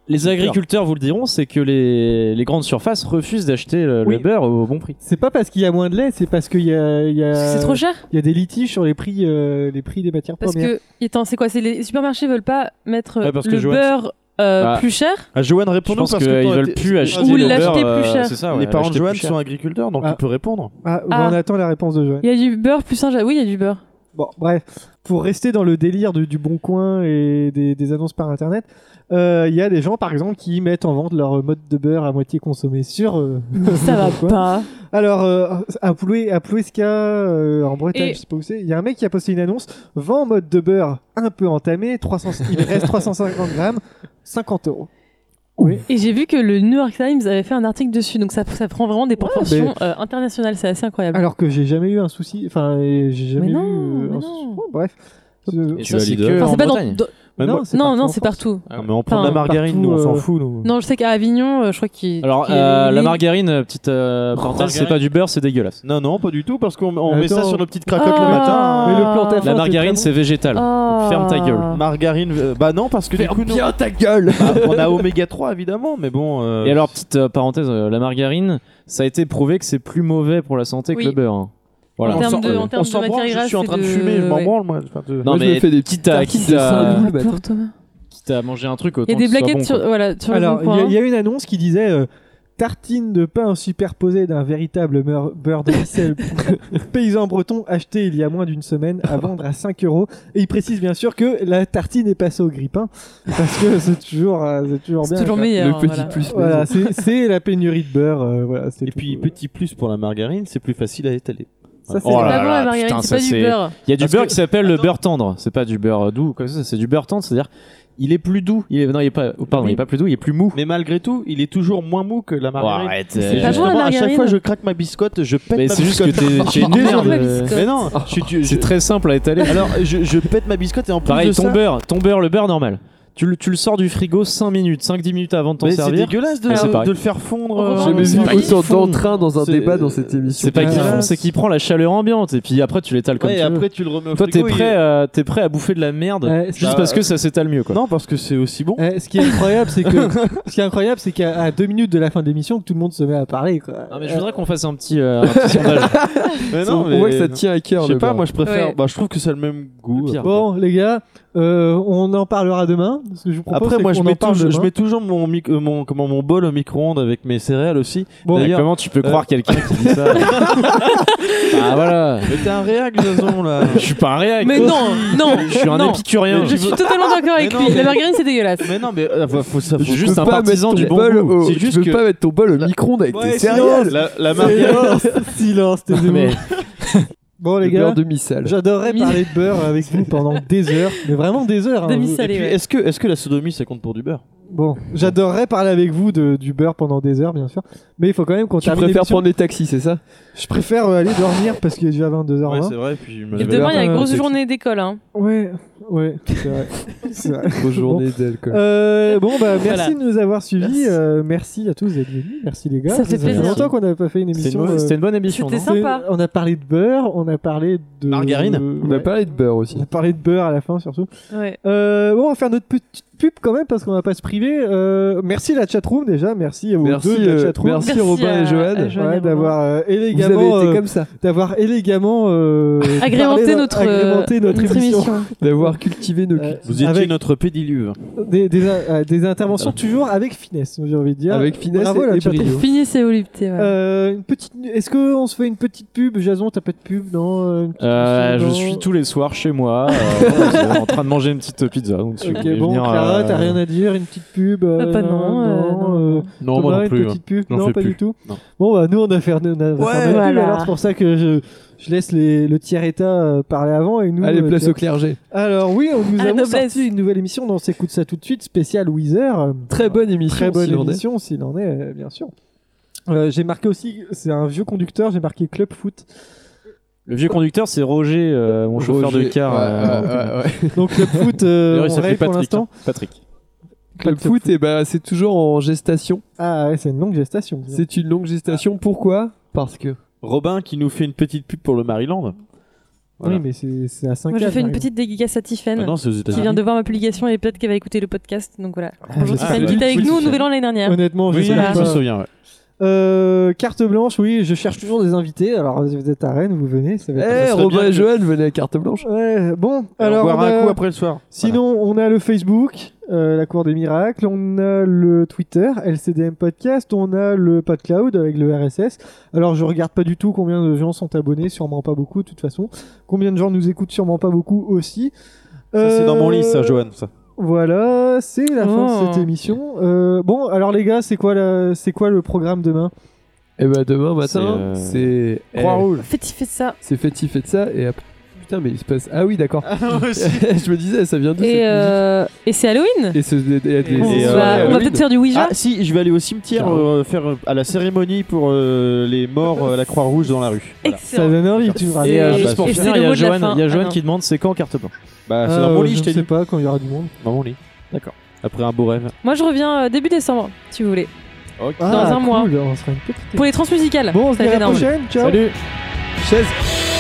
Les agriculteurs vous le diront, c'est que les, les grandes surfaces refusent d'acheter le, Oui. le beurre au bon prix. C'est pas parce qu'il y a moins de lait, c'est parce qu'il y a, il y a, C'est trop cher. il y a des litiges sur les prix, euh, les prix des matières Parce premières. que, attends, c'est quoi? C'est les supermarchés veulent pas mettre Ouais, parce que le Johan, beurre euh, Ah. plus cher. Ah, Johan, Je réponds-nous pense parce que qu'ils toi, veulent t'es- plus acheter Ou le l'acheter beurre, plus euh, cher. c'est ça, ouais, les parents de l'acheter Johan plus cher. sont agriculteurs, donc Ah. il peut répondre. Ah, bah, Ah. on attend la réponse de Joël. Il y a du beurre plus Saint-Jacques. Oui, il y a du beurre. Bon, bref, pour rester dans le délire du, du Bon Coin et des, des annonces par internet, euh, il y a des gens par exemple qui mettent en vente leur mode de beurre à moitié consommé sur. euh, Ça va Bon Coin. pas. Alors, euh, à Ploué- à Plouesca, euh, en Bretagne, Et- je sais pas où c'est, il y a un mec qui a posté une annonce vend mode de beurre un peu entamé, trois cents, il reste trois cent cinquante grammes, cinquante euros. Oui. Et j'ai vu que le New York Times avait fait un article dessus, donc ça, ça prend vraiment des proportions euh, internationales, c'est assez incroyable. Alors que j'ai jamais eu un souci, enfin, et j'ai jamais Mais eu non, euh, mais un non. souci. Bon, bref. Euh, Et Tu ça, c'est valides. que Enfin, en c'est pas dans- Bretagne. dans- Mais non, moi- c'est non, partout non, en c'est France. partout. Non, mais on prend de la Enfin, margarine, partout, nous, on s'en euh, fout, nous. Non, je sais qu'à Avignon, euh, je crois qu'il. Alors, qu'il y a euh, les- la margarine, euh, petite euh, parenthèse, margarine. c'est pas du beurre, c'est dégueulasse. Non, non, pas du tout, parce qu'on on met ça Attends. sur nos petites cracottes Ah. le matin. Mais le plantain La c'est margarine, très c'est végétal. Ah. Ferme ta gueule. Margarine, euh, bah non, parce que du coup, nous, Bien ta gueule. bah, on a oméga trois évidemment, mais bon. euh, Et alors, petite euh, parenthèse, euh, la margarine, ça a été prouvé que c'est plus mauvais pour la santé Oui. que le beurre. hein. Voilà. En on termes s'en- de- en on termes de s'en branle, matière je grasse, suis en c'est train de de- fumer, je m'en ouais. branle, moi. Enfin, de- Non, Moi, je mais me fais des quitte petites à, tartines quitte de à- Saint-Loup le Pour matin. Thomas. quitte à manger un truc, Il y autant a des que ce soit plaquettes bon, sur, quoi. voilà, sur Alors, le il bon y, a- coin. il y a une annonce qui disait euh, tartine de pain superposée d'un véritable meur- beurre de ficelle paysan breton acheté il y a moins d'une semaine à vendre à cinq euros. Et il précise bien sûr que la tartine est passée au grippin parce que c'est toujours, euh, c'est toujours C'est bien. toujours quoi. meilleur. Le hein, petit voilà. plus. Voilà, c'est c'est la pénurie de beurre. euh, voilà, c'est Et tout. puis, petit plus pour la margarine, c'est plus facile à étaler. Ça, c'est Oh C'est vrai. là pas bon là, la margarine, putain, c'est ça, pas du c'est- beurre. Il y a du Parce beurre que- qui s'appelle le Attends. beurre tendre. C'est pas du beurre doux, quoi, ça, c'est du beurre tendre, c'est-à-dire il est plus doux. Il est... Non, il est pas. oh, pardon, Oui. il est pas plus doux, il est plus mou. Mais malgré tout, il est toujours moins mou que la Oh, margarine. arrête. C'est euh, pas bon, la Justement, à chaque margarine. fois, je craque ma biscotte, je pète Mais ma c'est juste que biscotte. t'es t'es une Oh, merde. ma euh, biscotte. Mais non, je suis- tu- je- C'est très simple à étaler. Alors, je, je pète ma biscotte et en plus Pareil, de ton ça, beurre, ton beurre, le beurre normal. Tu le, tu le sors du frigo cinq minutes, cinq dix minutes avant de t'en mais c'est servir. dégueulasse de, Alors, c'est de pareil. le faire fondre. Oh, euh, j'ai J'ai jamais c'est vu pas autant qu'ils font. d'entrain dans un C'est- débat dans cette émission. C'est pas qu'il Ah. fond, c'est qu'il prend la chaleur ambiante et puis après tu l'étales comme Ouais, et tu veux. après tu le remets au Toi t'es frigo. prêt, il- à, t'es prêt à bouffer de la merde Ouais, juste ça- parce que ça s'étale mieux quoi. Non, parce que c'est aussi bon. Eh, ce qui est incroyable, c'est que ce qui est incroyable, c'est qu'à à deux minutes de la fin de l'émission, que tout le monde se met à parler. Quoi. Non, mais je voudrais qu'on fasse un petit, euh, un petit sondage. Mais On voit que ça tient à cœur. Je sais le pas, beurre. moi je préfère. Ouais. Bah, je trouve que ça a le même goût. Le pire. Bon, les gars, euh, on en parlera demain. Ce que je vous propose, Après, c'est moi je qu'on mets, en parle toujours, je demain. mets toujours mon, mic- euh, mon, comment, mon bol au micro-ondes avec mes céréales aussi. Bon, Mais D'ailleurs, comment tu peux euh, croire quelqu'un qui dit ça Ah voilà. Mais t'es un réac, Jason là. Je suis pas un réac. Mais non, non, Je suis un non. épicurien. Je suis totalement d'accord avec Mais non, lui. mais- La margarine, c'est dégueulasse. Mais non, mais euh, faut, faut, ça, faut Je suis Tu juste peux un pas partisan mettre du ton bon bol goût. au- C'est Tu juste peux que- pas mettre ton bol au micro-ondes avec Ouais, tes silence. céréales. La, la margarine. Silence, silence, Non, taisez-vous. mais Bon, les Le gars, beurre demi-sale. j'adorerais Oui. parler de beurre avec vous pendant des heures, mais vraiment des heures. hein. Demi-salé. Et puis, ouais. est-ce que, est-ce que la sodomie ça compte pour du beurre? Bon, j'adorerais parler avec vous de, du beurre pendant des heures, bien sûr, mais il faut quand même qu'on Tu termine préfères l'émission. prendre les taxis, c'est ça? Je préfère euh, aller dormir parce qu'il est déjà vingt-deux heures vingt. Ouais, c'est vrai. Puis je me Et réveille. demain, il y a une Euh, grosse c'est- journée d'école. Hein. Ouais, ouais, c'est vrai. C'est vrai. Grosse journée d'alcool. Euh, bon, bah, merci Voilà. de nous avoir suivis. Merci. Euh, merci à tous d'être venus. Merci les gars. Ça fait plaisir. longtemps qu'on n'avait pas fait une c'était émission. une, euh, c'était une bonne émission. C'était non ça. sympa. On a parlé de beurre, on a parlé de Margarine. On a ouais. parlé de beurre aussi. On a parlé de beurre à la fin surtout. Ouais. Euh, bon, on va faire notre petite pub quand même parce qu'on va pas se priver. Euh, merci la chatroom déjà, merci à vous Merci, deux de la euh, chatroom. merci Merci Robin à- et Johan. à Johan. Ouais, et d'avoir euh, Vous avez élégamment, été euh, comme ça, d'avoir élégamment euh, Agrémenter parlé- notre, agrémenté euh, notre notre émission. émission. d'avoir cultivé nos Euh, cultures. Vous étiez Avec- notre pédiluve. Des, des, euh, des interventions toujours avec finesse, j'ai envie de dire. Avec finesse Bravo, et, la et chatroom. brio. Finissez au volupté. Ouais. Euh, une petite. Est-ce qu'on se fait une petite pub, Jason? T'as pas de pub, non? Euh, une petite Euh, pub, je non suis tous les soirs chez moi, euh, en train de manger une petite pizza. Donc si vous Ok, voulez bon, venir, Clara, euh, t'as rien à dire? Une petite pub? euh, Ah, pas non, euh, non, euh, non. Non, moi Thomas, non plus. Une petite pub? J'en Non, fais pas plus. du tout. Non. Bon, bah, nous, on a fait, on a fait notre pub, voilà. alors c'est pour ça que je, je laisse les, le tiers état euh, parler avant et nous. Allez, euh, place tiens. au clergé. Alors, oui, on nous À la avons noblesse. sorti une nouvelle émission, donc on s'écoute ça tout de suite, spécial Weezer. euh, Très bonne émission. Très bonne s'il en est. émission, s'il en est, euh, bien sûr. Euh, j'ai marqué aussi, c'est un vieux conducteur, j'ai marqué Club Foot. Le vieux conducteur, c'est Roger, euh, mon chauffeur de Roger. car. Ouais, euh, ouais, ouais, ouais. Donc Club Foot, euh, D'ailleurs, il on s'appelait règle pour Patrick. l'instant. hein. Patrick. Club Foot, eh ben, c'est toujours en gestation. Ah ouais, c'est une longue gestation. C'est une longue gestation. Pourquoi? Parce que. Robin qui nous fait une petite pub pour le Maryland. Voilà. Oui, mais c'est c'est à cinq Moi, je quatre, fais une par petite dédicace à Tiffen, Ah non, c'est aux qui États-Unis. vient de voir ma publication et peut-être qu'elle va écouter le podcast. Donc voilà. Bonjour je Tiffen, sais. qui était avec Oui, nous au Tiffen. Nouvel An l'année dernière. Honnêtement, je Oui, sais je pas. me souviens. Ouais. Euh, carte blanche, oui, je cherche toujours des invités. Alors, vous êtes à Rennes, vous venez. Ça va Eh, être... ça serait Robin bien et que- Johan venaient à carte blanche. Ouais, bon, Et alors. on boira on a- un coup après le soir. Sinon, on a le Facebook, euh, la Cour des Miracles, on a le Twitter, L C D M Podcast, on a le PodCloud avec le R S S. Alors, je regarde pas du tout combien de gens sont abonnés, sûrement pas beaucoup de toute façon. Combien de gens nous écoutent, sûrement pas beaucoup aussi. Ça, c'est dans mon lit, ça, Euh, Johan. Ça. Voilà, c'est la fin Oh. de cette émission. Euh, bon, alors les gars, c'est quoi, la... c'est quoi le programme demain? Et bah demain matin, C'est, euh, c'est eh, Croix-Rouge. Faites, faites ça. c'est fait fait de ça et après... putain mais il se passe ah oui d'accord. Je me disais ça vient d'où Et, cette euh, et c'est Halloween. musique Et ce- et- et- On, Et, et- euh, va, on va Halloween. peut-être faire du Ouija. Ah si, je vais aller au cimetière euh, faire euh, à la cérémonie pour euh, les morts euh, à la Croix-Rouge dans la rue. Voilà. Ça Excellent. donne envie, tu me Et rappelles. euh, Et- juste pour et finir, c'est il y le a mot de la Johan, fin. il y a Ah Johan non. qui demande c'est quand carte blanche. Bah c'est Ah, dans mon lit, je je ne t'ai sais dit. pas quand il y aura du monde. Dans mon lit. D'accord. Après un beau rêve. Moi, je reviens euh, début décembre, si vous voulez. Ah, Dans un cool, mois. on sera une petite. Pour les transmusicales. Bon, on se ça dit va à être la énorme. prochaine. Ciao. Salut. chaise